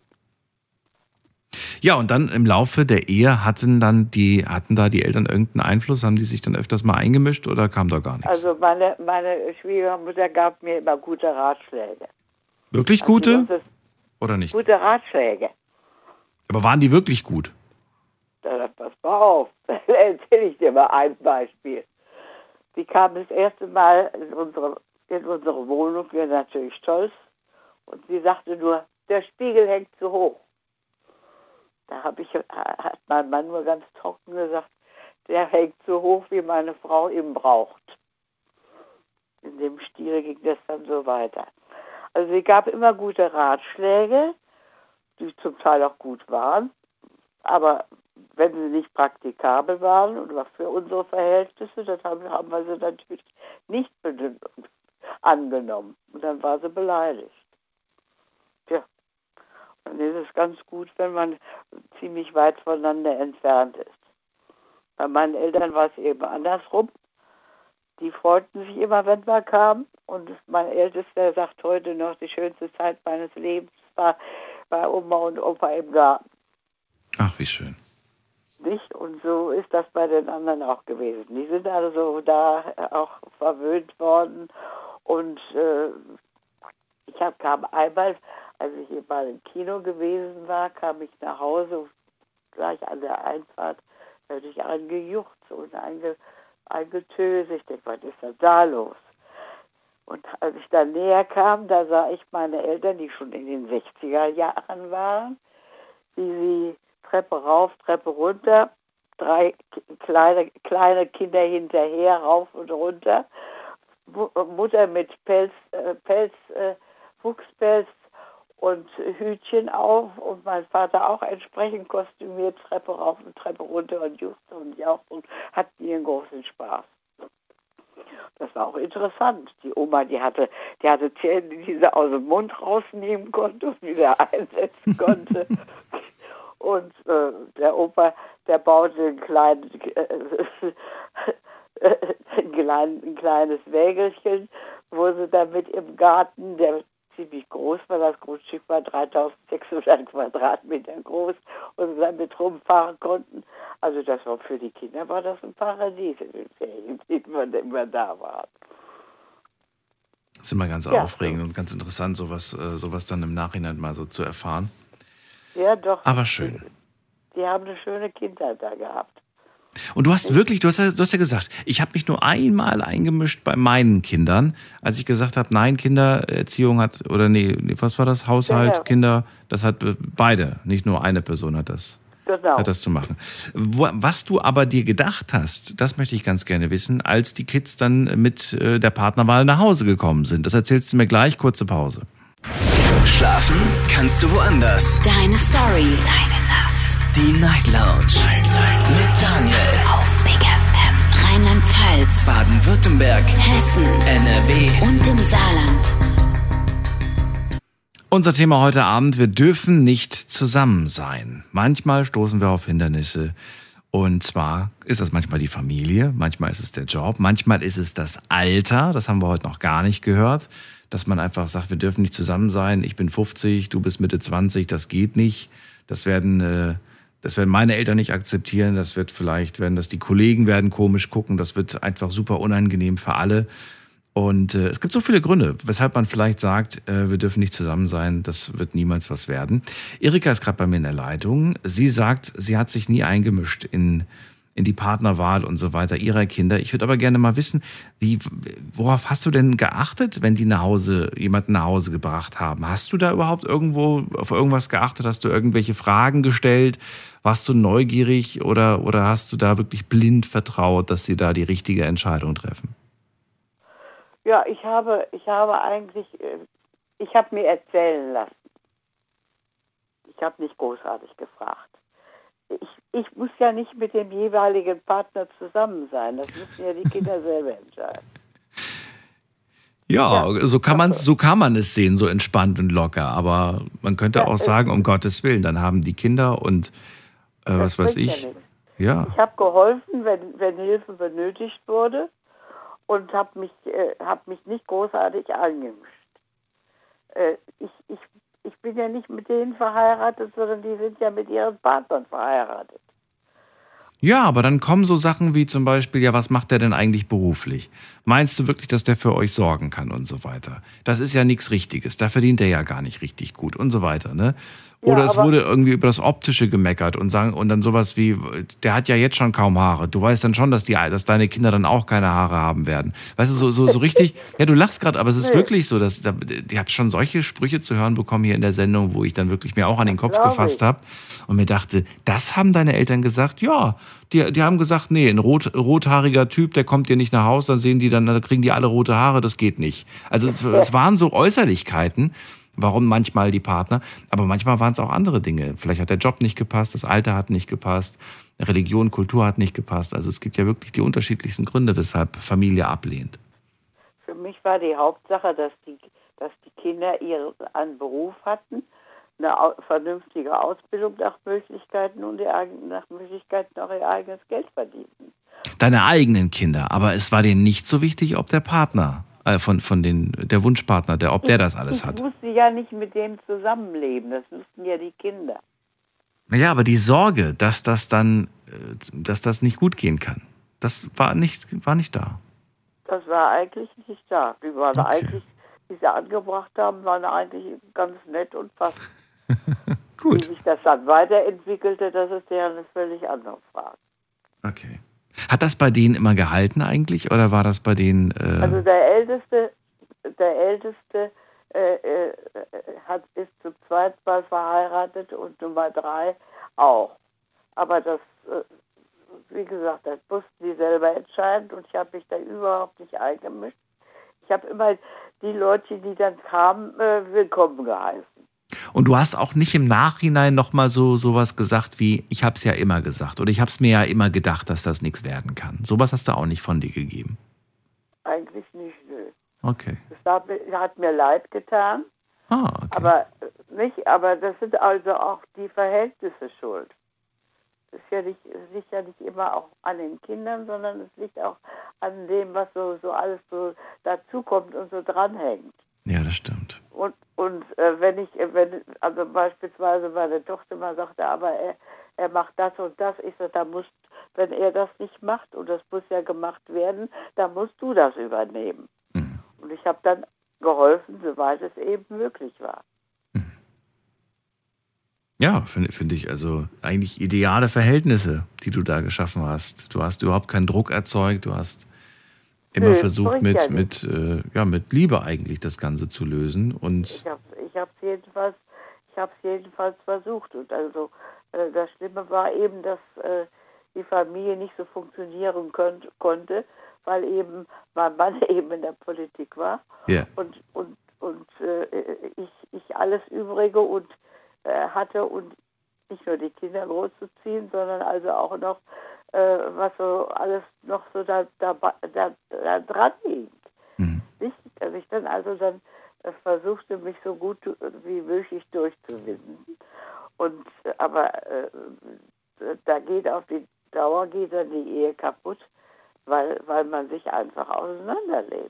Ja, und dann im Laufe der Ehe hatten dann die, hatten da die Eltern irgendeinen Einfluss? Haben die sich dann öfters mal eingemischt oder kam da gar nichts? Also meine, meine Schwiegermutter gab mir immer gute Ratschläge. Wirklich also gute? Oder nicht? Gute Ratschläge. Aber waren die wirklich gut? Da, pass mal auf, da erzähle ich dir mal ein Beispiel. Die kam das erste Mal in unsere, in unsere Wohnung, wir natürlich stolz, und sie sagte nur, der Spiegel hängt zu hoch. Da habe ich, hat mein Mann nur ganz trocken gesagt, der hängt so hoch, wie meine Frau ihn braucht. In dem Stil ging das dann so weiter. Also sie gab immer gute Ratschläge, die zum Teil auch gut waren, aber wenn sie nicht praktikabel waren oder für unsere Verhältnisse, das haben, haben wir sie natürlich nicht angenommen. Und dann war sie beleidigt. Ja. Dann ist es ganz gut, wenn man ziemlich weit voneinander entfernt ist. Bei meinen Eltern war es eben andersrum. Die freuten sich immer, wenn wir kamen. Und mein Ältester sagt heute noch, die schönste Zeit meines Lebens war bei Oma und Opa im Garten. Ach, wie schön. Nicht? Und so ist das bei den anderen auch gewesen. Die sind also da auch verwöhnt worden. Und äh, ich hab, kam einmal, als ich hier mal im Kino gewesen war, kam ich nach Hause, gleich an der Einfahrt, hörte ich angejuchzt und einge, eingetöst. Ich denke, was ist denn da los? Und als ich dann näher kam, da sah ich meine Eltern, die schon in den sechziger Jahren waren, wie sie Treppe rauf, Treppe runter, drei kleine, kleine Kinder hinterher, rauf und runter, Mutter mit Pelz, äh, Pelz, äh, Fuchspelz und Hütchen auf und mein Vater auch entsprechend kostümiert, Treppe rauf und Treppe runter und juchzte und jauchzte und hatten ihren großen Spaß. Das war auch interessant. Die Oma, die hatte, die hatte Zähne, die sie aus dem Mund rausnehmen konnte und wieder einsetzen konnte. Und äh, der Opa, der baute ein, klein, äh, ein, klein, ein kleines Wägelchen, wo sie damit im Garten, der ziemlich groß war, das Grundstück war dreitausendsechshundert Quadratmeter groß, und sie damit rumfahren konnten. Also das war für die Kinder war das ein Paradies in den Ferien, die wir immer da waren. ist immer ganz Ja. aufregend und ganz interessant, sowas, äh, sowas dann im Nachhinein mal so zu erfahren. Ja, doch. Aber schön. Die haben eine schöne Kindheit da gehabt. Und du hast wirklich, du hast ja, du hast ja gesagt, ich habe mich nur einmal eingemischt bei meinen Kindern, als ich gesagt habe, nein, Kindererziehung hat, oder nee, nee, was war das? Haushalt, Ja, ja. Kinder, das hat äh, beide, nicht nur eine Person hat das, Genau. hat das zu machen. Wo, was du aber dir gedacht hast, das möchte ich ganz gerne wissen, als die Kids dann mit äh, der Partnerwahl nach Hause gekommen sind. Das erzählst du mir gleich, kurze Pause. Schlafen kannst du woanders. Deine Story. Deine Nacht. Die Night Lounge. Night, Night. Mit Daniel. Auf Big F M. Rheinland-Pfalz. Baden-Württemberg. Hessen. N R W. Und im Saarland. Unser Thema heute Abend, wir dürfen nicht zusammen sein. Manchmal stoßen wir auf Hindernisse. Und zwar ist das manchmal die Familie, manchmal ist es der Job, manchmal ist es das Alter, das haben wir heute noch gar nicht gehört, dass man einfach sagt, wir dürfen nicht zusammen sein, ich bin fünfzig, du bist Mitte zwanzig, das geht nicht. Das werden, äh, das werden meine Eltern nicht akzeptieren, das wird vielleicht, werden das die Kollegen werden komisch gucken, das wird einfach super unangenehm für alle. Und äh, es gibt so viele Gründe, weshalb man vielleicht sagt, äh, wir dürfen nicht zusammen sein, das wird niemals was werden. Erika ist gerade bei mir in der Leitung. Sie sagt, sie hat sich nie eingemischt in, in die Partnerwahl und so weiter ihrer Kinder. Ich würde aber gerne mal wissen, wie, worauf hast du denn geachtet, wenn die nach Hause, jemanden nach Hause gebracht haben? Hast du da überhaupt irgendwo auf irgendwas geachtet? Hast du irgendwelche Fragen gestellt? Warst du neugierig oder, oder hast du da wirklich blind vertraut, dass sie da die richtige Entscheidung treffen? Ja, ich habe, ich habe eigentlich, äh, ich habe mir erzählen lassen. Ich habe nicht großartig gefragt. Ich, ich muss ja nicht mit dem jeweiligen Partner zusammen sein. Das müssen ja die Kinder selber entscheiden. Ja, Ja. so kann man so kann man es sehen, so entspannt und locker. Aber man könnte Ja, auch es- sagen, um Gottes Willen, dann haben die Kinder und äh, was Das weiß bringt ich. ja nichts. Ja, Ich habe geholfen, wenn, wenn Hilfe benötigt wurde und habe mich, äh, hab mich nicht großartig eingemischt. Äh, ich, ich, ich bin ja nicht mit denen verheiratet, sondern die sind ja mit ihren Partnern verheiratet. ja, aber dann kommen so Sachen wie zum Beispiel, ja, was macht der denn eigentlich beruflich? Meinst du wirklich, dass der für euch sorgen kann und so weiter? Das ist ja nichts Richtiges. Da verdient er ja gar nicht richtig gut und so weiter, ne? Oder Ja, es aber- wurde irgendwie über das Optische gemeckert und sagen und dann sowas wie, der hat ja jetzt schon kaum Haare. Du weißt dann schon, dass die, dass deine Kinder dann auch keine Haare haben werden. Weißt du, so, so, so richtig. Ja, du lachst gerade, aber es ist Nee. wirklich so, dass da, ich habe schon solche Sprüche zu hören bekommen hier in der Sendung, wo ich dann wirklich mir auch an den Kopf glaub gefasst ich. habe und mir dachte, das haben deine Eltern gesagt? Ja, die, die haben gesagt, nee, ein rot, rothaariger Typ, der kommt dir nicht nach Hause, dann sehen die dann, dann kriegen die alle rote Haare, das geht nicht. Also es, es waren so Äußerlichkeiten. Warum manchmal die Partner, aber manchmal waren es auch andere Dinge. Vielleicht hat der Job nicht gepasst, das Alter hat nicht gepasst, Religion, Kultur hat nicht gepasst. Also es gibt ja wirklich die unterschiedlichsten Gründe, weshalb Familie ablehnt. Für mich war die Hauptsache, dass die, dass die Kinder ihren einen Beruf hatten, eine au- vernünftige Ausbildung nach Möglichkeiten und die eigen, nach Möglichkeiten auch ihr eigenes Geld verdienten. Deine eigenen Kinder, aber es war denen nicht so wichtig, ob der Partner, äh, von, von den, der Wunschpartner, der, ob der das alles ich hat. Ich musste ja nicht mit dem zusammenleben, das mussten ja die Kinder. Naja, aber die Sorge, dass das dann, äh, dass das nicht gut gehen kann, das war nicht, war nicht da. Das war eigentlich nicht da. Die waren Okay. eigentlich, die sie angebracht haben, waren eigentlich ganz nett und fast. Gut. Wie sich das dann weiterentwickelte, das ist ja eine völlig andere Frage. Okay. Hat das bei denen immer gehalten eigentlich oder war das bei denen? Äh, Also der Älteste, der Älteste äh, äh, hat, ist zu zweit mal verheiratet und Nummer drei auch. Aber das, äh, wie gesagt, das mussten die selber entscheiden und ich habe mich da überhaupt nicht eingemischt. Ich habe immer die Leute, die dann kamen, äh, willkommen geheißen. Und du hast auch nicht im Nachhinein nochmal so sowas gesagt wie, ich habe es ja immer gesagt oder ich habe es mir ja immer gedacht, dass das nichts werden kann. Sowas hast du auch nicht von dir gegeben. Eigentlich nicht, nö. Okay. Das hat mir, hat mir leid getan, Ah, okay. aber äh, nicht, aber das sind also auch die Verhältnisse schuld. Es ist ja nicht, es liegt ja nicht immer auch an den Kindern, sondern es liegt auch an dem, was so, so alles so dazukommt und so dranhängt. Ja, das stimmt. Und, und äh, wenn ich, äh, wenn, also beispielsweise meine Tochter mal sagte, aber er, er macht das und das, ich sage, da musst, wenn er das nicht macht und das muss ja gemacht werden, dann musst du das übernehmen. Mhm. Und ich habe dann geholfen, soweit es eben möglich war. Ja, finde find ich also eigentlich ideale Verhältnisse, die du da geschaffen hast. Du hast überhaupt keinen Druck erzeugt, du hast immer Nö, versucht, bringt ja mit, nichts. mit, äh, ja, mit Liebe eigentlich das Ganze zu lösen. Und Ich habe ich hab's jedenfalls, ich hab's jedenfalls versucht. Und also äh, das Schlimme war eben, dass äh, die Familie nicht so funktionieren könnt, konnte, weil eben mein Mann eben in der Politik war ja, und und und äh, ich ich alles Übrige und äh, hatte und nicht nur die Kinder großzuziehen, sondern also auch noch äh, was so alles noch so da da, da, da dran hing. mhm. Nicht? Dass ich dann also dann äh, versuchte, mich so gut wie möglich durchzuwinden. Und äh, aber äh, da geht auf die Dauer geht dann die Ehe kaputt, weil, weil man sich einfach auseinanderlebt.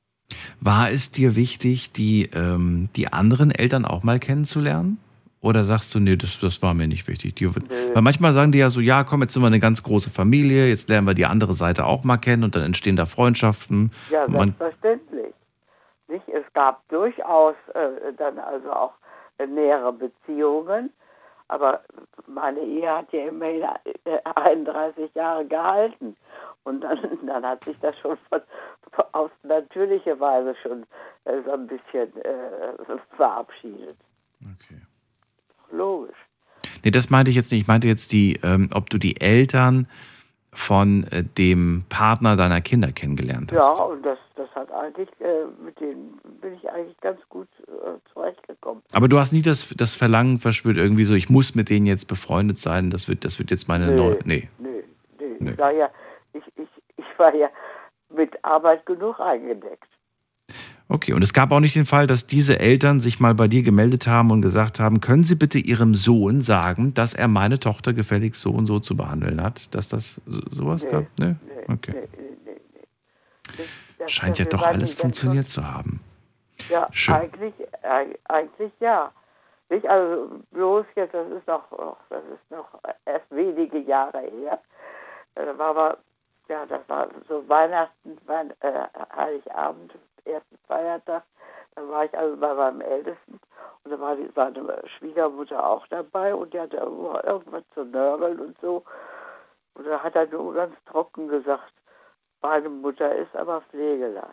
War es dir wichtig, die, ähm, die anderen Eltern auch mal kennenzulernen? Oder sagst du, nee, das, das war mir nicht wichtig? Die, weil manchmal sagen die ja so, ja, komm, jetzt sind wir eine ganz große Familie, jetzt lernen wir die andere Seite auch mal kennen und dann entstehen da Freundschaften. Ja, Und man, selbstverständlich. Nicht? Es gab durchaus äh, dann also auch äh, nähere Beziehungen, aber meine Ehe hat ja immerhin äh, einunddreißig Jahre gehalten. Und dann, dann hat sich das schon von, von, auf natürliche Weise schon äh, so ein bisschen äh, verabschiedet. okay. Logisch. Nee, das meinte ich jetzt nicht. Ich meinte jetzt die, ähm, ob du die Eltern von äh, dem Partner deiner Kinder kennengelernt hast. Ja, und das, das hat eigentlich, äh, mit denen bin ich eigentlich ganz gut äh, zurechtgekommen. Aber du hast nie das, das Verlangen verspürt, irgendwie so, ich muss mit denen jetzt befreundet sein, das wird, das wird jetzt meine Nee, neue. Nee. nee, nee. Nee. Ich war ja, ich, ich, ich war ja mit Arbeit genug eingedeckt. Okay, und es gab auch nicht den Fall, dass diese Eltern sich mal bei dir gemeldet haben und gesagt haben, können Sie bitte Ihrem Sohn sagen, dass er meine Tochter gefälligst so und so zu behandeln hat? Dass das so- sowas Nee, gab? Nee? nee, Okay. nee, nee, nee, nee. Das, das, Scheint ja wir doch waren alles die ganz funktioniert zu haben. so- Ja, Schön. eigentlich, äh, eigentlich ja. Nicht, also bloß jetzt, das ist noch, oh, das ist noch erst wenige Jahre her. Äh, Da war aber, ja, das war so Weihnachten, Wein, äh, Heiligabend, ersten Feiertag. Da war ich also bei meinem Ältesten und da war die, seine Schwiegermutter auch dabei und die hatte immer irgendwas zu nörgeln und so. Und da hat er nur ganz trocken gesagt, meine Mutter ist aber pflegeleicht.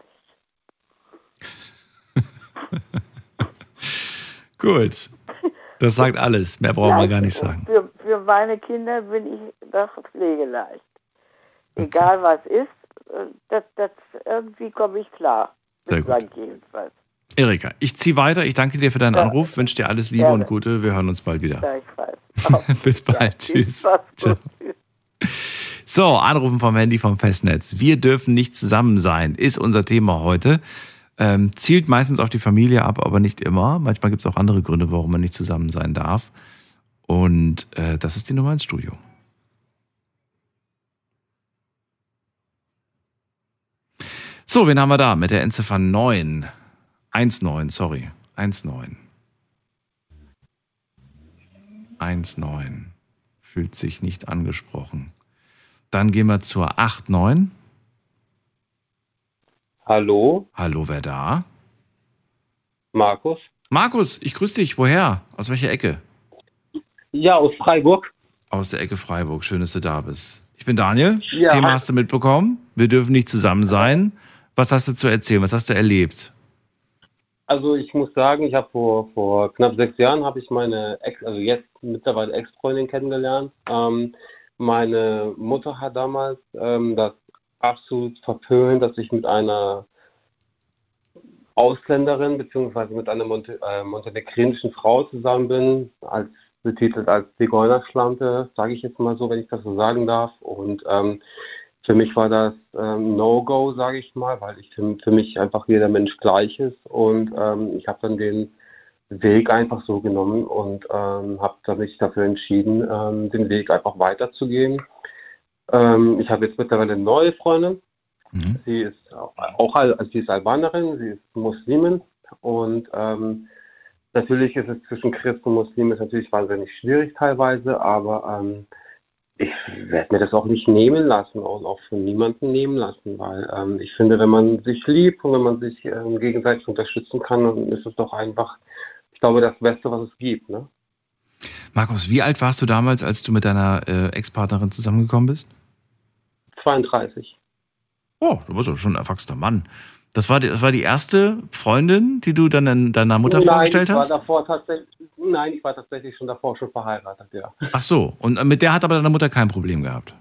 Gut. Das sagt alles. Mehr brauchen wir gar nicht sagen. Für, für meine Kinder bin ich doch pflegeleicht. Egal was ist, äh, das, das, irgendwie komme ich klar. Sehr Bislang jedenfalls. Erika, ich ziehe weiter. Ich danke dir für deinen Ja. Anruf, wünsche dir alles Liebe Gerne. und Gute. Wir hören uns bald wieder. Gleichfalls. Bis bald. Tschüss. Mach's Ciao. gut. Tschüss. So, Anrufen vom Handy vom Festnetz. Wir dürfen nicht zusammen sein, ist unser Thema heute. Ähm, zielt meistens auf die Familie ab, aber nicht immer. Manchmal gibt es auch andere Gründe, warum man nicht zusammen sein darf. Und äh, das ist die Nummer ins Studio. So, wen haben wir da? Mit der Endziffer neun. eins neun, sorry. eins neun. eins neun. Fühlt sich nicht angesprochen. Dann gehen wir zur acht neun. Hallo, Hallo, wer da? Markus. Markus, ich grüße dich. Woher? Aus welcher Ecke? Ja, aus Freiburg. Aus der Ecke Freiburg. Schön, dass du da bist. Ich bin Daniel. Ja. Thema hast du mitbekommen. Wir dürfen nicht zusammen sein. Was hast du zu erzählen? Was hast du erlebt? Also ich muss sagen, ich habe vor, vor knapp sechs Jahren habe ich meine Ex, also jetzt mittlerweile Ex-Freundin kennengelernt. Ähm, meine Mutter hat damals ähm, das absolut verpönt, dass ich mit einer Ausländerin beziehungsweise mit einer Monte, äh, montenegrinischen Frau zusammen bin, als betitelt als Zigeunerschlampe, sage ich jetzt mal so, wenn ich das so sagen darf. Und ähm, für mich war das ähm, No-Go, sage ich mal, weil ich für, für mich einfach jeder Mensch gleich ist. Und ähm, ich habe dann den Weg einfach so genommen und ähm, habe mich dafür entschieden, ähm, den Weg einfach weiterzugehen. Ähm, ich habe jetzt mittlerweile eine neue Freundin. Mhm. Sie ist auch, auch also sie ist Albanerin, sie ist Muslimin und ähm, natürlich ist es zwischen Christen und Muslimen ist natürlich wahnsinnig schwierig teilweise, aber ähm, ich werde mir das auch nicht nehmen lassen und auch von niemandem nehmen lassen, weil ähm, ich finde, wenn man sich liebt und wenn man sich ähm, gegenseitig unterstützen kann, dann ist es doch einfach, ich glaube, das Beste, was es gibt. Ne? Markus, wie alt warst du damals, als du mit deiner äh, Ex-Partnerin zusammengekommen bist? zweiunddreißig. Oh, du bist doch schon ein erwachsener Mann. Das war, die, das war die erste Freundin, die du dann in deiner Mutter nein, vorgestellt ich war hast? Davor tatsächlich, nein, ich war tatsächlich schon davor schon verheiratet, ja. Ach so, und mit der hat aber deine Mutter kein Problem gehabt?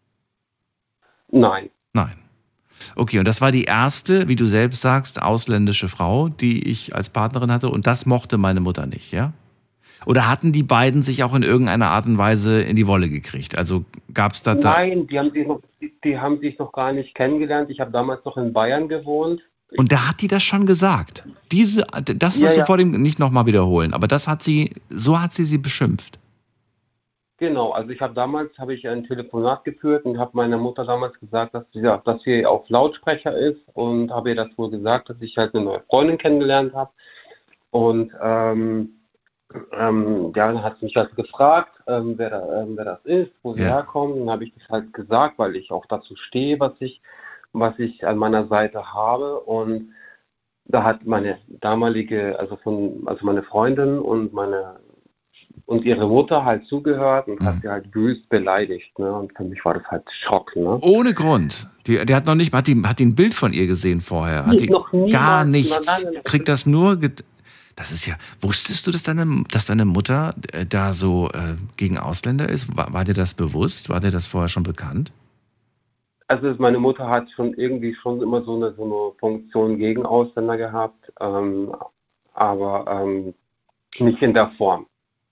Nein. Nein. Okay, und das war die erste, wie du selbst sagst, ausländische Frau, die ich als Partnerin hatte, und das mochte meine Mutter nicht, ja? Oder hatten die beiden sich auch in irgendeiner Art und Weise in die Wolle gekriegt? Also gab es da... Nein, die haben, sich noch, die, die haben sich noch gar nicht kennengelernt. Ich habe damals noch in Bayern gewohnt. Und da hat die das schon gesagt? Diese, das musst ja, du ja. vor dem nicht nochmal wiederholen, aber das hat sie, so hat sie sie beschimpft. Genau, also ich habe damals habe ich ein Telefonat geführt und habe meiner Mutter damals gesagt, dass sie, dass sie auf Lautsprecher ist, und habe ihr das wohl gesagt, dass ich halt eine neue Freundin kennengelernt habe. Und ähm, ähm, ja, dann hat sie mich halt gefragt, ähm, wer, da, ähm, wer das ist, wo sie Ja. herkommt. Und dann habe ich das halt gesagt, weil ich auch dazu stehe, was ich, was ich an meiner Seite habe. Und da hat meine damalige, also von, also meine Freundin und meine und ihre Mutter halt zugehört und Mhm. hat sie halt wüst beleidigt, ne? Und für mich war das halt Schock, ne? Ohne Grund. Die, der hat noch nicht, hat die, hat die ein Bild von ihr gesehen vorher? Hat Nee, die noch niemals. gar Nein, nichts? nein, nein, nein. Kriegt das nur... Get das ist ja... Wusstest du, dass deine, dass deine Mutter äh, da so äh, gegen Ausländer ist? War, war dir das bewusst? War dir das vorher schon bekannt? Also meine Mutter hat schon irgendwie schon immer so eine, so eine Funktion gegen Ausländer gehabt, ähm, aber ähm, nicht in der Form.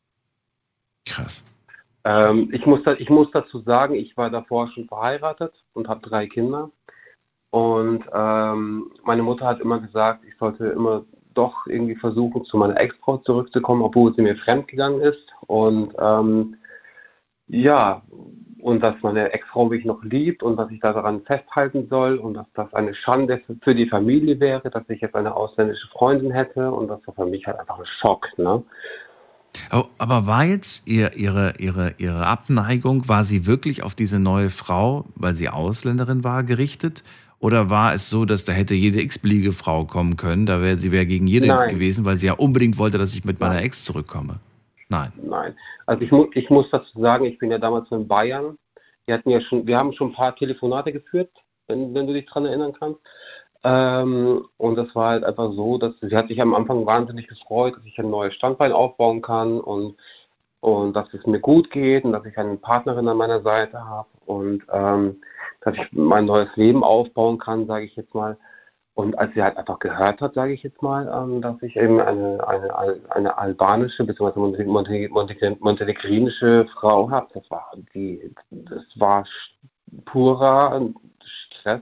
Krass. Ähm, ich, muss da, ich muss dazu sagen, ich war davor schon verheiratet und habe drei Kinder. Und ähm, meine Mutter hat immer gesagt, ich sollte immer doch irgendwie versuchen, zu meiner Ex-Frau zurückzukommen, obwohl sie mir fremdgegangen ist. Und ähm, ja, und dass meine Ex-Frau mich noch liebt und dass ich da daran festhalten soll und dass das eine Schande für die Familie wäre, dass ich jetzt eine ausländische Freundin hätte. Und das war für mich halt einfach ein Schock, ne? Aber war jetzt ihr, ihre, ihre, ihre Abneigung, war sie wirklich auf diese neue Frau, weil sie Ausländerin war, gerichtet? Oder war es so, dass da hätte jede x-beliebige Frau kommen können, da wäre sie wäre gegen jede Nein. gewesen, weil sie ja unbedingt wollte, dass ich mit meiner Nein. Ex zurückkomme? Nein. Nein. Also ich, mu ich muss dazu sagen, ich bin ja damals in Bayern. Wir hatten ja schon, wir haben schon ein paar Telefonate geführt, wenn, wenn du dich daran erinnern kannst. Ähm, und das war halt einfach so, dass sie hat sich am Anfang wahnsinnig gefreut, dass ich ein neues Standbein aufbauen kann und, und dass es mir gut geht und dass ich eine Partnerin an meiner Seite habe und ähm, dass ich mein neues Leben aufbauen kann, sage ich jetzt mal. Und als sie halt einfach gehört hat, sage ich jetzt mal, ähm, dass ich eben eine, eine, eine albanische bzw. montenegrinische Frau habe, das war die, das war purer Stress.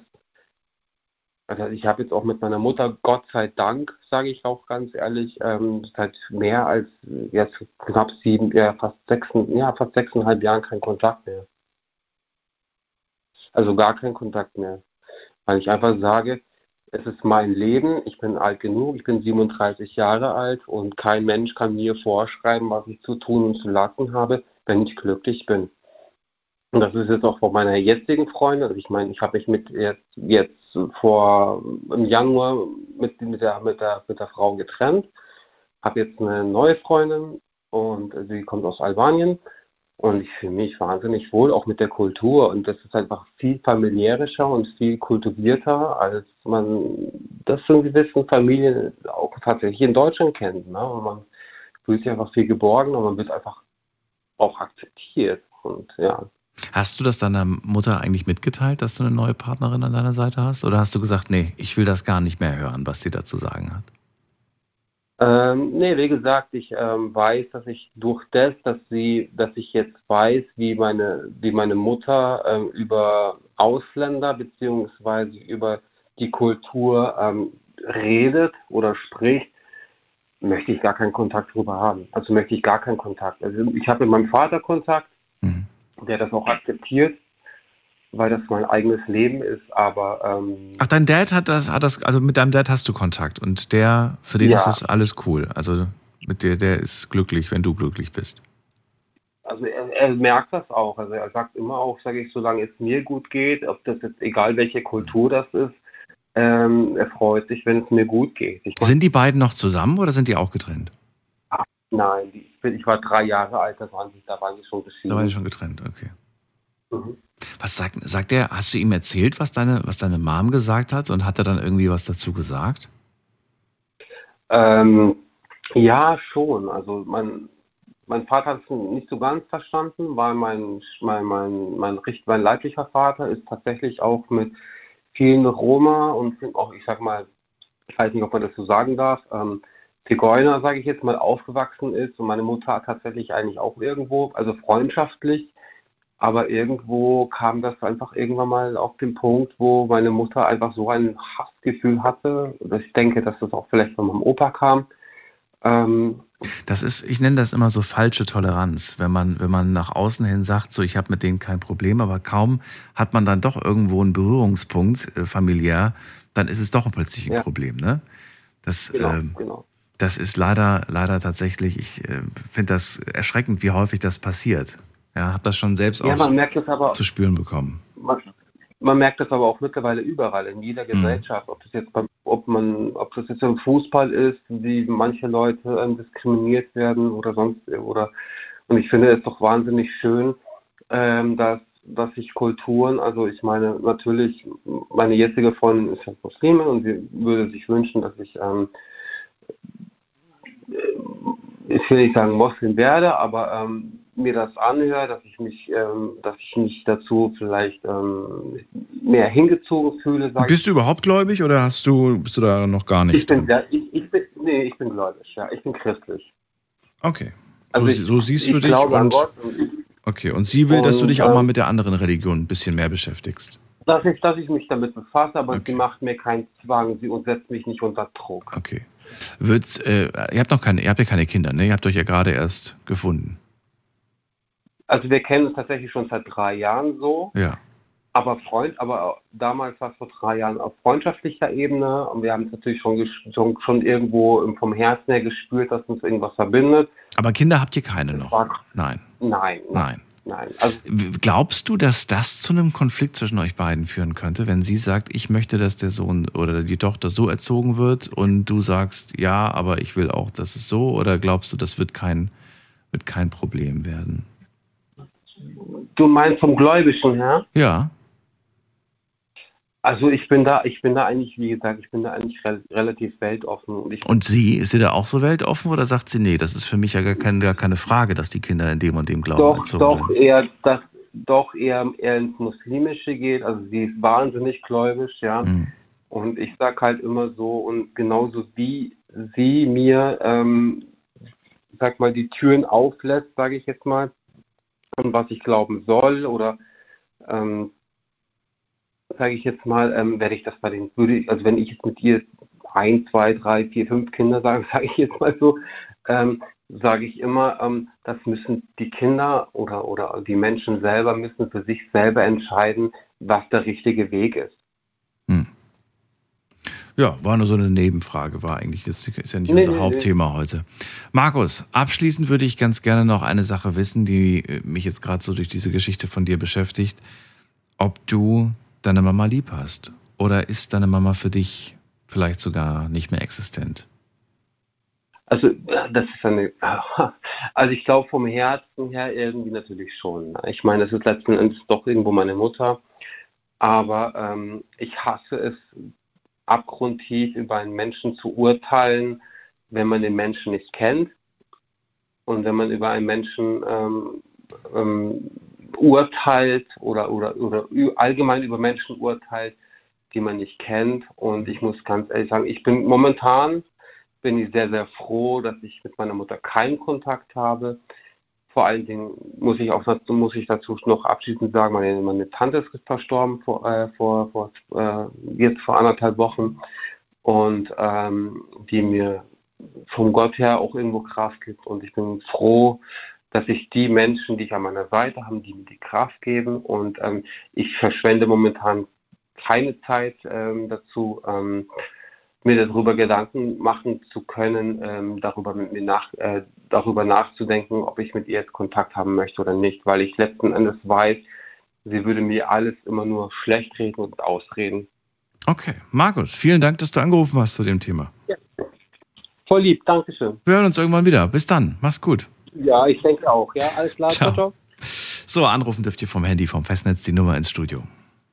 Also ich habe jetzt auch mit meiner Mutter, Gott sei Dank, sage ich auch ganz ehrlich, ähm, seit mehr als jetzt knapp sieben, ja fast sechs, ja fast sechseinhalb Jahren keinen Kontakt mehr. Also gar keinen Kontakt mehr. Weil ich einfach sage, es ist mein Leben, ich bin alt genug, ich bin siebenunddreißig Jahre alt und kein Mensch kann mir vorschreiben, was ich zu tun und zu lassen habe, wenn ich glücklich bin. Und das ist jetzt auch von meiner jetzigen Freundin. Also ich meine, ich habe mich mit jetzt, jetzt vor im Januar mit, mit, der, mit, der, mit der Frau getrennt, habe jetzt eine neue Freundin und sie kommt aus Albanien. Und ich fühle mich wahnsinnig wohl, auch mit der Kultur. Und das ist einfach viel familiärischer und viel kultivierter, als man das in gewissen Familien auch tatsächlich in Deutschland kennt. Ne? Und man fühlt sich einfach viel geborgen und man wird einfach auch akzeptiert. Und ja. Hast du das deiner Mutter eigentlich mitgeteilt, dass du eine neue Partnerin an deiner Seite hast? Oder hast du gesagt, nee, ich will das gar nicht mehr hören, was sie dazu sagen hat? Ähm, nee, wie gesagt, ich ähm, weiß, dass ich durch das, dass sie, dass ich jetzt weiß, wie meine, wie meine Mutter ähm, über Ausländer beziehungsweise über die Kultur ähm, redet oder spricht, möchte ich gar keinen Kontakt drüber haben. Also möchte ich gar keinen Kontakt. Also ich habe mit meinem Vater Kontakt, mhm. der das auch akzeptiert, weil das mein eigenes Leben ist, aber... Ähm, Ach, dein Dad hat das, hat das, also mit deinem Dad hast du Kontakt und der, für den ja. ist das alles cool. Also mit dir, der ist glücklich, wenn du glücklich bist. also er, er merkt das auch. Also er sagt immer auch, sage ich, solange es mir gut geht, ob das jetzt, egal welche Kultur das ist, ähm, er freut sich, wenn es mir gut geht. Ich mein, Sind die beiden noch zusammen oder sind die auch getrennt? nein, die- ich, bin, ich war drei Jahre alt, da waren die, da waren die schon Da waren geschieden. die schon getrennt, okay. Mhm. Was sagt, sagt er, hast du ihm erzählt, was deine, was deine Mom gesagt hat und hat er dann irgendwie was dazu gesagt? Ähm, ja, schon. Also mein, mein Vater hat es nicht so ganz verstanden, weil mein, mein, mein, mein, richt- mein leiblicher Vater ist tatsächlich auch mit vielen Roma und auch, ich sag mal, ich weiß nicht, ob man das so sagen darf, ähm, Zigeuner, sage ich jetzt mal, aufgewachsen ist. Und meine Mutter hat tatsächlich eigentlich auch irgendwo, also freundschaftlich, aber irgendwo kam das einfach irgendwann mal auf den Punkt, wo meine Mutter einfach so ein Hassgefühl hatte. Und ich denke, dass das auch vielleicht von meinem Opa kam. Ähm, Das ist, ich nenne das immer so falsche Toleranz, wenn man, wenn man nach außen hin sagt, so ich habe mit denen kein Problem, aber kaum hat man dann doch irgendwo einen Berührungspunkt äh, familiär, dann ist es doch plötzlich ein ja, Problem, ne? Das, genau, ähm, genau. das ist leider, leider tatsächlich, ich äh, finde das erschreckend, wie häufig das passiert. Ja, habe das schon selbst Ja, auch man merkt es aber, zu spüren bekommen. man, man merkt das aber auch mittlerweile überall, in jeder Mhm. Gesellschaft, ob das jetzt beim, ob man, ob das jetzt im Fußball ist, wie manche Leute ähm, diskriminiert werden oder sonst oder und ich finde es doch wahnsinnig schön, ähm, dass dass sich Kulturen, also ich meine natürlich, meine jetzige Freundin ist ja Muslimin und sie würde sich wünschen, dass ich ähm, ich will nicht sagen Moslem werde, aber ähm, mir das anhöre, dass ich mich, ähm, dass ich mich dazu vielleicht ähm, mehr hingezogen fühle, sage Bist du überhaupt gläubig oder hast du, bist du da noch gar ich. Ich nicht bin drin? sehr, ich, ich bin, nee, ich bin gläubig, ja, ich bin christlich. Okay. So, Also sie- ich, so siehst du ich dich glaube an und Gott und, ich, okay. Und sie will, dass du und dich auch mal ähm, mit der anderen Religion ein bisschen mehr beschäftigst. dass ich, dass ich mich damit befasse, aber sie Okay. macht mir keinen Zwang, sie und setzt mich nicht unter Druck. Okay. Wird's, äh, ihr habt noch keine, ihr habt ja keine Kinder, ne? Ihr habt euch ja gerade erst gefunden. Also wir kennen uns tatsächlich schon seit drei Jahren so. Ja. Aber Freund, aber damals war es vor drei Jahren auf freundschaftlicher Ebene und wir haben es natürlich schon, ges- schon, schon irgendwo vom Herzen her gespürt, dass uns irgendwas verbindet. Aber Kinder habt ihr keine Das noch? war, Nein. nein, nein, Nein. nein. Also W- Glaubst du, dass das zu einem Konflikt zwischen euch beiden führen könnte, wenn sie sagt, ich möchte, dass der Sohn oder die Tochter so erzogen wird und du sagst, ja, aber ich will auch, dass es so, oder glaubst du, das wird kein, wird kein Problem werden? du meinst vom Gläubischen her? Ja. Also ich bin da, ich bin da eigentlich, wie gesagt, ich bin da eigentlich re relativ weltoffen und ich Und sie, ist sie da auch so weltoffen oder sagt sie, nee, das ist für mich ja gar keine, gar keine Frage, dass die Kinder in dem und dem Glauben doch, erzogen doch werden? eher, das doch eher, eher ins Muslimische geht. Also sie ist wahnsinnig gläubig, ja. Hm. Und ich sag halt immer so, und genauso wie sie mir, ähm, sag mal, die Türen auflässt, sage ich jetzt mal, an was ich glauben soll oder ähm, sage ich jetzt mal, ähm, werde ich das bei den, würde ich, also wenn ich jetzt mit ihr ein, zwei, drei, vier, fünf Kinder sage, sage ich jetzt mal so, ähm, sage ich immer, ähm, das müssen die Kinder oder, oder die Menschen selber müssen für sich selber entscheiden, was der richtige Weg ist. Hm. Ja, war nur so eine Nebenfrage, war eigentlich, das ist ja nicht Nee, unser nee, nee. Hauptthema heute. Markus, abschließend würde ich ganz gerne noch eine Sache wissen, die äh, mich jetzt gerade so durch diese Geschichte von dir beschäftigt. Ob du deine Mama lieb hast oder ist deine Mama für dich vielleicht sogar nicht mehr existent? Also äh, das ist eine, also ich glaube vom Herzen her irgendwie natürlich schon. Ich meine, es ist letzten Endes doch irgendwo meine Mutter, aber ähm, ich hasse es abgrundtief über einen Menschen zu urteilen, wenn man den Menschen nicht kennt und wenn man über einen Menschen ähm, ähm, urteilt oder, oder, oder allgemein über Menschen urteilt, die man nicht kennt. Und ich muss ganz ehrlich sagen, ich bin momentan bin ich sehr, sehr froh, dass ich mit meiner Mutter keinen Kontakt habe. Vor allen Dingen muss ich auch dazu, muss ich dazu noch abschließend sagen, meine, meine Tante ist verstorben vor, äh, vor, vor äh, jetzt vor anderthalb Wochen und ähm, die mir vom Gott her auch irgendwo Kraft gibt. Und ich bin froh, dass ich die Menschen, die ich an meiner Seite habe, die mir die Kraft geben. Und ähm, ich verschwende momentan keine Zeit ähm, dazu, ähm, mir darüber Gedanken machen zu können, ähm, darüber mit mir nach, äh, darüber nachzudenken, ob ich mit ihr jetzt Kontakt haben möchte oder nicht, weil ich letzten Endes weiß, sie würde mir alles immer nur schlecht reden und ausreden. Okay, Markus, vielen Dank, dass du angerufen hast zu dem Thema. Ja. Voll lieb, Dankeschön. Wir hören uns irgendwann wieder. Bis dann, mach's gut. Ja, ich denke auch. Ja, alles klar. Ciao. Ciao. So, anrufen dürft ihr vom Handy, vom Festnetz, die Nummer ins Studio.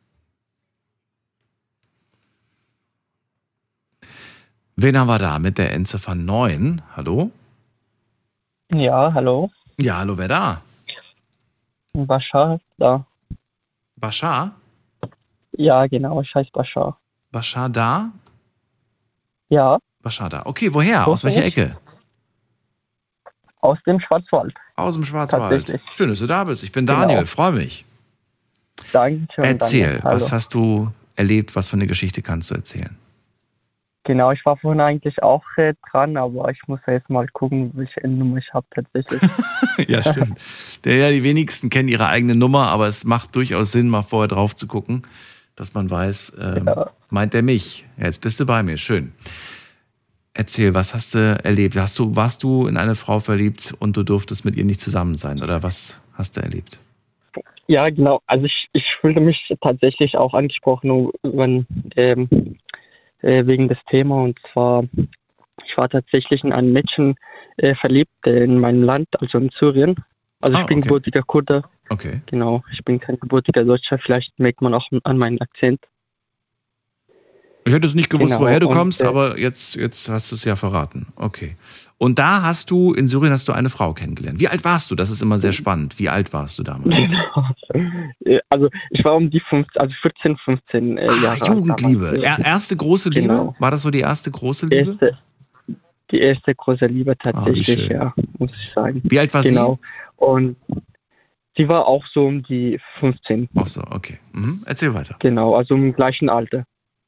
Wen haben wir da mit der Endziffer neun? Hallo? Ja, hallo. Ja, hallo, wer da? Bashar, da. Bashar? Ja, genau, ich heiße Bashar. Bashar da? Ja. Bashar da. Okay, woher? Aus welcher Ecke? Aus dem Schwarzwald. Aus dem Schwarzwald. Schön, dass du da bist. Ich bin Daniel, genau. Freue mich. Dankeschön. Erzähl, Daniel. was hast du erlebt? Was für eine Geschichte kannst du erzählen? Genau, ich war vorhin eigentlich auch äh, dran, aber ich muss ja jetzt mal gucken, welche Nummer ich habe tatsächlich. Ja, stimmt. Der, ja, die wenigsten kennen ihre eigene Nummer, aber es macht durchaus Sinn, mal vorher drauf zu gucken, dass man weiß, ähm, ja. meint der mich? Ja, jetzt bist du bei mir, schön. Erzähl, was hast du erlebt? Hast du, warst du in eine Frau verliebt und du durftest mit ihr nicht zusammen sein? Oder was hast du erlebt? Ja, genau. Also ich, ich fühlte mich tatsächlich auch angesprochen, wenn, ähm, äh, wegen des Themas. Und zwar, ich war tatsächlich in ein Mädchen äh, verliebt äh, in meinem Land, also in Syrien. Also Ah, ich bin okay. gebürtiger Kurde. Okay. Genau, ich bin kein gebürtiger Deutscher. Vielleicht merkt man auch an meinem Akzent. Ich hätte es nicht gewusst, Genau, woher du und, kommst, äh, aber jetzt, jetzt hast du es ja verraten. Okay. Und da hast du, in Syrien hast du eine Frau kennengelernt. Wie alt warst du? Das ist immer sehr spannend. Wie alt warst du damals? Also ich war um die fünfzehn, also vierzehn, fünfzehn äh, Ah, Jahre alt Jugendliebe. damals. Er, erste große Liebe? Genau. War das so die erste große Liebe? Erste, die erste große Liebe Ah, wie tatsächlich, schön. ja, muss ich sagen. Wie alt war Genau. Und sie war auch so um die fünfzehn. Ach so, okay. Mhm. Erzähl weiter. Genau, also im gleichen Alter.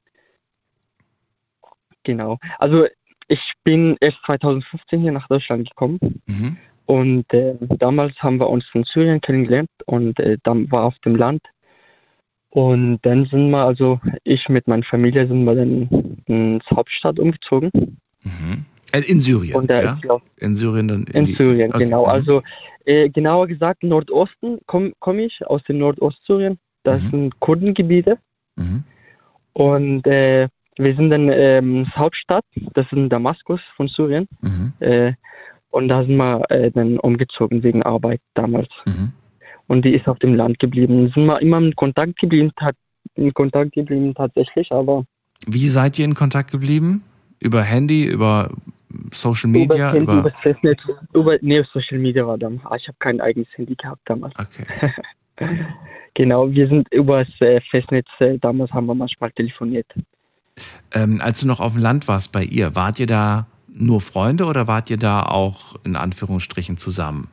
Genau. Also ich bin erst zwanzig fünfzehn hier nach Deutschland gekommen. Mhm. Und äh, damals haben wir uns in Syrien kennengelernt und äh, dann war auf dem Land. Und dann sind wir, also ich mit meiner Familie sind wir dann ins Hauptstadt umgezogen. Mhm. Äh, In Syrien, Und da ja? ist sie auch In Syrien dann in, in die... Syrien, Okay. genau. Mhm. Also äh, genauer gesagt, Nordosten komme komm ich, aus dem Nordostsyrien. Das Mhm. sind Kurdengebiete. Mhm. Und äh, wir sind dann ähm, ins Hauptstadt, das ist in Damaskus von Syrien. Mhm. Äh, und da sind wir äh, dann umgezogen wegen Arbeit damals. Mhm. Und die ist auf dem Land geblieben. Sind wir immer in Kontakt geblieben, tat, in Kontakt geblieben tatsächlich, aber Wie seid ihr in Kontakt geblieben? Über Handy, über Social Media? über, Handy, über... über das Festnetz, über nee, Social Media war damals. Ah, ich habe kein eigenes Handy gehabt damals. Okay. Genau, wir sind über das äh, Festnetz, äh, damals haben wir manchmal telefoniert. Ähm, als du noch auf dem Land warst bei ihr, wart ihr da nur Freunde oder wart ihr da auch in Anführungsstrichen zusammen?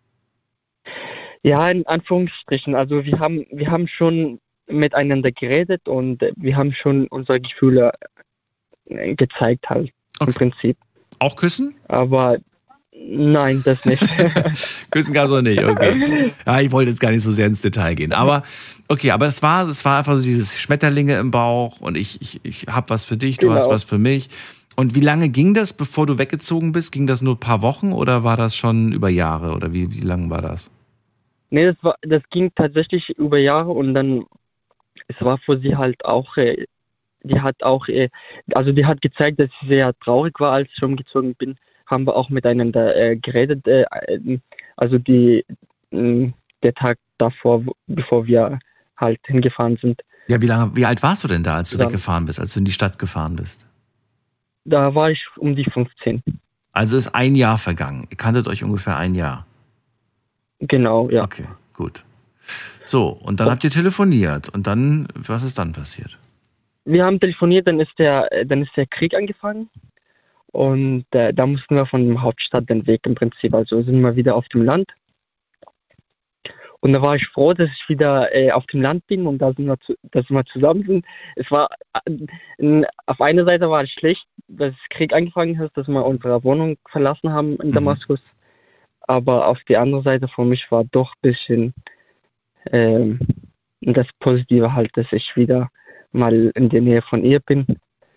Ja, in Anführungsstrichen. Also wir haben, wir haben schon miteinander geredet und äh, wir haben schon unsere Gefühle äh, gezeigt halt Okay. im Prinzip. Auch küssen? Aber nein, das nicht. Küssen gab es noch nicht, okay. Ja, ich wollte jetzt gar nicht so sehr ins Detail gehen. Aber okay, aber es war, es war einfach so dieses Schmetterlinge im Bauch und ich, ich, ich habe was für dich, du Genau. hast was für mich. Und wie lange ging das, bevor du weggezogen bist? Ging das nur ein paar Wochen oder war das schon über Jahre? Oder wie, wie lange war das? Nee, das war, das ging tatsächlich über Jahre und dann, es war für sie halt auch, äh, die hat auch, äh, also die hat gezeigt, dass sie sehr traurig war, als ich umgezogen bin, haben wir auch miteinander äh, geredet, äh, äh, also die, äh, der Tag davor, wo- bevor wir halt hingefahren sind, Ja, wie lange, wie alt warst du denn da, als du Zusammen. weggefahren bist, als du in die Stadt gefahren bist? da war ich um die fünfzehn. Also ist ein Jahr vergangen. Ihr kanntet euch ungefähr ein Jahr. Genau, ja. Okay, gut. So, und dann habt ihr telefoniert. Und dann, was ist dann passiert? Wir haben telefoniert, dann ist der, äh, dann ist der Krieg angefangen und äh, da mussten wir von der Hauptstadt den Weg im Prinzip, also sind wir wieder auf dem Land. Und da war ich froh, dass ich wieder äh, auf dem Land bin und da sind wir, zu, dass wir zusammen sind. Es war, äh, in, auf einer Seite war es schlecht, dass der Krieg angefangen hat, dass wir unsere Wohnung verlassen haben in Mhm. Damaskus. Aber auf der anderen Seite für mich war doch ein bisschen ähm, das Positive halt, dass ich wieder mal in der Nähe von ihr bin.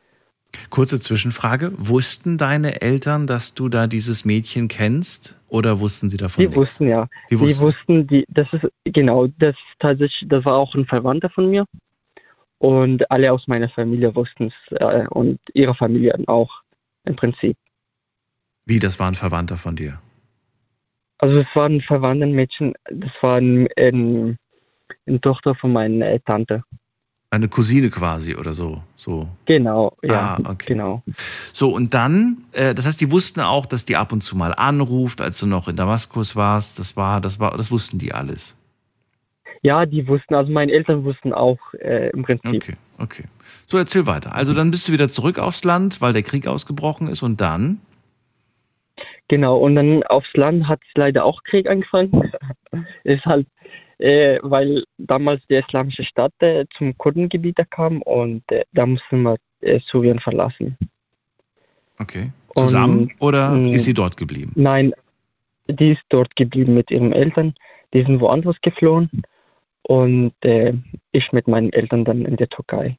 Kurze Zwischenfrage. Wussten deine Eltern, dass du da dieses Mädchen kennst oder wussten sie davon Die nichts? wussten, ja. Die Die wussten. wussten, die, das ist, genau, das tatsächlich, das war auch ein Verwandter von mir. Und alle aus meiner Familie wussten es äh, und ihre Familien auch im Prinzip. Wie, das war ein Verwandter von dir? Also es war ein verwandtes Mädchen, das war ein, ein, eine Tochter von meiner äh, Tante. Eine Cousine quasi oder so? so. Genau, ja, Ah, okay. genau. So, und dann, äh, das heißt, die wussten auch, dass die ab und zu mal anruft, als du noch in Damaskus warst. Das war, das war, das wussten die alles. Ja, die wussten, also meine Eltern wussten auch äh, im Prinzip. Okay, okay. So, erzähl weiter. Also dann bist du wieder zurück aufs Land, weil der Krieg ausgebrochen ist und dann? Genau, und dann aufs Land hat es leider auch Krieg angefangen. Ist halt, äh, weil damals der islamische Staat äh, zum Kurdengebiet da kam und äh, da mussten wir äh, Syrien verlassen. Okay. Zusammen Und, oder mh, ist sie dort geblieben? Nein, die ist dort geblieben mit ihren Eltern. Die sind woanders geflohen und äh, ich mit meinen Eltern dann in der Türkei.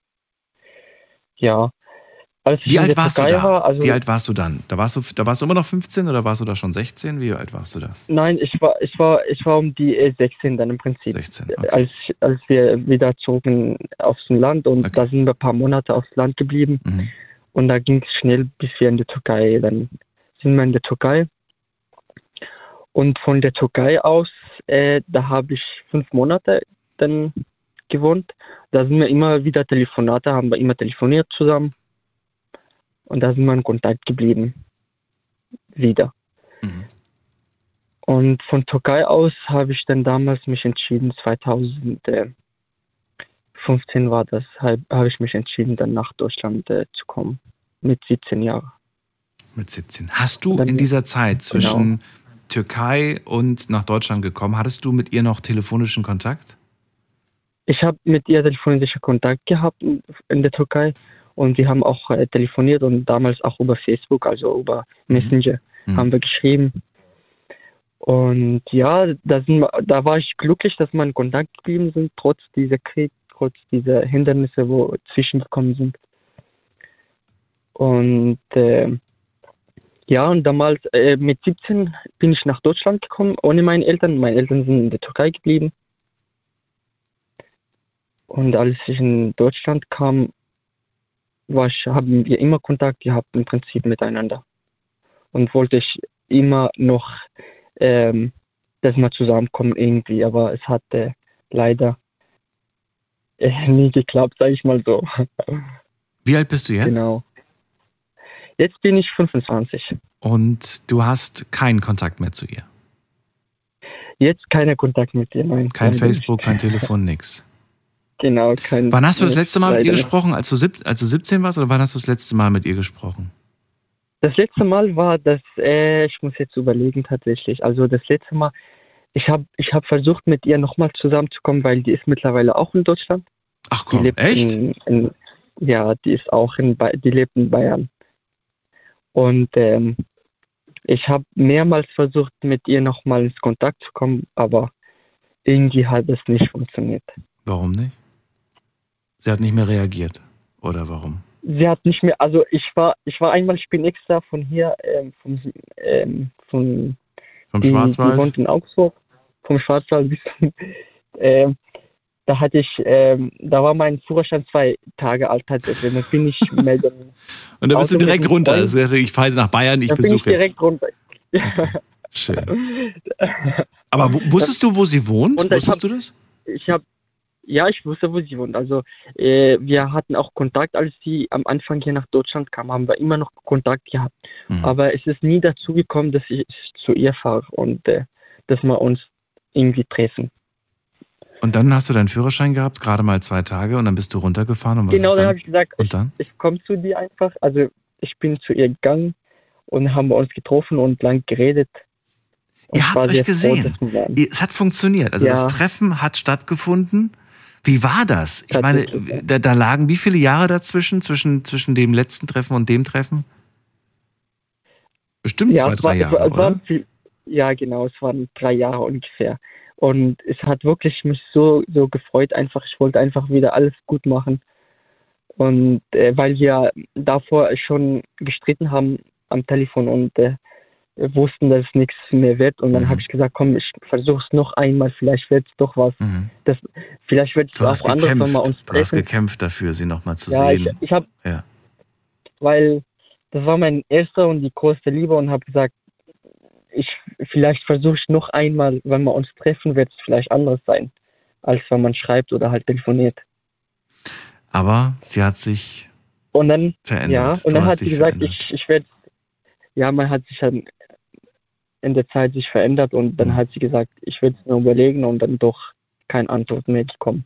Ja. Als ich Wie in alt der warst du Türkei da? war, also Wie alt warst du dann? Da warst du, da warst du immer noch fünfzehn oder warst du da schon sechzehn? Wie alt warst du da? Nein, ich war, ich war, ich war um die äh, sechzehn dann im Prinzip. sechzehn, okay. Als, als wir wieder zogen aufs Land und Okay. da sind wir ein paar Monate aufs Land geblieben Mhm. und da ging es schnell, bis wir in der Türkei, dann sind wir in der Türkei und von der Türkei aus, äh, da habe ich fünf Monate dann gewohnt. Da sind wir immer wieder Telefonate, haben wir immer telefoniert zusammen und da sind wir in Kontakt geblieben. Wieder. Mhm. Und von Türkei aus habe ich dann damals mich entschieden, zweitausendfünfzehn war das, habe hab ich mich entschieden, dann nach Deutschland äh, zu kommen. Mit siebzehn Jahren. Mit siebzehn. Hast du Dann- in dieser Zeit zwischen Genau. Türkei und nach Deutschland gekommen, hattest du mit ihr noch telefonischen Kontakt? Ich habe mit ihr telefonischen Kontakt gehabt in, in der Türkei und wir haben auch äh, telefoniert und damals auch über Facebook, also über Messenger, Mhm. haben wir geschrieben. Und ja, da, sind, wir- da war ich glücklich, dass wir in Kontakt geblieben sind, trotz dieser Krieg, trotz dieser Hindernisse, wo zwischengekommen sind. Und äh, ja, und damals äh, mit siebzehn bin ich nach Deutschland gekommen, ohne meine Eltern. Meine Eltern sind in der Türkei geblieben. Und als ich in Deutschland kam, war ich, haben wir immer Kontakt gehabt, im Prinzip miteinander. Und wollte ich immer noch, ähm, dass wir zusammenkommen irgendwie, aber es hat äh, leider äh, nie geklappt, sage ich mal so. Wie alt bist du jetzt? Genau. Jetzt bin ich fünfundzwanzig. Und du hast keinen Kontakt mehr zu ihr? Jetzt keiner Kontakt mit ihr, nein. Kein leider nicht. Facebook, kein Telefon, nix. Genau, kein. Wann hast du das letzte Mal mit ihr leider nicht. gesprochen? Als du, sieb, als du siebzehn warst oder wann hast du das letzte Mal mit ihr gesprochen? Das letzte Mal war das, äh, ich muss jetzt überlegen tatsächlich. Also das letzte Mal, ich habe ich hab versucht mit ihr nochmal zusammenzukommen, weil die ist mittlerweile auch in Deutschland. Ach Die komm, lebt echt? In, in, ja, die ist auch in, Ba- die lebt in Bayern. Und ähm, ich habe mehrmals versucht, mit ihr nochmal ins Kontakt zu kommen, aber irgendwie hat es nicht funktioniert. Warum nicht? Sie hat nicht mehr reagiert. Oder warum? Sie hat nicht mehr, also ich war, ich war einmal, ich bin extra von hier, ähm, vom, ähm, von Vom die, Schwarzwald? Die wohnt in Augsburg, vom Schwarzwald bis ähm, da hatte ich, ähm, da war mein Führerschein zwei Tage alt tatsächlich. Dann bin ich mit dem Und da bist du Auto mit direkt dem runter. Freund- Also ich fahre jetzt nach Bayern, ich da bin ich besuche jetzt. direkt runter. Schön. Aber w- wusstest du, wo sie wohnt? Und ich Wusstest hab- du das? Ich habe, ja, ich wusste, wo sie wohnt. Also äh, wir hatten auch Kontakt, als sie am Anfang hier nach Deutschland kam, haben wir immer noch Kontakt gehabt. Mhm. Aber es ist nie dazu gekommen, dass ich zu ihr fahre und äh, dass wir uns irgendwie treffen. Und dann hast du deinen Führerschein gehabt, gerade mal zwei Tage, und dann bist du runtergefahren. Und was Genau, ist dann dann? habe ich gesagt, Und ich, dann? ich komme zu dir einfach. Also ich bin zu ihr gegangen und haben wir uns getroffen und lang geredet. Und Ihr ich habt war euch sehr froh, gesehen. dass wir waren. Ihr- Es hat funktioniert. Also Ja. das Treffen hat stattgefunden. Wie war das? Ich meine, Tatsächlich, ja. da, da lagen wie viele Jahre dazwischen, zwischen, zwischen dem letzten Treffen und dem Treffen? Bestimmt Ja, zwei, es war, drei es war, Jahre, es oder? waren viel, ja, genau, es waren drei Jahre ungefähr. Und es hat wirklich mich so, so gefreut, einfach, ich wollte einfach wieder alles gut machen. Und äh, weil wir davor schon gestritten haben am Telefon und äh, wussten, dass es nichts mehr wird. Und dann Mhm. habe ich gesagt, komm, ich versuche es noch einmal, vielleicht wird es doch was. Mhm. Das, vielleicht wird es Du hast auch anders, wenn wir gekämpft. uns Du hast treffen. gekämpft dafür, sie nochmal zu Ja, ich, sehen. ich habe, Ja. weil das war mein erster und die größte Liebe und habe gesagt, ich vielleicht versuche ich noch einmal, wenn wir uns treffen, wird es vielleicht anders sein, als wenn man schreibt oder halt telefoniert. Aber sie hat sich Und dann, verändert. ja, und Du dann hast hat sie dich gesagt, verändert. ich, ich werde, ja, man hat sich dann in der Zeit sich verändert und dann Mhm. hat sie gesagt, ich werde es mir überlegen und dann doch keine Antwort mehr gekommen.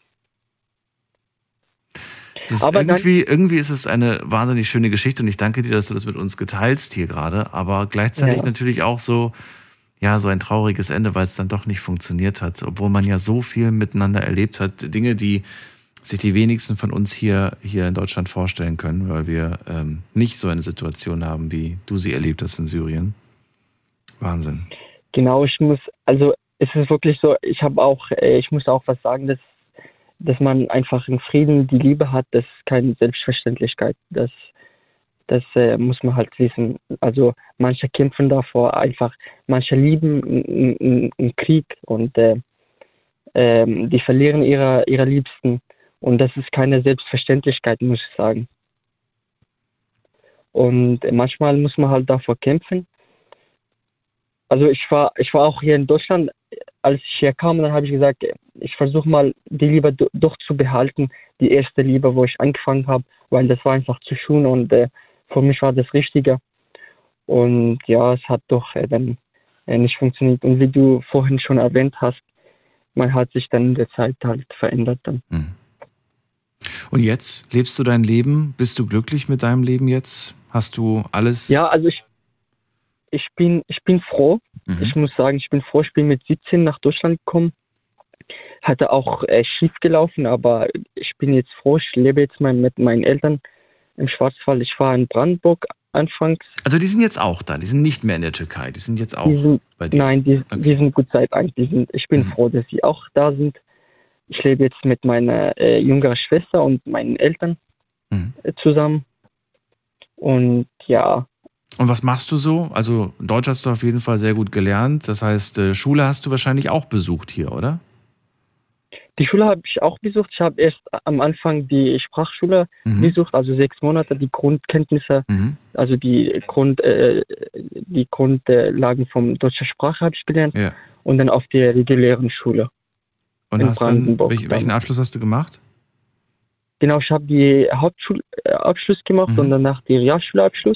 Das ist Aber dann- irgendwie, irgendwie ist es eine wahnsinnig schöne Geschichte und ich danke dir, dass du das mit uns geteilst hier gerade, aber gleichzeitig Ja. natürlich auch so, ja, so ein trauriges Ende, weil es dann doch nicht funktioniert hat, obwohl man ja so viel miteinander erlebt hat. Dinge, die sich die wenigsten von uns hier, hier in Deutschland vorstellen können, weil wir ähm, nicht so eine Situation haben, wie du sie erlebt hast in Syrien. Wahnsinn. Genau, ich muss, also es ist wirklich so, ich habe auch, äh, ich muss auch was sagen, dass, dass man einfach in Frieden die Liebe hat, das ist keine Selbstverständlichkeit. Das, das äh, muss man halt wissen. Also manche kämpfen davor einfach, manche lieben einen Krieg und äh, ähm, die verlieren ihre, ihre Liebsten. Und das ist keine Selbstverständlichkeit, muss ich sagen. Und äh, manchmal muss man halt davor kämpfen. Also ich war, ich war auch hier in Deutschland, als ich hier kam, dann habe ich gesagt, ich versuche mal die Liebe do, doch zu behalten, die erste Liebe, wo ich angefangen habe, weil das war einfach zu schön und äh, für mich war das Richtige. Und ja, es hat doch äh, dann äh, nicht funktioniert. Und wie du vorhin schon erwähnt hast, man hat sich dann in der Zeit halt verändert dann. Mhm. Und jetzt lebst du dein Leben? Bist du glücklich mit deinem Leben jetzt? Hast du alles? Ja, also ich, ich bin, ich bin froh. Mhm. Ich muss sagen, ich bin froh, ich bin mit siebzehn nach Deutschland gekommen. Hatte auch äh, schief gelaufen, aber ich bin jetzt froh. Ich lebe jetzt mal mit meinen Eltern im Schwarzwald. Ich war in Brandenburg anfangs. Also die sind jetzt auch da, die sind nicht mehr in der Türkei, die sind jetzt auch Die sind, bei dir. nein, die, Okay. die sind gut seit eigentlich. Die sind, ich bin Mhm. froh, dass sie auch da sind. Ich lebe jetzt mit meiner äh, jüngeren Schwester und meinen Eltern Mhm. äh, zusammen. Und ja, Und was machst du so? Also Deutsch hast du auf jeden Fall sehr gut gelernt. Das heißt, äh, Schule hast du wahrscheinlich auch besucht hier, oder? die Schule habe ich auch besucht. Ich habe erst am Anfang die Sprachschule Mhm. besucht, also sechs Monate, die Grundkenntnisse, Mhm. also die, Grund, äh, die Grundlagen von deutscher Sprache habe ich gelernt Ja. und dann auf der regulären Schule. Und In hast dann, Brandenburg welch, welchen dann. Abschluss hast du gemacht? Genau, ich habe die Hauptschulabschluss gemacht Mhm. und danach die Realschulabschluss.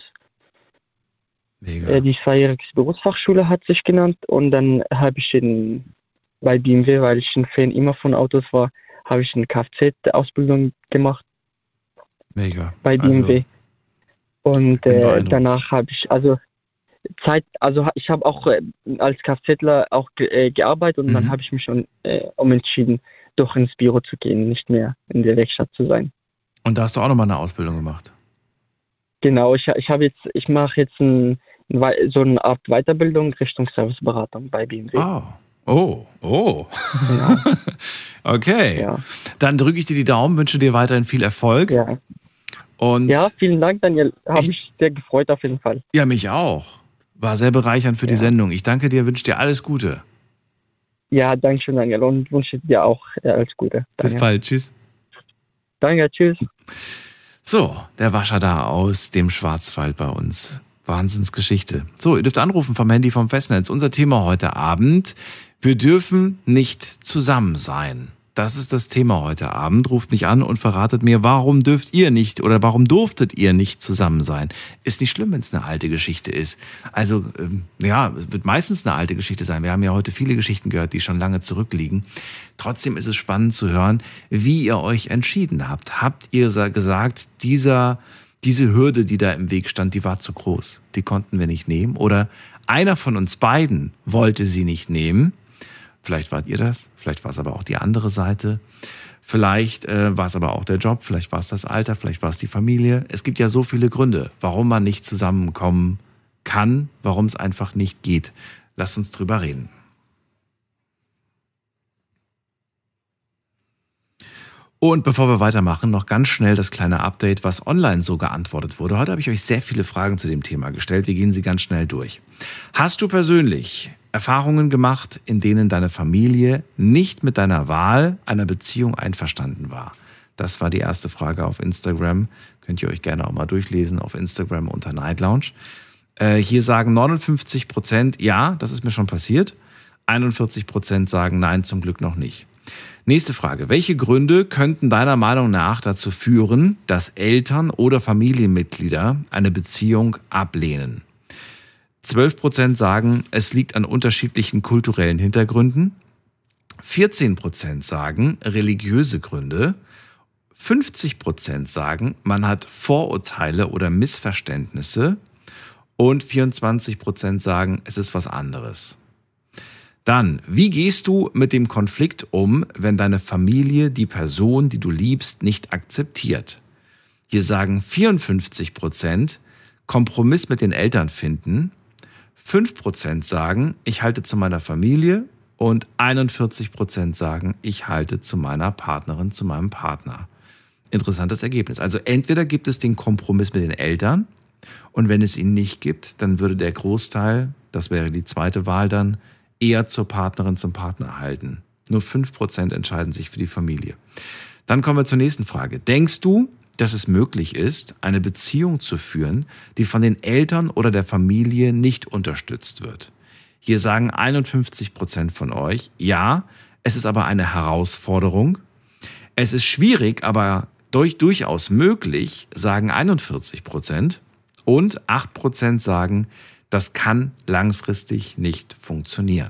Mega. Äh, die zweijährige Berufsfachschule hat sich genannt und dann habe ich in, bei B M W, weil ich ein Fan immer von Autos war, habe ich eine Kfz-Ausbildung gemacht Mega. bei B M W. Also, Und bin äh, beeindruckt. danach habe ich, also Zeit, also ich habe auch äh, als Kfzler auch ge äh, gearbeitet und Mhm. dann habe ich mich schon äh, umentschieden, doch ins Büro zu gehen, nicht mehr in der Werkstatt zu sein. Und da hast du auch nochmal eine Ausbildung gemacht. Genau, ich, ich habe jetzt, ich mache jetzt ein, ein, Wei- so eine Art Weiterbildung Richtung Serviceberatung bei B M W. Oh. Oh, oh. Genau. Okay. Ja. Dann drücke ich dir die Daumen, wünsche dir weiterhin viel Erfolg. Ja. Und Ja, vielen Dank, Daniel. Habe Ich- mich sehr gefreut auf jeden Fall. ja, mich auch. War sehr bereichernd für die Ja. Sendung. Ich danke dir, wünsche dir alles Gute. Ja, danke schön, Daniel, und wünsche dir auch äh, alles Gute. Bis Daniel. bald. Tschüss. Danke, tschüss. So, der Wascher da aus dem Schwarzwald bei uns. Wahnsinnsgeschichte. So, ihr dürft anrufen vom Handy vom Festnetz. Unser Thema heute Abend: Wir dürfen nicht zusammen sein. Das ist das Thema heute Abend. Ruft mich an und verratet mir, warum dürft ihr nicht oder warum durftet ihr nicht zusammen sein? Ist nicht schlimm, wenn es eine alte Geschichte ist. Also, ähm, ja, es wird meistens eine alte Geschichte sein. Wir haben ja heute viele Geschichten gehört, die schon lange zurückliegen. Trotzdem ist es spannend zu hören, wie ihr euch entschieden habt. Habt ihr sa- gesagt, dieser, diese Hürde, die da im Weg stand, die war zu groß. Die konnten wir nicht nehmen. Oder einer von uns beiden wollte sie nicht nehmen. Vielleicht wart ihr das, vielleicht war es aber auch die andere Seite. Vielleicht äh, war es aber auch der Job, vielleicht war es das Alter, vielleicht war es die Familie. Es gibt ja so viele Gründe, warum man nicht zusammenkommen kann, warum es einfach nicht geht. Lasst uns drüber reden. Und bevor wir weitermachen, noch ganz schnell das kleine Update, was online so geantwortet wurde. Heute habe ich euch sehr viele Fragen zu dem Thema gestellt. Wir gehen sie ganz schnell durch. Hast du persönlich Erfahrungen gemacht, in denen deine Familie nicht mit deiner Wahl einer Beziehung einverstanden war? Das war die erste Frage auf Instagram. Könnt ihr euch gerne auch mal durchlesen auf Instagram unter Night Lounge. Äh, hier sagen neunundfünfzig Prozent, ja, das ist mir schon passiert. einundvierzig Prozent sagen, nein, zum Glück noch nicht. Nächste Frage. Welche Gründe könnten deiner Meinung nach dazu führen, dass Eltern oder Familienmitglieder eine Beziehung ablehnen? zwölf Prozent sagen, es liegt an unterschiedlichen kulturellen Hintergründen. vierzehn Prozent sagen, religiöse Gründe. fünfzig Prozent sagen, man hat Vorurteile oder Missverständnisse. Und vierundzwanzig Prozent sagen, es ist was anderes. Dann, wie gehst du mit dem Konflikt um, wenn deine Familie die Person, die du liebst, nicht akzeptiert? Hier sagen vierundfünfzig Prozent, Kompromiss mit den Eltern finden. fünf Prozent sagen, ich halte zu meiner Familie. Und einundvierzig Prozent sagen, ich halte zu meiner Partnerin, zu meinem Partner. Interessantes Ergebnis. Also entweder gibt es den Kompromiss mit den Eltern. Und wenn es ihn nicht gibt, dann würde der Großteil, das wäre die zweite Wahl dann, eher zur Partnerin, zum Partner halten. Nur fünf Prozent entscheiden sich für die Familie. Dann kommen wir zur nächsten Frage. Denkst du, dass es möglich ist, eine Beziehung zu führen, die von den Eltern oder der Familie nicht unterstützt wird? Hier sagen einundfünfzig Prozent von euch, ja, es ist aber eine Herausforderung. Es ist schwierig, aber durch, durchaus möglich, sagen einundvierzig Prozent. Und acht Prozent sagen, das kann langfristig nicht funktionieren.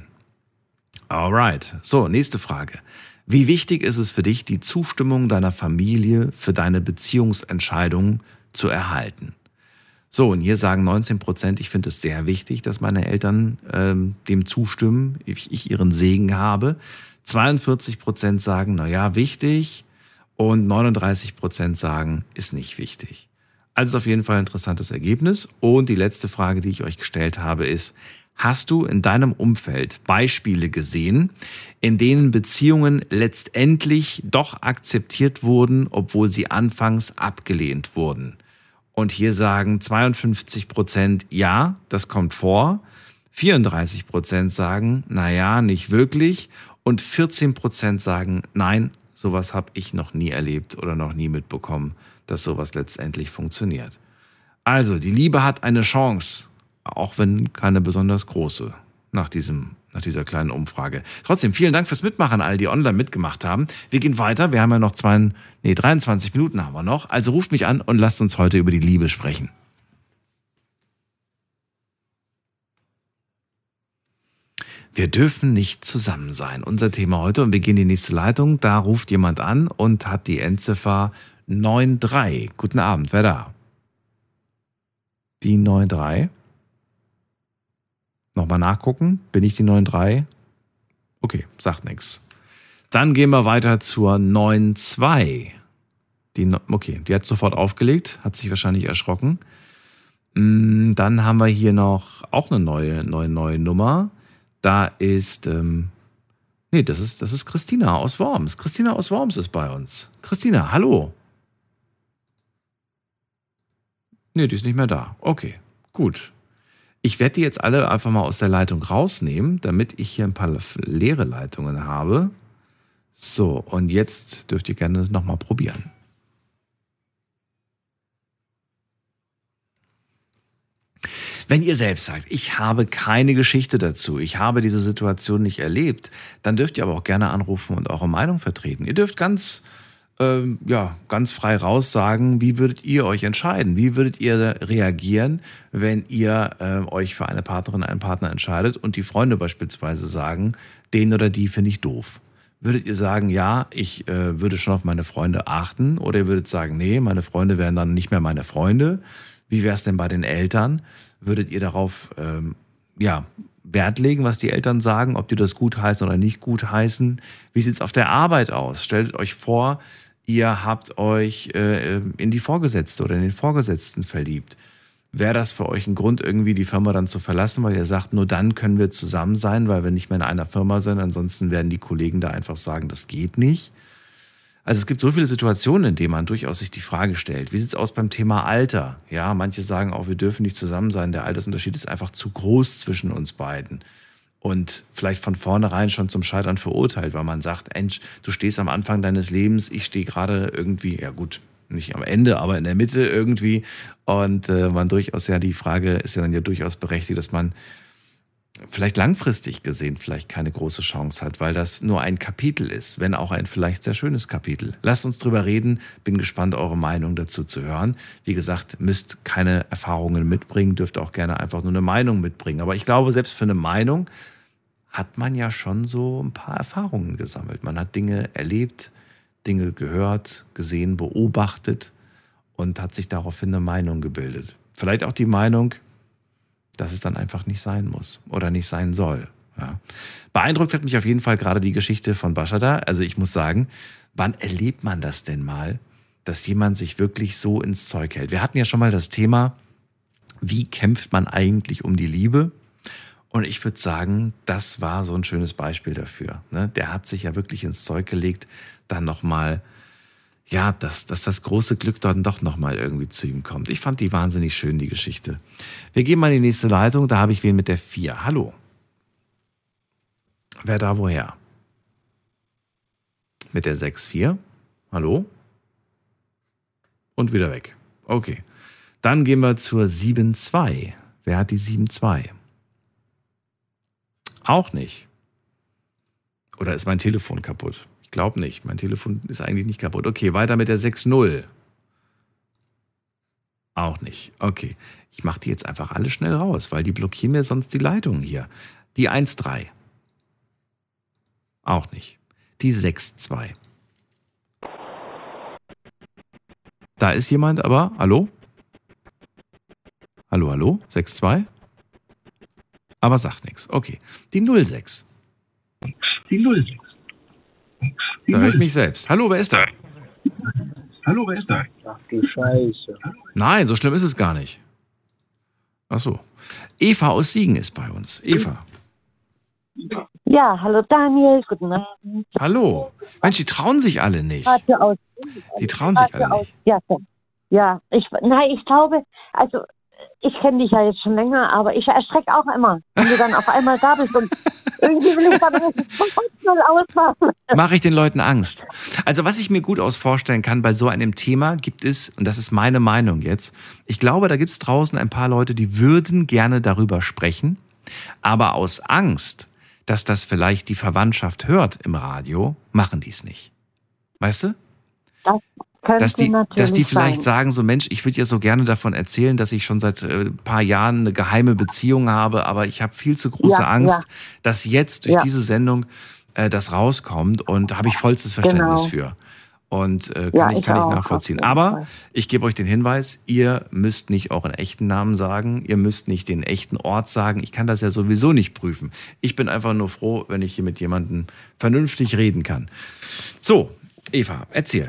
Alright, so, nächste Frage. Wie wichtig ist es für dich, die Zustimmung deiner Familie für deine Beziehungsentscheidung zu erhalten? So, und hier sagen neunzehn Prozent, ich finde es sehr wichtig, dass meine Eltern ähm, dem zustimmen, ich, ich ihren Segen habe. zweiundvierzig Prozent sagen, naja, wichtig. Und neununddreißig Prozent sagen, ist nicht wichtig. Also ist auf jeden Fall ein interessantes Ergebnis. Und die letzte Frage, die ich euch gestellt habe, ist, hast du in deinem Umfeld Beispiele gesehen, in denen Beziehungen letztendlich doch akzeptiert wurden, obwohl sie anfangs abgelehnt wurden? Und hier sagen zweiundfünfzig Prozent, ja, das kommt vor. vierunddreißig Prozent sagen, naja, nicht wirklich. Und vierzehn Prozent sagen, nein, sowas habe ich noch nie erlebt oder noch nie mitbekommen, dass sowas letztendlich funktioniert. Also, die Liebe hat eine Chance, auch wenn keine besonders große, nach, diesem, nach dieser kleinen Umfrage. Trotzdem, vielen Dank fürs Mitmachen, all die online mitgemacht haben. Wir gehen weiter, wir haben ja noch zwei, nee, dreiundzwanzig Minuten haben wir noch. Also ruft mich an und lasst uns heute über die Liebe sprechen. Wir dürfen nicht zusammen sein. Unser Thema heute, und wir gehen in die nächste Leitung. Da ruft jemand an und hat die Endziffer neun drei. Guten Abend, wer da? Die neun drei. Nochmal nachgucken. Bin ich die neun drei? Okay, sagt nichts. Dann gehen wir weiter zur neun zwei. Die, okay, die hat sofort aufgelegt, hat sich wahrscheinlich erschrocken. Dann haben wir hier noch auch eine neue, neue, neue Nummer. Da ist, ähm, nee, das ist, das ist Christina aus Worms. Christina aus Worms ist bei uns. Christina, hallo. Nee, die ist nicht mehr da. Okay, gut. Ich werde die jetzt alle einfach mal aus der Leitung rausnehmen, damit ich hier ein paar leere Leitungen habe. So, und jetzt dürft ihr gerne das nochmal probieren. Wenn ihr selbst sagt, ich habe keine Geschichte dazu, ich habe diese Situation nicht erlebt, dann dürft ihr aber auch gerne anrufen und eure Meinung vertreten. Ihr dürft ganz, ähm, ja, ganz frei raus sagen, wie würdet ihr euch entscheiden? Wie würdet ihr reagieren, wenn ihr äh, euch für eine Partnerin, einen Partner entscheidet und die Freunde beispielsweise sagen, den oder die finde ich doof? Würdet ihr sagen, ja, ich äh, würde schon auf meine Freunde achten? Oder ihr würdet sagen, nee, meine Freunde wären dann nicht mehr meine Freunde? Wie wäre es denn bei den Eltern? Würdet ihr darauf ähm, ja, Wert legen, was die Eltern sagen, ob die das gut heißen oder nicht gut heißen? Wie sieht es auf der Arbeit aus? Stellt euch vor, ihr habt euch äh, in die Vorgesetzte oder in den Vorgesetzten verliebt. Wäre das für euch ein Grund, irgendwie die Firma dann zu verlassen, weil ihr sagt, nur dann können wir zusammen sein, weil wir nicht mehr in einer Firma sind, ansonsten werden die Kollegen da einfach sagen, das geht nicht. Also es gibt so viele Situationen, in denen man durchaus sich die Frage stellt, wie sieht es aus beim Thema Alter? Ja, manche sagen auch, wir dürfen nicht zusammen sein, der Altersunterschied ist einfach zu groß zwischen uns beiden. Und vielleicht von vornherein schon zum Scheitern verurteilt, weil man sagt, Mensch, du stehst am Anfang deines Lebens, ich stehe gerade irgendwie, ja gut, nicht am Ende, aber in der Mitte irgendwie. Und äh, man durchaus ja, die Frage ist ja dann ja durchaus berechtigt, dass man vielleicht langfristig gesehen vielleicht keine große Chance hat, weil das nur ein Kapitel ist, wenn auch ein vielleicht sehr schönes Kapitel. Lasst uns drüber reden, bin gespannt, eure Meinung dazu zu hören. Wie gesagt, müsst keine Erfahrungen mitbringen, dürft auch gerne einfach nur eine Meinung mitbringen. Aber ich glaube, selbst für eine Meinung hat man ja schon so ein paar Erfahrungen gesammelt. Man hat Dinge erlebt, Dinge gehört, gesehen, beobachtet und hat sich daraufhin eine Meinung gebildet. Vielleicht auch die Meinung, dass es dann einfach nicht sein muss oder nicht sein soll. Ja. Beeindruckt hat mich auf jeden Fall gerade die Geschichte von Bashada. Also ich muss sagen, wann erlebt man das denn mal, dass jemand sich wirklich so ins Zeug hält? Wir hatten ja schon mal das Thema, wie kämpft man eigentlich um die Liebe? Und ich würde sagen, das war so ein schönes Beispiel dafür. Ne? Der hat sich ja wirklich ins Zeug gelegt, dann nochmal, ja, dass, dass das große Glück dann doch nochmal irgendwie zu ihm kommt. Ich fand die wahnsinnig schön, die Geschichte. Wir gehen mal in die nächste Leitung, da habe ich wen mit der vier. Hallo. Wer da woher? Mit der sechs vier. Hallo? Und wieder weg. Okay. Dann gehen wir zur sieben zwei. Wer hat die sieben zwei? Auch nicht. Oder ist mein Telefon kaputt? Ich glaube nicht. Mein Telefon ist eigentlich nicht kaputt. Okay, weiter mit der sechs null. Auch nicht. Okay. Ich mache die jetzt einfach alle schnell raus, weil die blockieren mir sonst die Leitungen hier. Die eins drei. Auch nicht. Die sechs zwei. Da ist jemand, aber, hallo? Hallo, hallo? sechs zwei? Aber sagt nichts. Okay. Die null sechs. Die null sechs. Die da höre ich mich selbst. Hallo, wer ist da? Hallo, wer ist da? Ach du Scheiße. Nein, so schlimm ist es gar nicht. Ach so. Eva aus Siegen ist bei uns. Eva. Ja, hallo Daniel, guten Abend. Hallo. Mensch, die trauen sich alle nicht. Warte aus. Die trauen sich alle nicht. Ja, so. Ja, ich, nein, ich glaube, also ich kenne dich ja jetzt schon länger, aber ich erschrecke auch immer, wenn du dann auf einmal da bist und irgendwie will ich dann schnell ausmachen. Mache ich den Leuten Angst? Also was ich mir gut aus vorstellen kann bei so einem Thema gibt es, und das ist meine Meinung jetzt, ich glaube, da gibt es draußen ein paar Leute, die würden gerne darüber sprechen, aber aus Angst, dass das vielleicht die Verwandtschaft hört im Radio, machen die es nicht. Weißt du? Das Dass die, dass die vielleicht sein. sagen, so Mensch, ich würde ja so gerne davon erzählen, dass ich schon seit ein äh, paar Jahren eine geheime Beziehung habe, aber ich habe viel zu große Ja, Angst, ja. dass jetzt durch Ja. diese Sendung äh, das rauskommt und da habe ich vollstes Verständnis Genau. für. Und äh, kann, Ja, ich, ich kann ich auch, nachvollziehen. auf jeden Aber Fall. ich gebe euch den Hinweis, ihr müsst nicht euren echten Namen sagen, ihr müsst nicht den echten Ort sagen. Ich kann das ja sowieso nicht prüfen. Ich bin einfach nur froh, wenn ich hier mit jemandem vernünftig reden kann. So, Eva, erzähl.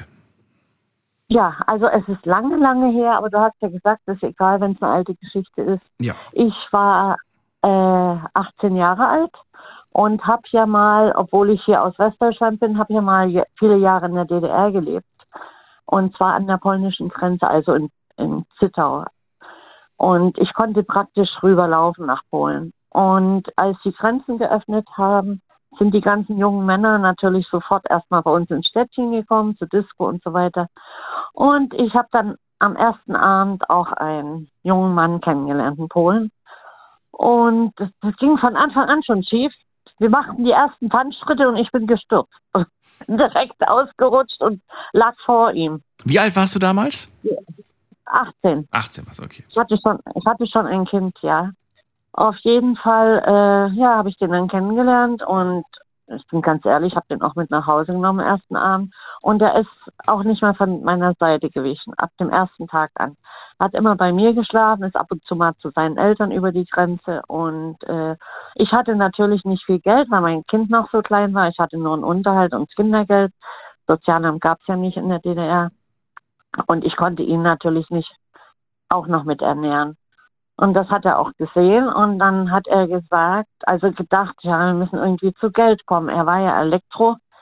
Ja, also es ist lange, lange her, aber du hast ja gesagt, es ist egal, wenn es eine alte Geschichte ist. Ja. Ich war äh, achtzehn Jahre alt und habe ja mal, obwohl ich hier aus Westdeutschland bin, habe ja mal je- viele Jahre in der D D R gelebt. Und zwar an der polnischen Grenze, also in, in Zittau. Und ich konnte praktisch rüberlaufen nach Polen. Und als die Grenzen geöffnet haben, sind die ganzen jungen Männer natürlich sofort erstmal bei uns ins Städtchen gekommen, zur Disco und so weiter. Und ich habe dann am ersten Abend auch einen jungen Mann kennengelernt in Polen. Und das, das ging von Anfang an schon schief. Wir machten die ersten Pfannschritte und ich bin gestürzt. Direkt ausgerutscht und lag vor ihm. Wie alt warst du damals? achtzehn. achtzehn warst du, okay. Ich hatte schon, ich hatte schon ein Kind, ja. Auf jeden Fall, äh, ja, habe ich den dann kennengelernt und ich bin ganz ehrlich, habe den auch mit nach Hause genommen am ersten Abend und er ist auch nicht mal von meiner Seite gewichen, ab dem ersten Tag an. Hat immer bei mir geschlafen, ist ab und zu mal zu seinen Eltern über die Grenze und äh, ich hatte natürlich nicht viel Geld, weil mein Kind noch so klein war. Ich hatte nur einen Unterhalt und das Kindergeld. Sozialamt gab es ja nicht in der D D R und ich konnte ihn natürlich nicht auch noch mit ernähren. Und das hat er auch gesehen und dann hat er gesagt, also gedacht, ja, wir müssen irgendwie zu Geld kommen. Er war ja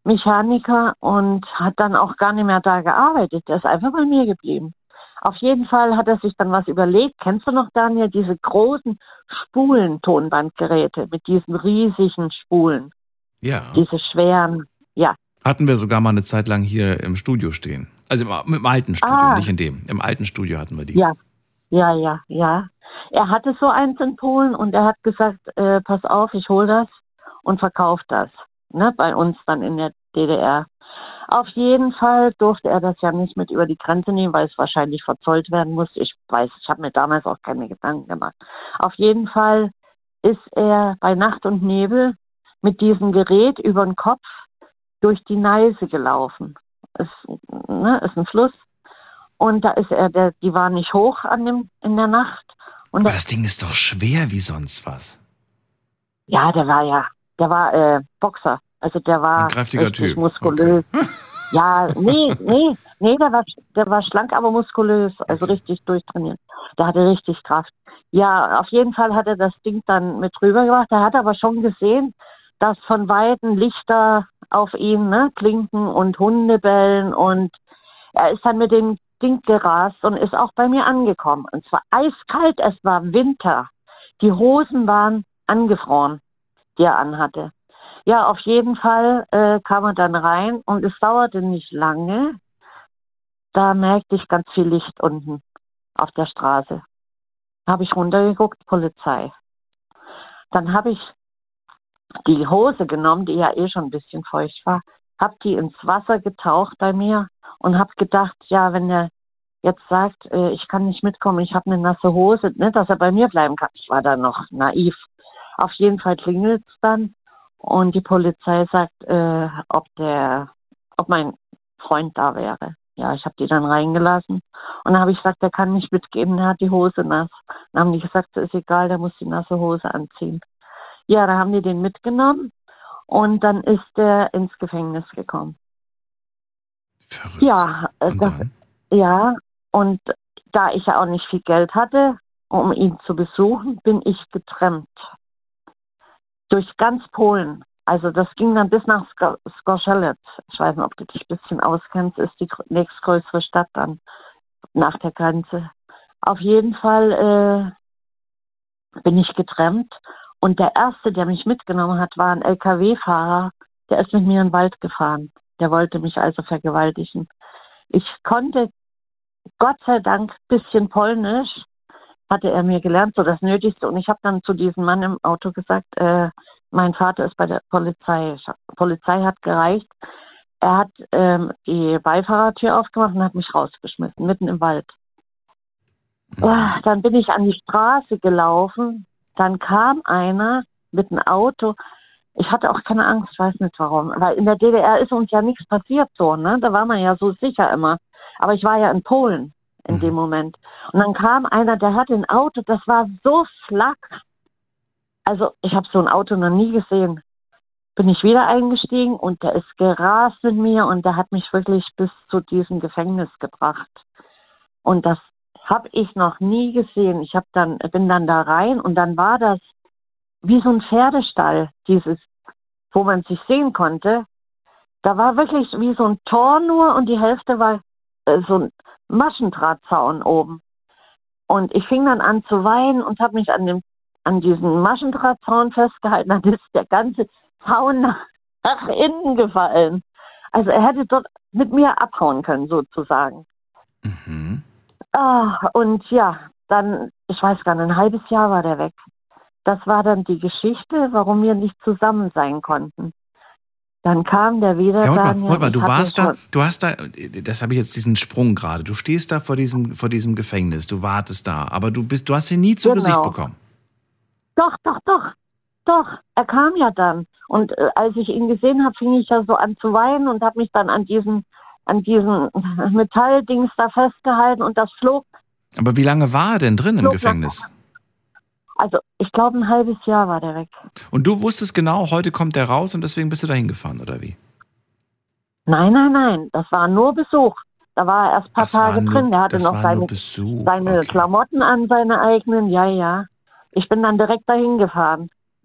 Mechaniker und hat dann auch gar nicht mehr da gearbeitet. Der ist einfach bei mir geblieben. Auf jeden Fall hat er sich dann was überlegt. Kennst du noch, Daniel, diese großen Spulen-Tonbandgeräte mit diesen riesigen Spulen? Ja. Diese schweren, ja. Hatten wir sogar mal eine Zeit lang hier im Studio stehen. Also im, im alten Studio, Ah. nicht in dem. Im alten Studio hatten wir die. Ja, ja, ja, ja. Er hatte so eins in Polen und er hat gesagt, äh, pass auf, ich hole das und verkaufe das. Ne, bei uns dann in der D D R. Auf jeden Fall durfte er das ja nicht mit über die Grenze nehmen, weil es wahrscheinlich verzollt werden musste. Ich weiß, ich habe mir damals auch keine Gedanken gemacht. Auf jeden Fall ist er bei Nacht und Nebel mit diesem Gerät über den Kopf durch die Neiße gelaufen. Es ne, ist ein Fluss. Und da ist er, der, die war nicht hoch an dem, in der Nacht. Und Aber da, das Ding ist doch schwer wie sonst was. ja, der war ja, der war äh, Boxer. Also der war Ein kräftiger richtig Typ. muskulös. Ja, nee, nee, nee, der war, der war schlank, aber muskulös, also richtig durchtrainiert. Der hatte richtig Kraft. Ja, auf jeden Fall hat er das Ding dann mit rübergebracht. Er hat aber schon gesehen, dass von Weitem Lichter auf ihn, ne, Klinken und Hunde bellen, und er ist dann mit dem Ding gerast und ist auch bei mir angekommen. Und zwar eiskalt, es war Winter. Die Hosen waren angefroren, die er anhatte. Ja, auf jeden Fall äh, kam er dann rein und es dauerte nicht lange. Da merkte ich ganz viel Licht unten auf der Straße. Habe ich runtergeguckt, Polizei. Dann habe ich die Hose genommen, die ja eh schon ein bisschen feucht war, habe die ins Wasser getaucht bei mir und habe gedacht, ja, wenn er jetzt sagt, äh, ich kann nicht mitkommen, ich habe eine nasse Hose, ne, dass er bei mir bleiben kann. Ich war da noch naiv. Auf jeden Fall klingelt es dann. Und die Polizei sagt, äh, ob der, ob mein Freund da wäre. Ja, ich habe die dann reingelassen. Und dann habe ich gesagt, der kann nicht mitgehen, der hat die Hose nass. Dann haben die gesagt, ist egal, der muss die nasse Hose anziehen. Ja, da haben die den mitgenommen und dann ist der ins Gefängnis gekommen. Verrückt. Ja, äh, Und das, dann? ja, und da ich ja auch nicht viel Geld hatte, um ihn zu besuchen, bin ich getrennt. Durch ganz Polen. Also das ging dann bis nach Sk- Skoszelec. Ich weiß nicht, ob du dich ein bisschen auskennst, ist die gr- nächstgrößere Stadt dann nach der Grenze. Auf jeden Fall äh, bin ich getrennt. Und der Erste, der mich mitgenommen hat, war ein L K W-Fahrer. Der ist mit mir in den Wald gefahren. Der wollte mich also vergewaltigen. Ich konnte, Gott sei Dank, ein bisschen Polnisch. Hatte er mir gelernt, so das Nötigste. Und ich habe dann zu diesem Mann im Auto gesagt, äh, mein Vater ist bei der Polizei. Die Polizei hat gereicht. Er hat ähm, die Beifahrertür aufgemacht und hat mich rausgeschmissen, mitten im Wald. Ah, dann bin ich an die Straße gelaufen. Dann kam einer mit einem Auto. Ich hatte auch keine Angst, ich weiß nicht warum. Weil in der D D R ist uns ja nichts passiert so, ne? Da war man ja so sicher immer. Aber ich war ja in Polen in dem Moment. Und dann kam einer, der hatte ein Auto, das war so flach. Also ich habe so ein Auto noch nie gesehen. Bin ich wieder eingestiegen und der ist gerast mit mir und der hat mich wirklich bis zu diesem Gefängnis gebracht. Und das habe ich noch nie gesehen. Ich hab dann, bin dann da rein und dann war das wie so ein Pferdestall, dieses, wo man sich sehen konnte. Da war wirklich wie so ein Tor nur und die Hälfte war äh, so ein Maschendrahtzaun oben. Und ich fing dann an zu weinen und habe mich an dem an diesem Maschendrahtzaun festgehalten. Dann ist der ganze Zaun nach, nach innen gefallen. Also er hätte dort mit mir abhauen können, sozusagen. Mhm. Ah, und ja, dann, ich weiß gar nicht, ein halbes Jahr war der weg. Das war dann die Geschichte, warum wir nicht zusammen sein konnten. Dann kam der wieder. Ja, warte mal, Daniel, warte mal, du ich hatte warst da, schon- du hast da, das habe ich jetzt diesen Sprung gerade. Du stehst da vor diesem, vor diesem Gefängnis, du wartest da, aber du bist, du hast ihn nie zu Genau. Gesicht bekommen. Doch, doch, doch, doch. Er kam ja dann. Und äh, als ich ihn gesehen habe, fing ich ja so an zu weinen und habe mich dann an diesen, an diesen Metalldings da festgehalten und das flog. Aber wie lange war er denn drin im Flog Gefängnis? Also ich glaube, ein halbes Jahr war der weg. Und du wusstest genau, heute kommt der raus und deswegen bist du da hingefahren, oder wie? Nein, nein, nein. Das war nur Besuch. Da war er erst ein paar Das war Tage nur- drin. Der hatte das noch war seine, nur Besuch, seine Klamotten an, seine eigenen. Ja, ja. Ich bin dann direkt dahin gefahren.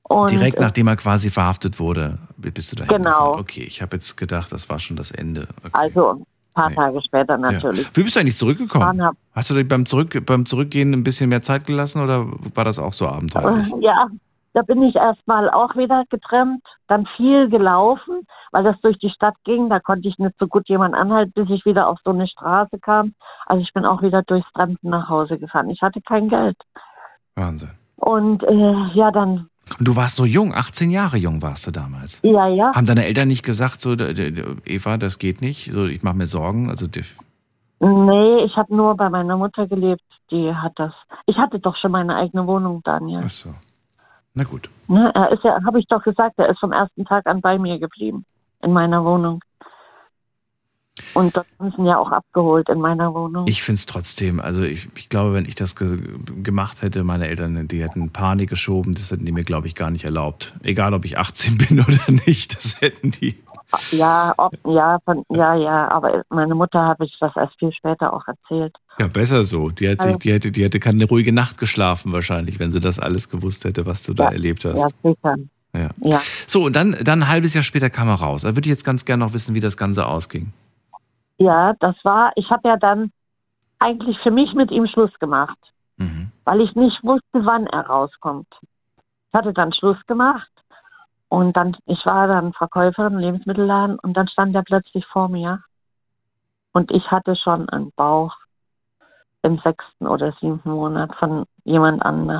Und direkt nachdem er quasi verhaftet wurde, bist du dahin Genau. gefahren. Okay, ich habe jetzt gedacht, das war schon das Ende. Okay. Also ein paar Nee. Tage später natürlich. Ja. Wie bist du eigentlich zurückgekommen? Dann hab- Hast du dir beim, Zurück, beim Zurückgehen ein bisschen mehr Zeit gelassen oder war das auch so abenteuerlich? Ja, da bin ich erstmal auch wieder getrennt, dann viel gelaufen, weil das durch die Stadt ging. Da konnte ich nicht so gut jemanden anhalten, bis ich wieder auf so eine Straße kam. Also ich bin auch wieder durchs Fremden nach Hause gefahren. Ich hatte kein Geld. Wahnsinn. Und äh, ja, dann, Und du warst so jung, achtzehn Jahre jung warst du damals. ja, ja. Haben deine Eltern nicht gesagt, so, d- d- Eva, das geht nicht, so, ich mache mir Sorgen? Also, die- Nee, ich habe nur bei meiner Mutter gelebt. Die hat das. Ich hatte doch schon meine eigene Wohnung, Daniel. ach so. Na gut. Ne, er ist ja, habe ich doch gesagt, er ist vom ersten Tag an bei mir geblieben. In meiner Wohnung. Und dort sind ja auch abgeholt in meiner Wohnung. Ich finde es trotzdem, also ich, ich glaube, wenn ich das ge gemacht hätte, meine Eltern, die hätten Panik geschoben, das hätten die mir, glaube ich, gar nicht erlaubt. Egal, ob ich achtzehn bin oder nicht, das hätten die. Ja, ob, ja, von, ja, ja, aber meine Mutter habe ich das erst viel später auch erzählt. Ja, besser so. Die, hat sich, Also- die, hätte, die hätte keine ruhige Nacht geschlafen wahrscheinlich, wenn sie das alles gewusst hätte, was du da Ja, erlebt hast. Ja, sicher. Ja. Ja. So, und dann, dann ein halbes Jahr später kam er raus. Da würde ich jetzt ganz gerne noch wissen, wie das Ganze ausging. Ja, das war, ich habe ja dann eigentlich für mich mit ihm Schluss gemacht, Mhm. weil ich nicht wusste, wann er rauskommt. Ich hatte dann Schluss gemacht und dann, ich war dann Verkäuferin im Lebensmittelladen und dann stand er plötzlich vor mir und ich hatte schon einen Bauch im sechsten oder siebten Monat von jemand anders.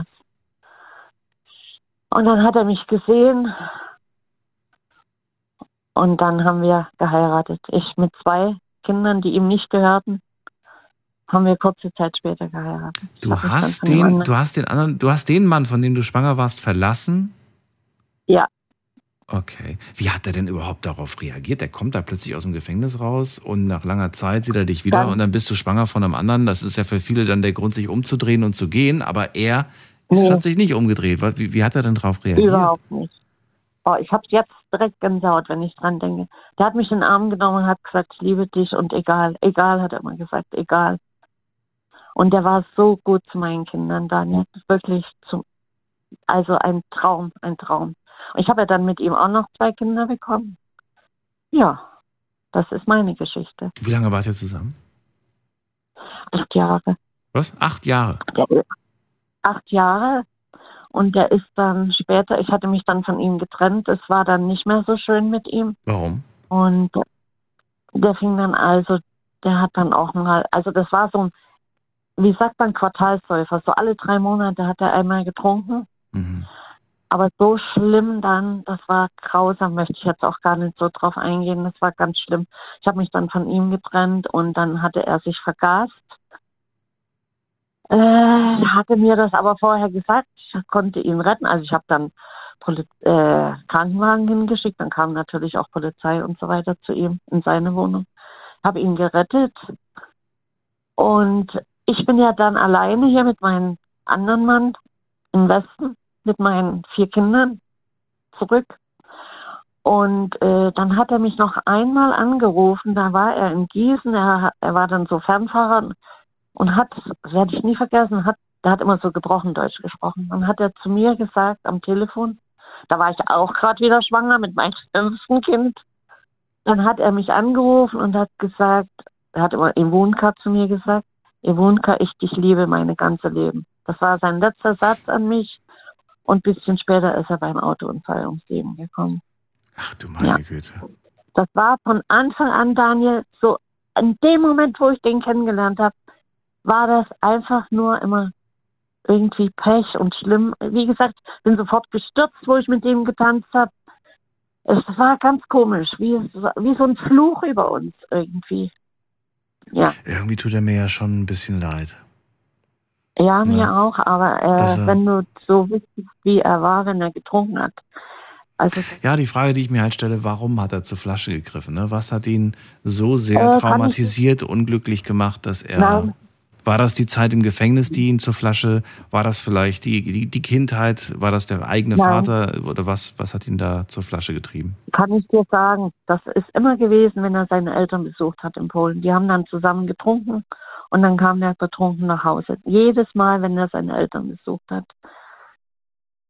Und dann hat er mich gesehen und dann haben wir geheiratet. Ich mit zwei Kindern, die ihm nicht gehörten, haben wir kurze Zeit später geheiratet. Ich Du hab mich dann hast von dem den, anderen- du hast den anderen, du hast den Mann, von dem du schwanger warst, verlassen? Ja, Okay. Wie hat er denn überhaupt darauf reagiert? Er kommt da plötzlich aus dem Gefängnis raus und nach langer Zeit sieht er dich wieder Dann- und dann bist du schwanger von einem anderen. Das ist ja für viele dann der Grund, sich umzudrehen und zu gehen. Aber er ist, Nee. hat sich nicht umgedreht. Was- Wie, wie hat er denn darauf reagiert? überhaupt nicht. Oh, ich habe jetzt direkt Gänsehaut, wenn ich dran denke. Der hat mich in den Arm genommen und hat gesagt, ich liebe dich und egal, egal, hat er immer gesagt, egal. Und der war so gut zu meinen Kindern, Daniel. Wirklich zum, also ein Traum, ein Traum. Und ich habe ja dann mit ihm auch noch zwei Kinder bekommen. Ja, das ist meine Geschichte. Wie lange wart ihr zusammen? Acht Jahre. Was? Acht Jahre. Acht Jahre. Und der ist dann später, ich hatte mich dann von ihm getrennt. Es war dann nicht mehr so schön mit ihm. Warum? Und der fing dann also, der hat dann auch mal, also das war so ein, wie sagt man, Quartalsäufer. So alle drei Monate hat er einmal getrunken. Mhm. Aber so schlimm dann, das war grausam, möchte ich jetzt auch gar nicht so drauf eingehen. Das war ganz schlimm. Ich habe mich dann von ihm getrennt und dann hatte er sich vergast. Äh, hatte mir das aber vorher gesagt, ich konnte ihn retten. Also ich habe dann Poli äh, Krankenwagen hingeschickt, dann kam natürlich auch Polizei und so weiter zu ihm in seine Wohnung. Habe ihn gerettet und ich bin ja dann alleine hier mit meinem anderen Mann im Westen, mit meinen vier Kindern zurück. Und äh, dann hat er mich noch einmal angerufen, da war er in Gießen, er, er war dann so Fernfahrer und hat, das werde ich nie vergessen, hat, der hat immer so gebrochen Deutsch gesprochen. Dann hat er zu mir gesagt am Telefon, da war ich auch gerade wieder schwanger mit meinem fünften Kind. Dann hat er mich angerufen und hat gesagt, er hat immer Iwonka zu mir gesagt, Iwonka, ich dich liebe meine ganze Leben. Das war sein letzter Satz an mich und ein bisschen später ist er beim Autounfall ums Leben gekommen. Ach du meine Ja. Güte. Das war von Anfang an, Daniel, so in dem Moment, wo ich den kennengelernt habe, war das einfach nur immer irgendwie Pech und schlimm. Wie gesagt, bin sofort gestürzt, wo ich mit dem getanzt habe. Es war ganz komisch, wie, wie so ein Fluch über uns irgendwie. Ja, Irgendwie tut er mir ja schon ein bisschen leid. ja mir Ja. auch, aber Dass äh, er- wenn du so wüsstest, wie er war, wenn er getrunken hat. Also Ja, die Frage, die ich mir halt stelle, warum hat er zur Flasche gegriffen? Ne? Was hat ihn so sehr Äh, kann ich- traumatisiert, unglücklich gemacht, dass er... Nein. War das die Zeit im Gefängnis, die ihn zur Flasche... War das vielleicht die, die, die Kindheit? War das der eigene Nein. Vater? Oder was, was hat ihn da zur Flasche getrieben? kann ich dir sagen, das ist immer gewesen, wenn er seine Eltern besucht hat in Polen. Die haben dann zusammen getrunken und dann kam er betrunken nach Hause. Jedes Mal, wenn er seine Eltern besucht hat.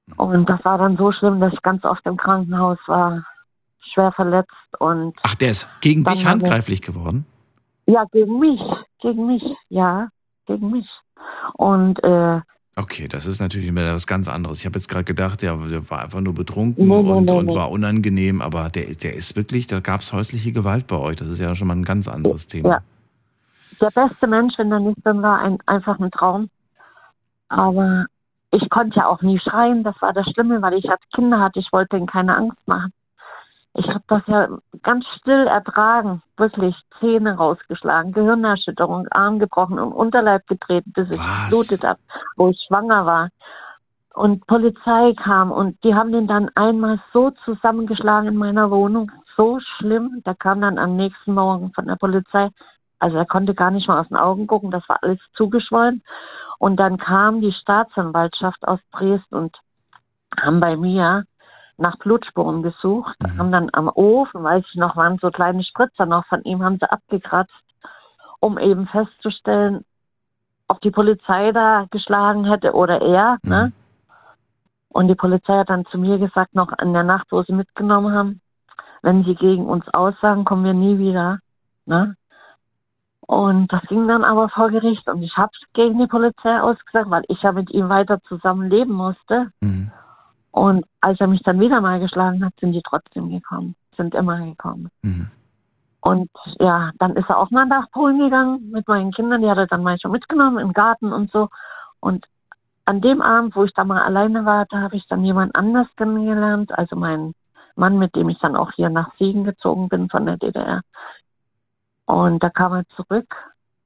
Und das war dann so schlimm, dass ich ganz oft im Krankenhaus war, schwer verletzt. Und Ach, der ist gegen dann dich haben wir- handgreiflich geworden? Ja, gegen mich, gegen mich, ja, gegen mich. Und äh, Okay, das ist natürlich wieder was ganz anderes. Ich habe jetzt gerade gedacht, der, der war einfach nur betrunken Nee, nee, und, nee, und nee. war unangenehm, aber der, der ist wirklich, da gab es häusliche Gewalt bei euch. Das ist ja schon mal ein ganz anderes Thema. ja, der beste Mensch, wenn er nicht drin war, ein, einfach ein Traum. Aber ich konnte ja auch nie schreien, das war das Schlimme, weil ich als Kinder hatte, ich wollte ihnen keine Angst machen. Ich habe das ja ganz still ertragen, wirklich Zähne rausgeschlagen, Gehirnerschütterung, Arm gebrochen und Unterleib getreten, bis es geblutet hat, wo ich schwanger war. Und Polizei kam und die haben den dann einmal so zusammengeschlagen in meiner Wohnung, so schlimm. Der kam dann am nächsten Morgen von der Polizei, also er konnte gar nicht mal aus den Augen gucken, das war alles zugeschwollen. Und dann kam die Staatsanwaltschaft aus Dresden und haben bei mir nach Blutspuren gesucht, mhm. haben dann am Ofen, weiß ich noch, waren so kleine Spritzer noch von ihm, haben sie abgekratzt, um eben festzustellen, ob die Polizei da geschlagen hätte oder er. Mhm. Ne? Und die Polizei hat dann zu mir gesagt, noch in der Nacht, wo sie mitgenommen haben, wenn sie gegen uns aussagen, kommen wir nie wieder. Ne? Und das ging dann aber vor Gericht und ich habe gegen die Polizei ausgesagt, weil ich ja mit ihm weiter zusammen leben musste. Mhm. Und als er mich dann wieder mal geschlagen hat, sind die trotzdem gekommen, sind immer gekommen. Mhm. Und ja, dann ist er auch mal nach Polen gegangen mit meinen Kindern, die hat er dann manchmal mitgenommen im Garten und so. Und an dem Abend, wo ich da mal alleine war, da habe ich dann jemand anders kennengelernt, also meinen Mann, mit dem ich dann auch hier nach Siegen gezogen bin von der D D R. Und da kam er zurück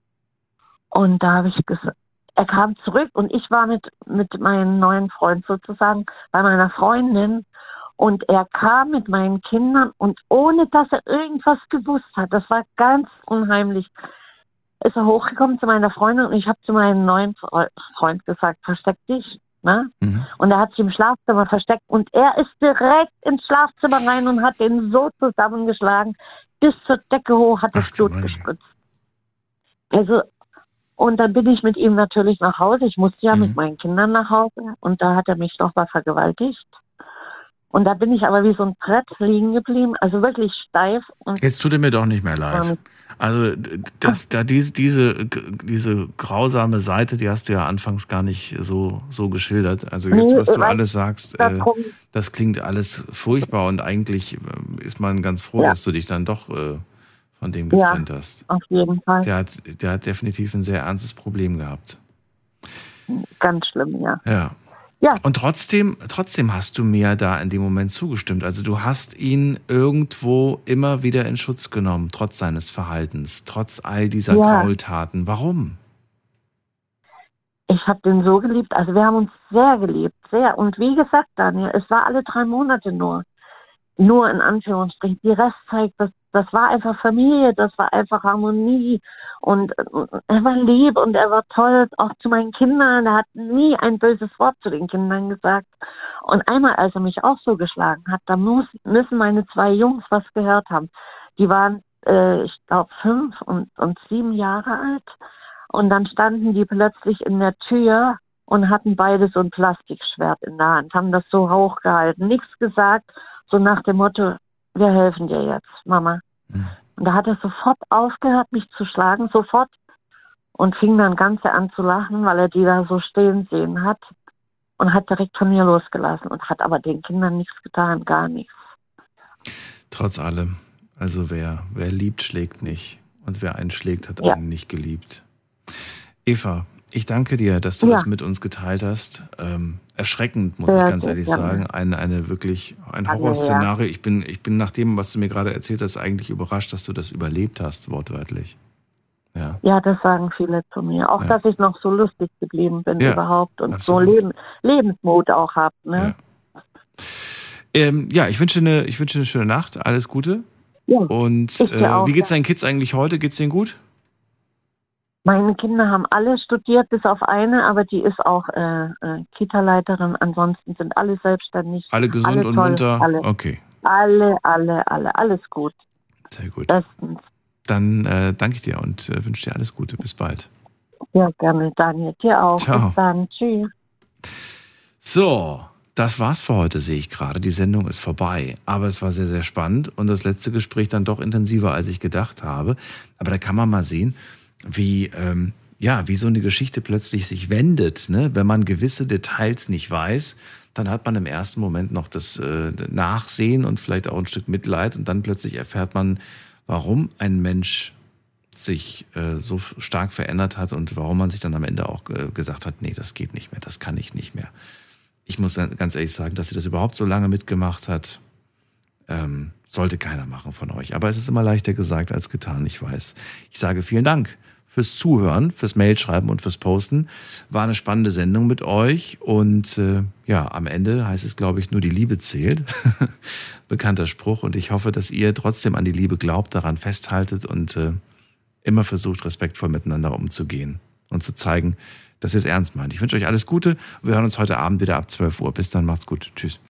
und da habe ich gesagt, er kam zurück und ich war mit, mit meinem neuen Freund sozusagen bei meiner Freundin und er kam mit meinen Kindern und ohne, dass er irgendwas gewusst hat, das war ganz unheimlich, ist er hochgekommen zu meiner Freundin und ich habe zu meinem neuen Freund gesagt, versteck dich. Ne? Mhm. Und er hat sich im Schlafzimmer versteckt und er ist direkt ins Schlafzimmer rein und hat den so zusammengeschlagen, bis zur Decke hoch hat das Blut gespritzt. Also, und dann bin ich mit ihm natürlich nach Hause. Ich musste ja mhm. mit meinen Kindern nach Hause und da hat er mich noch mal vergewaltigt. Und da bin ich aber wie so ein Brett liegen geblieben, also wirklich steif. Und jetzt tut er mir doch nicht mehr leid. Also das, da diese, diese, diese grausame Seite, die hast du ja anfangs gar nicht so, so geschildert. Also jetzt, was du alles sagst, äh, das klingt alles furchtbar und eigentlich ist man ganz froh, ja. dass du dich dann doch äh, von dem getrennt ja, hast. Auf jeden Fall. Der hat, der hat definitiv ein sehr ernstes Problem gehabt. Ganz schlimm, ja. Ja. Ja. Und trotzdem, trotzdem hast du mir da in dem Moment zugestimmt. Also du hast ihn irgendwo immer wieder in Schutz genommen, trotz seines Verhaltens, trotz all dieser ja. Gräueltaten. Warum? Ich habe den so geliebt. Also wir haben uns sehr geliebt, sehr. Und wie gesagt, Daniel, es war alle drei Monate nur. Nur in Anführungsstrichen. Die Restzeit, das, das war einfach Familie, das war einfach Harmonie. Und er war lieb und er war toll, auch zu meinen Kindern. Er hat nie ein böses Wort zu den Kindern gesagt. Und einmal, als er mich auch so geschlagen hat, da muss, müssen meine zwei Jungs was gehört haben. Die waren, äh, ich glaube, fünf und, und sieben Jahre alt. Und dann standen die plötzlich in der Tür und hatten beide so ein Plastikschwert in der Hand, haben das so hochgehalten, nichts gesagt, so nach dem Motto, wir helfen dir jetzt, Mama. Mhm. Und da hat er sofort aufgehört, mich zu schlagen, sofort. Und fing dann ganz an zu lachen, weil er die da so stehen sehen hat. Und hat direkt von mir losgelassen und hat aber den Kindern nichts getan, gar nichts. Trotz allem, also wer, wer liebt, schlägt nicht. Und wer einen schlägt, hat ja. einen nicht geliebt. Eva, ich danke dir, dass du ja. das mit uns geteilt hast. Ähm, erschreckend, muss ja, ich ganz ehrlich gerne. sagen. Eine, eine wirklich, ein Horrorszenario. Ich bin, ich bin nach dem, was du mir gerade erzählt hast, eigentlich überrascht, dass du das überlebt hast, wortwörtlich. Ja, ja das sagen viele zu mir. Auch, ja. dass ich noch so lustig geblieben bin ja, überhaupt und absolut. so Leben, Lebensmut auch habe. Ne? Ja. Ähm, ja, ich wünsche eine, ich wünsche eine schöne Nacht. Alles Gute. Ja, und äh, auch, wie geht's deinen Kids eigentlich heute? Geht's denen gut? Meine Kinder haben alle studiert, bis auf eine, aber die ist auch äh, äh, Kita-Leiterin. Ansonsten sind alle selbstständig. Alle gesund alle und toll, munter? Alle. Okay. Alle, alle, alle. Alles gut. Sehr gut. Bestens. Dann äh, danke ich dir und äh, wünsche dir alles Gute. Bis bald. Ja, gerne, Daniel. Dir auch. Ciao. Bis dann. Tschüss. So, das war's für heute, sehe ich gerade. Die Sendung ist vorbei. Aber es war sehr, sehr spannend und das letzte Gespräch dann doch intensiver, als ich gedacht habe. Aber da kann man mal sehen, wie, ähm, ja, wie so eine Geschichte plötzlich sich wendet. Ne? Wenn man gewisse Details nicht weiß, dann hat man im ersten Moment noch das äh, Nachsehen und vielleicht auch ein Stück Mitleid. Und dann plötzlich erfährt man, warum ein Mensch sich äh, so stark verändert hat und warum man sich dann am Ende auch äh, gesagt hat, nee, das geht nicht mehr, das kann ich nicht mehr. Ich muss ganz ehrlich sagen, dass sie das überhaupt so lange mitgemacht hat, ähm, sollte keiner machen von euch. Aber es ist immer leichter gesagt als getan, ich weiß. Ich sage vielen Dank fürs Zuhören, fürs Mailschreiben und fürs Posten. War eine spannende Sendung mit euch und äh, ja, am Ende heißt es, glaube ich, nur die Liebe zählt. Bekannter Spruch und ich hoffe, dass ihr trotzdem an die Liebe glaubt, daran festhaltet und äh, immer versucht, respektvoll miteinander umzugehen und zu zeigen, dass ihr es ernst meint. Ich wünsche euch alles Gute. Wir hören uns heute Abend wieder ab zwölf Uhr. Bis dann, macht's gut. Tschüss.